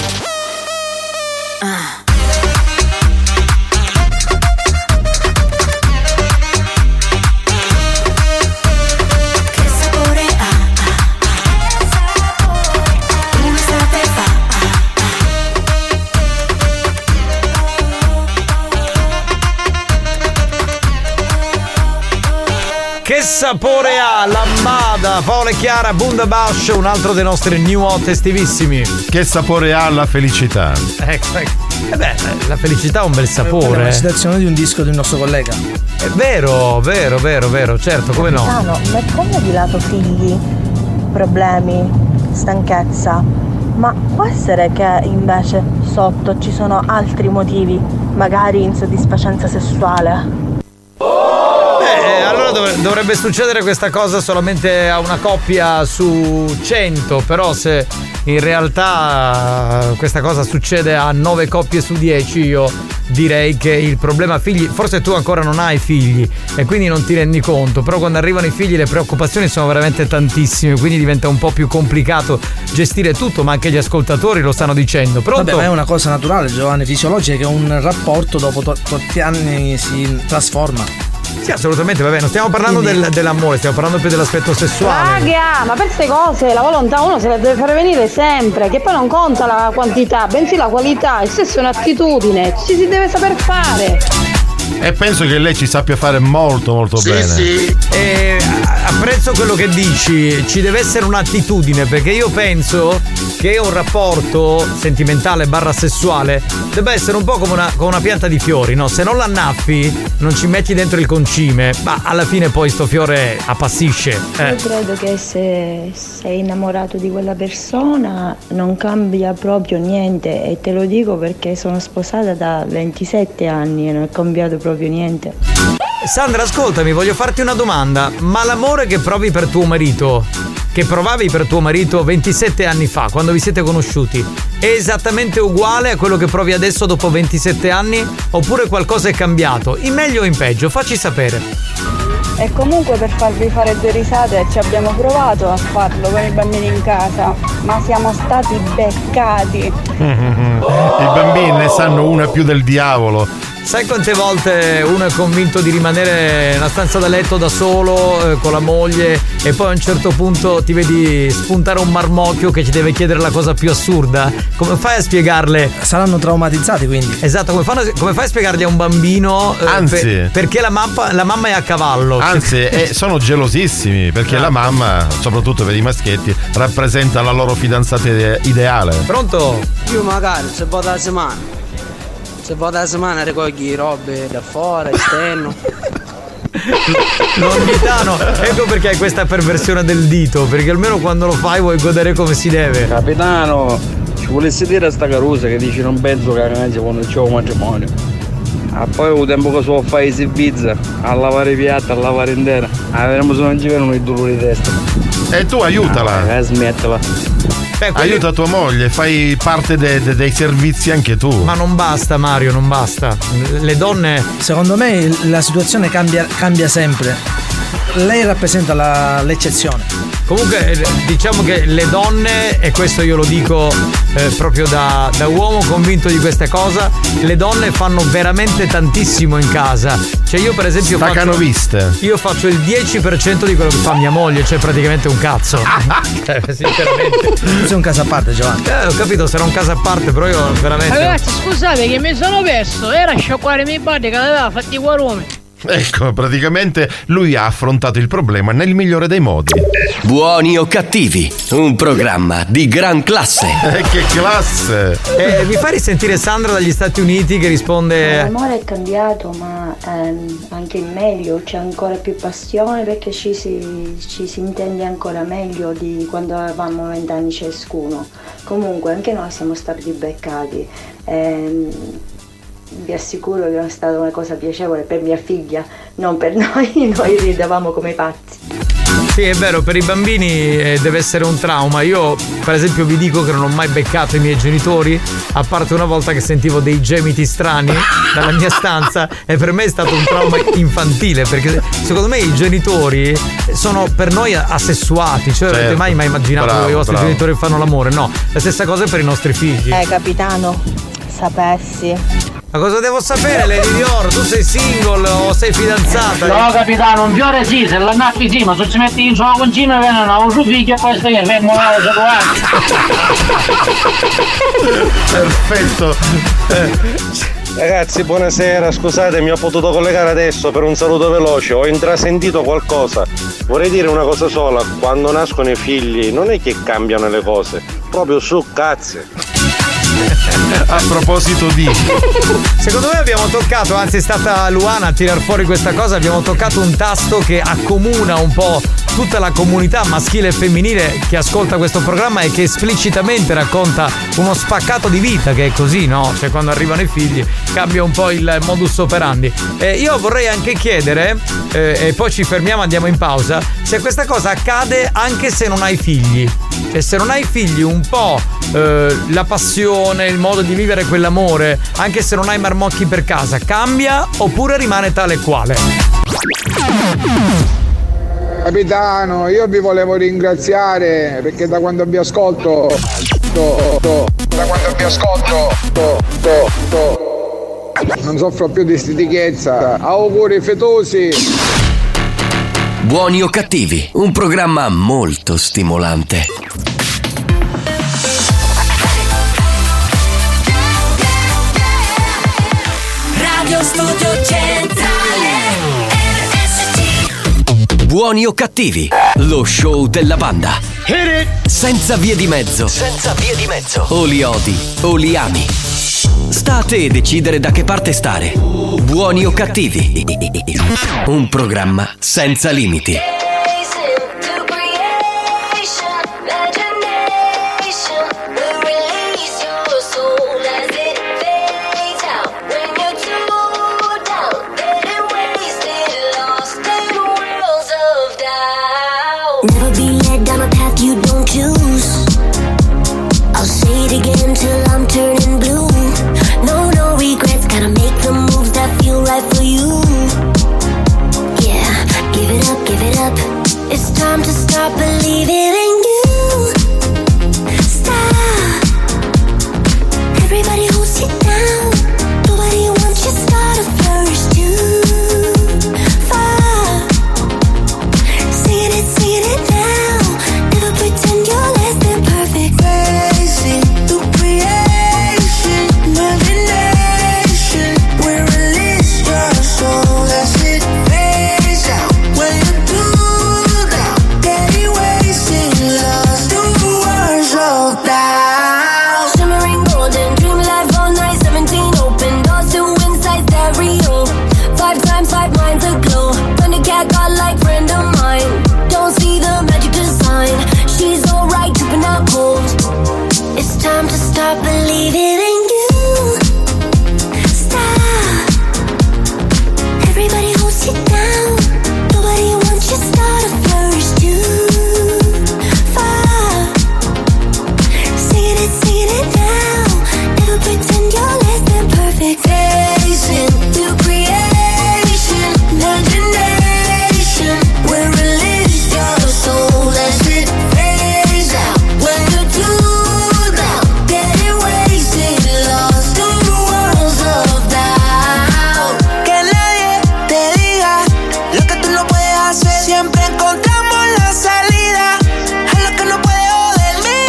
Che sapore ha Lambada, Paola e Chiara, Wunderbash, un altro dei nostri new hot estivissimi. Che sapore ha la felicità? Ecco. La felicità ha un bel sapore. È una citazione di un disco del nostro collega. È vero, certo, come no? Capitano, mettendo di lato figli, problemi, stanchezza, ma può essere che invece sotto ci sono altri motivi, magari insoddisfacenza sessuale? Allora dovrebbe succedere questa cosa solamente a una coppia su 100, però se in realtà questa cosa succede a 9 coppie su 10, io direi che il problema figli, forse tu ancora non hai figli e quindi non ti rendi conto, però quando arrivano i figli le preoccupazioni sono veramente tantissime, quindi diventa un po' più complicato gestire tutto, ma anche gli ascoltatori lo stanno dicendo. Pronto? Vabbè, ma è una cosa naturale, Giovanni, fisiologica, che un rapporto dopo tanti anni si trasforma. Sì, assolutamente, vabbè, non stiamo parlando dell'amore, stiamo parlando più dell'aspetto sessuale. Raga, ma per queste cose la volontà uno se la deve fare venire sempre, che poi non conta la quantità, bensì la qualità. Il sesso è un'attitudine, ci si deve saper fare. E penso che lei ci sappia fare molto molto bene. Sì. Apprezzo quello che dici, ci deve essere un'attitudine, perché io penso che un rapporto sentimentale / sessuale debba essere un po' come una pianta di fiori, no? Se non l'annaffi, non ci metti dentro il concime, ma alla fine poi sto fiore appassisce. Io credo che se sei innamorato di quella persona non cambia proprio niente, e te lo dico perché sono sposata da 27 anni e non è cambiato proprio niente. Sandra, ascoltami, voglio farti una domanda. Ma l'amore che provi per tuo marito, che provavi per tuo marito 27 anni fa, quando vi siete conosciuti, è esattamente uguale a quello che provi adesso dopo 27 anni? Oppure qualcosa è cambiato? In meglio o in peggio? Facci sapere. E comunque, per farvi fare 2 risate, ci abbiamo provato a farlo con i bambini in casa, ma siamo stati beccati. I bambini ne sanno una più del diavolo. Sai quante volte uno è convinto di rimanere nella stanza da letto da solo con la moglie, e poi a un certo punto ti vedi spuntare un marmocchio che ci deve chiedere la cosa più assurda? Come fai a spiegarle? Saranno traumatizzati, quindi. Esatto, come fai a spiegargli a un bambino perché la mamma è a cavallo? Anzi, sono gelosissimi, perché la mamma, soprattutto per i maschietti, rappresenta la loro fidanzata ideale. Pronto? Io magari se vado la settimana racogli robe da fuori, esterno. Longhitano, ecco perché hai questa perversione del dito, perché almeno quando lo fai vuoi godere come si deve. Capitano, ci volessi dire a sta carusa che dici non penso che ragazzi quando c'è un matrimonio. Poi un tempo che so fare i servizi, a lavare i piatti, a lavare intera. Vedremo se non ci vedono i dolori di testa. E tu aiutala. Smettila. Aiuta tua moglie, fai parte dei servizi anche tu. Ma non basta, Mario, non basta. Le donne. Secondo me la situazione cambia sempre. Lei rappresenta l'eccezione. Comunque diciamo che le donne, e questo io lo dico proprio da uomo convinto di questa cosa, le donne fanno veramente tantissimo in casa. Cioè io per esempio io faccio il 10% di quello che fa mia moglie, cioè praticamente un cazzo. Sinceramente. Tu sei un caso a parte, Giovanni. Ho capito, sarà un caso a parte, però io veramente. Ragazzi, scusate che mi sono perso, era sciacquare i miei padri che aveva fatti i guarumi. Ecco, praticamente lui ha affrontato il problema nel migliore dei modi. Buoni o cattivi, un programma di gran classe. Che classe! Mi fa risentire Sandra dagli Stati Uniti che risponde: l'amore è cambiato, ma anche in meglio, c'è ancora più passione, perché ci si intende ancora meglio di quando avevamo 20 anni ciascuno. Comunque anche noi siamo stati beccati. Vi assicuro che è stata una cosa piacevole per mia figlia, non per noi ridevamo come pazzi. Sì, è vero, per i bambini deve essere un trauma. Io per esempio vi dico che non ho mai beccato i miei genitori, a parte una volta che sentivo dei gemiti strani dalla mia stanza, e per me è stato un trauma infantile, perché secondo me i genitori sono per noi asessuati. Cioè avete mai immaginato che i vostri genitori fanno l'amore? No, la stessa cosa è per i nostri figli. Capitano, sapessi. Ma cosa devo sapere, Lady Dior? Tu sei single o sei fidanzata? No, capitano, un fiore sì, se l'annaffi sì, ma se ci metti in suo concime vengono un suo figlio e questo che vengono male Perfetto. Ragazzi, buonasera, scusate, mi ho potuto collegare adesso per un saluto veloce, ho intrasentito qualcosa. Vorrei dire una cosa sola, quando nascono i figli non è che cambiano le cose, proprio su cazze. A proposito di, secondo me abbiamo toccato, anzi è stata Luana a tirar fuori questa cosa, abbiamo toccato un tasto che accomuna un po' tutta la comunità maschile e femminile che ascolta questo programma e che esplicitamente racconta uno spaccato di vita, che è così, no? Cioè quando arrivano i figli cambia un po' il modus operandi. Io vorrei anche chiedere, e poi ci fermiamo, andiamo in pausa, se questa cosa accade anche se non hai figli. E se non hai figli, un po' la passione, il modo di vivere quell'amore, anche se non hai marmocchi per casa, cambia oppure rimane tale e quale? Capitano, io vi volevo ringraziare perché da quando vi ascolto non soffro più di stitichezza. Auguri fetosi. Buoni o cattivi, un programma molto stimolante. Radio Studio Centrale RSC. Buoni o cattivi, lo show della banda. Senza vie di mezzo. Senza vie di mezzo. O li odi o li ami. Sta a te decidere da che parte stare. Buoni o cattivi, un programma senza limiti. Never be led down a path you don't choose. I'll say it again till I'm turning blue. No, no regrets, gotta make the moves that feel right for you. Yeah, give it up, it's time to start believing in you. Stop, everybody holds you down. Nobody wants you start to flourish too far. Singing it now. Never pretend you're less than perfect. Racing through creation, imagination. We release your soul as it fades out. When you do that, steady wasting lost to words of doubt. Shimmering golden, dream life all night. 17 open doors to inside stereo. 5 times 5 minds aglow. Thundercat got like friend of mine. Don't see the magic design. She's alright, dripping out cold. It's time to start believing in you. Stop, everybody holds you down. Nobody wants you start to flourish too far. Singing it now. Never pretend you're less than perfect. Facing through creation, imagination. We release your soul as it fades out. When you do that, getting wasted, lost to worlds of doubt. Que nadie te diga lo que tú no puedes hacer. Siempre encontramos la salida a lo que no puede joderme.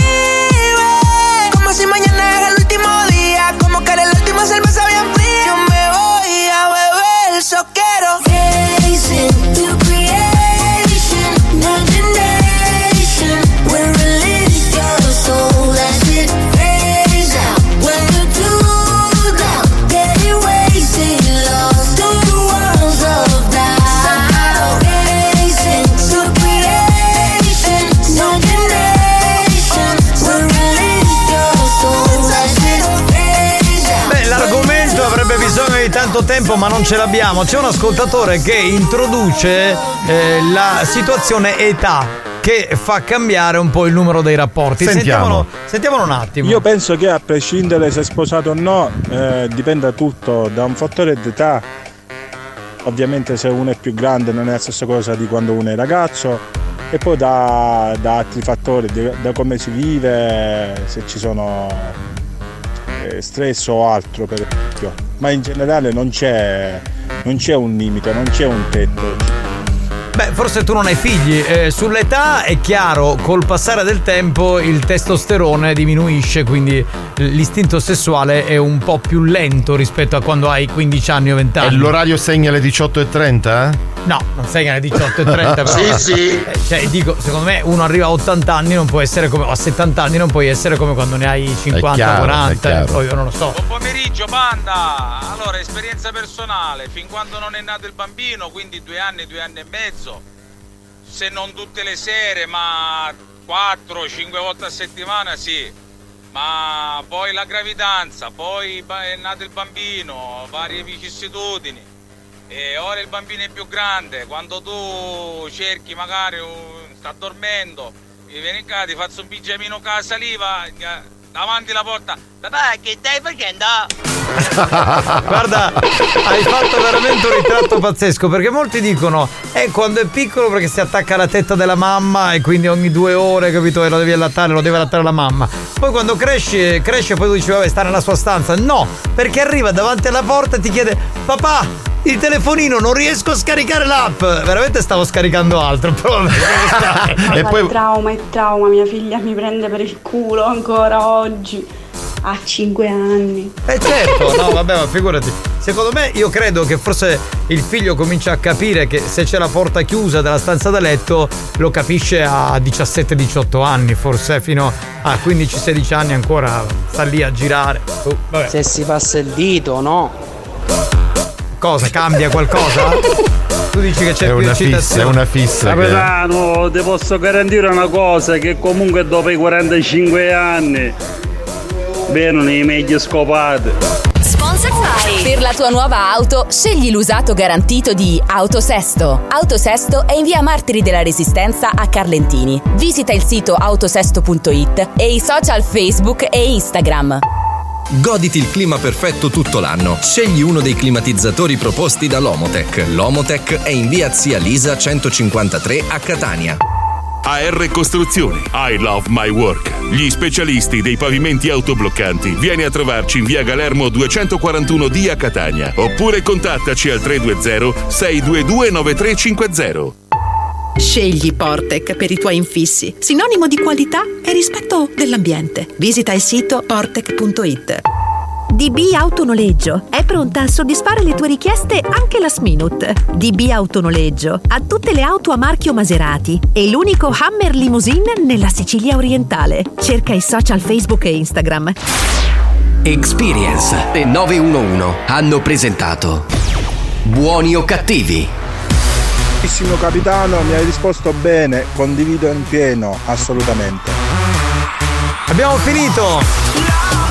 Como si mañana era el último día, como que era la última cerveza bien fría. Yo me voy a beber, so quiero. Facing through creation, imagination. We release your soul as it fades out. When you do that, getting wasted, lost to worlds of doubt. Facing through creation, imagination. We release your soul as it fades out. Beh, l'argomento avrebbe bisogno di tanto tempo, ma non ce l'abbiamo. C'è un ascoltatore che introduce la situazione età, che fa cambiare un po' il numero dei rapporti. Sentiamolo un attimo. Io penso che a prescindere se sposato o no, dipenda tutto da un fattore d'età. Ovviamente se uno è più grande non è la stessa cosa di quando uno è ragazzo, e poi da altri fattori, da come si vive, se ci sono stress o altro per esempio. Ma in generale non c'è un limite, non c'è un tetto. Beh, forse tu non hai figli. Sull'età è chiaro, col passare del tempo il testosterone diminuisce, quindi l'istinto sessuale è un po' più lento rispetto a quando hai 15 anni o 20 anni. E l'orario segna le 18:30? No, non segna le 18:30 però. Sì. Cioè, dico, secondo me uno arriva a 80 anni non può essere come, o a 70 anni non puoi essere come quando ne hai 50, chiaro, 40, poi io non lo so. Buon pomeriggio, banda! Allora, esperienza personale, fin quando non è nato il bambino, quindi 2 anni e mezzo, se non tutte le sere, ma 4-5 volte a settimana, sì. Ma poi la gravidanza, poi è nato il bambino, varie vicissitudini, e ora il bambino è più grande. Quando tu cerchi, magari sta dormendo, vieni qua, ti faccio un pigiamino con la saliva, davanti alla porta. Papà, che stai facendo? Guarda, hai fatto veramente un ritratto pazzesco, perché molti dicono quando è piccolo perché si attacca alla tetta della mamma e quindi ogni 2 ore, capito, lo devi allattare, lo deve allattare la mamma. Poi quando cresce e poi tu dici vabbè, sta nella sua stanza. No, perché arriva davanti alla porta e ti chiede: papà, il telefonino, non riesco a scaricare l'app. Veramente stavo scaricando altro. E poi è trauma, mia figlia mi prende per il culo ancora oggi. Ha 5 anni. Certo, no vabbè, ma figurati. Secondo me, io credo che forse il figlio comincia a capire che se c'è la porta chiusa della stanza da letto, lo capisce a 17-18 anni, forse fino a 15-16 anni ancora sta lì a girare. Vabbè. Se si passa il dito, no? Cosa? Cambia qualcosa? Tu dici che c'è più eccitazione? È una fissa. Capitano, ti posso garantire una cosa, che comunque dopo i 45 anni vengono i meglio scopati. Sponsor Fai. Per la tua nuova auto scegli l'usato garantito di Autosesto. Autosesto è in via Martiri della Resistenza a Carlentini. Visita il sito autosesto.it e i social Facebook e Instagram. Goditi il clima perfetto tutto l'anno. Scegli uno dei climatizzatori proposti da Lomotec. Lomotec è in via Zia Lisa 153 a Catania. AR Costruzioni, I Love My Work. Gli specialisti dei pavimenti autobloccanti. Vieni a trovarci in via Galermo 241D a Catania. Oppure contattaci al 320-622-9350. Scegli Portec per i tuoi infissi, sinonimo di qualità e rispetto dell'ambiente. Visita il sito portec.it. DB Autonoleggio è pronta a soddisfare le tue richieste anche last minute. DB Autonoleggio ha tutte le auto a marchio Maserati e l'unico Hummer Limousine nella Sicilia orientale. Cerca i social Facebook e Instagram. Experience e 911 hanno presentato Buoni o Cattivi. Carissimo capitano, mi hai risposto bene, condivido in pieno, assolutamente. Abbiamo finito.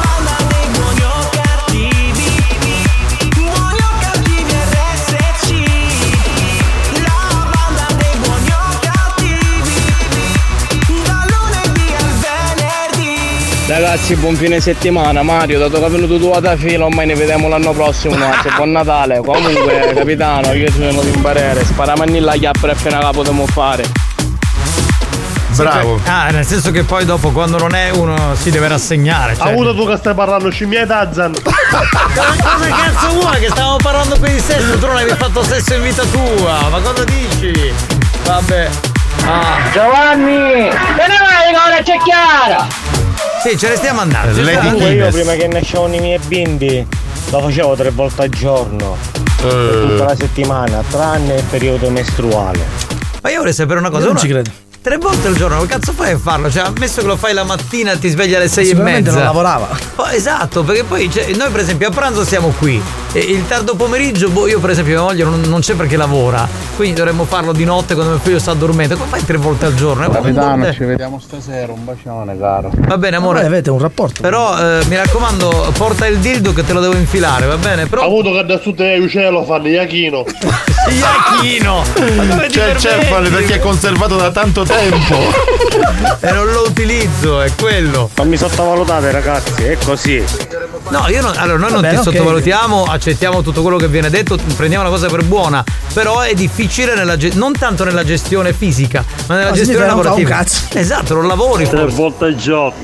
Ragazzi, buon fine settimana. Mario, dato che è venuto tu da fila, ormai ne vediamo l'anno prossimo. Buon Natale. Comunque, capitano, io sono venuto in barriere. Sparamanni la chiappa e appena la potremmo fare. Bravo. Nel senso che poi dopo, quando non è, uno si deve rassegnare. Ha avuto tu che stai parlando scimmia Tarzan. Cosa cazzo vuoi? Che stavamo parlando qui di sesso? Tu non avevi fatto sesso in vita tua. Ma cosa dici? Vabbè. Giovanni! Te ne vai che ora c'è Chiara! Sì, ce ne stiamo andando. Comunque io prima che nascevano i miei bimbi lo facevo 3 volte al giorno. Per tutta la settimana, tranne il periodo mestruale. Ma io vorrei sapere una cosa. Io non ci credo. 3 volte al giorno, che cazzo fai a farlo? Cioè, ammesso che lo fai la mattina e ti svegli alle 6:30. Non lavorava. Esatto, perché poi noi per esempio a pranzo siamo qui e il tardo pomeriggio, io per esempio mia moglie non c'è perché lavora, quindi dovremmo farlo di notte quando mio figlio sta dormendo. Come fai 3 volte al giorno? Capitano, ci vediamo stasera, un bacione caro. Va bene amore. Avete un rapporto. Però mi raccomando, porta il dildo che te lo devo infilare, va bene? Ha avuto che da sotto il cielo fanno Iachino. Iachino! C'è perché è conservato da tanto tempo. E non lo utilizzo, è quello. Non mi sottovalutate ragazzi, è così. No, noi non ti sottovalutiamo, accettiamo tutto quello che viene detto, prendiamo la cosa per buona. Però è difficile non tanto nella gestione fisica, ma nella gestione lavorativa. Non fa un cazzo. Esatto, non lavori. 3 volte al giorno.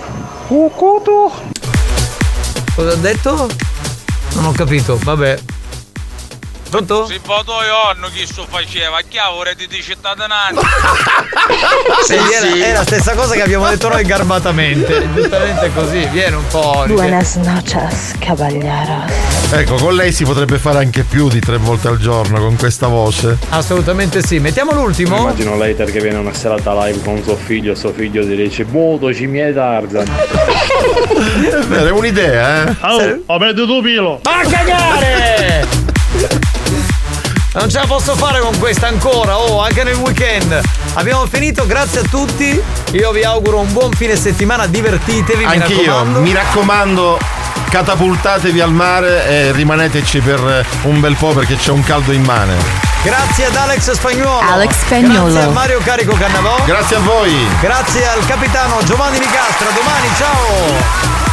Cosa ha detto? Non ho capito, vabbè. Pronto? Si votò io chi sto faceva, chiavore di cittadinanza. È la stessa cosa che abbiamo detto noi garbatamente. Giustamente così, viene un po'. Buenas noches, caballeros. Ecco, con lei si potrebbe fare anche più di 3 volte al giorno con questa voce. Assolutamente sì. Mettiamo l'ultimo. Immagino later che viene una serata live con suo figlio dice molto cimie Tarzan. È un'idea, eh? Ho perduto pilo. Ma a cagare! Non ce la posso fare con questa ancora, anche nel weekend. Abbiamo finito, grazie a tutti. Io vi auguro un buon fine settimana, divertitevi. Anch'io, mi raccomando, catapultatevi al mare e rimaneteci per un bel po' perché c'è un caldo immane. Grazie ad Alex Spagnuolo. Grazie a Mario Carico Cannavò. Grazie a voi. Grazie al capitano Giovanni Nicastra. Domani, ciao.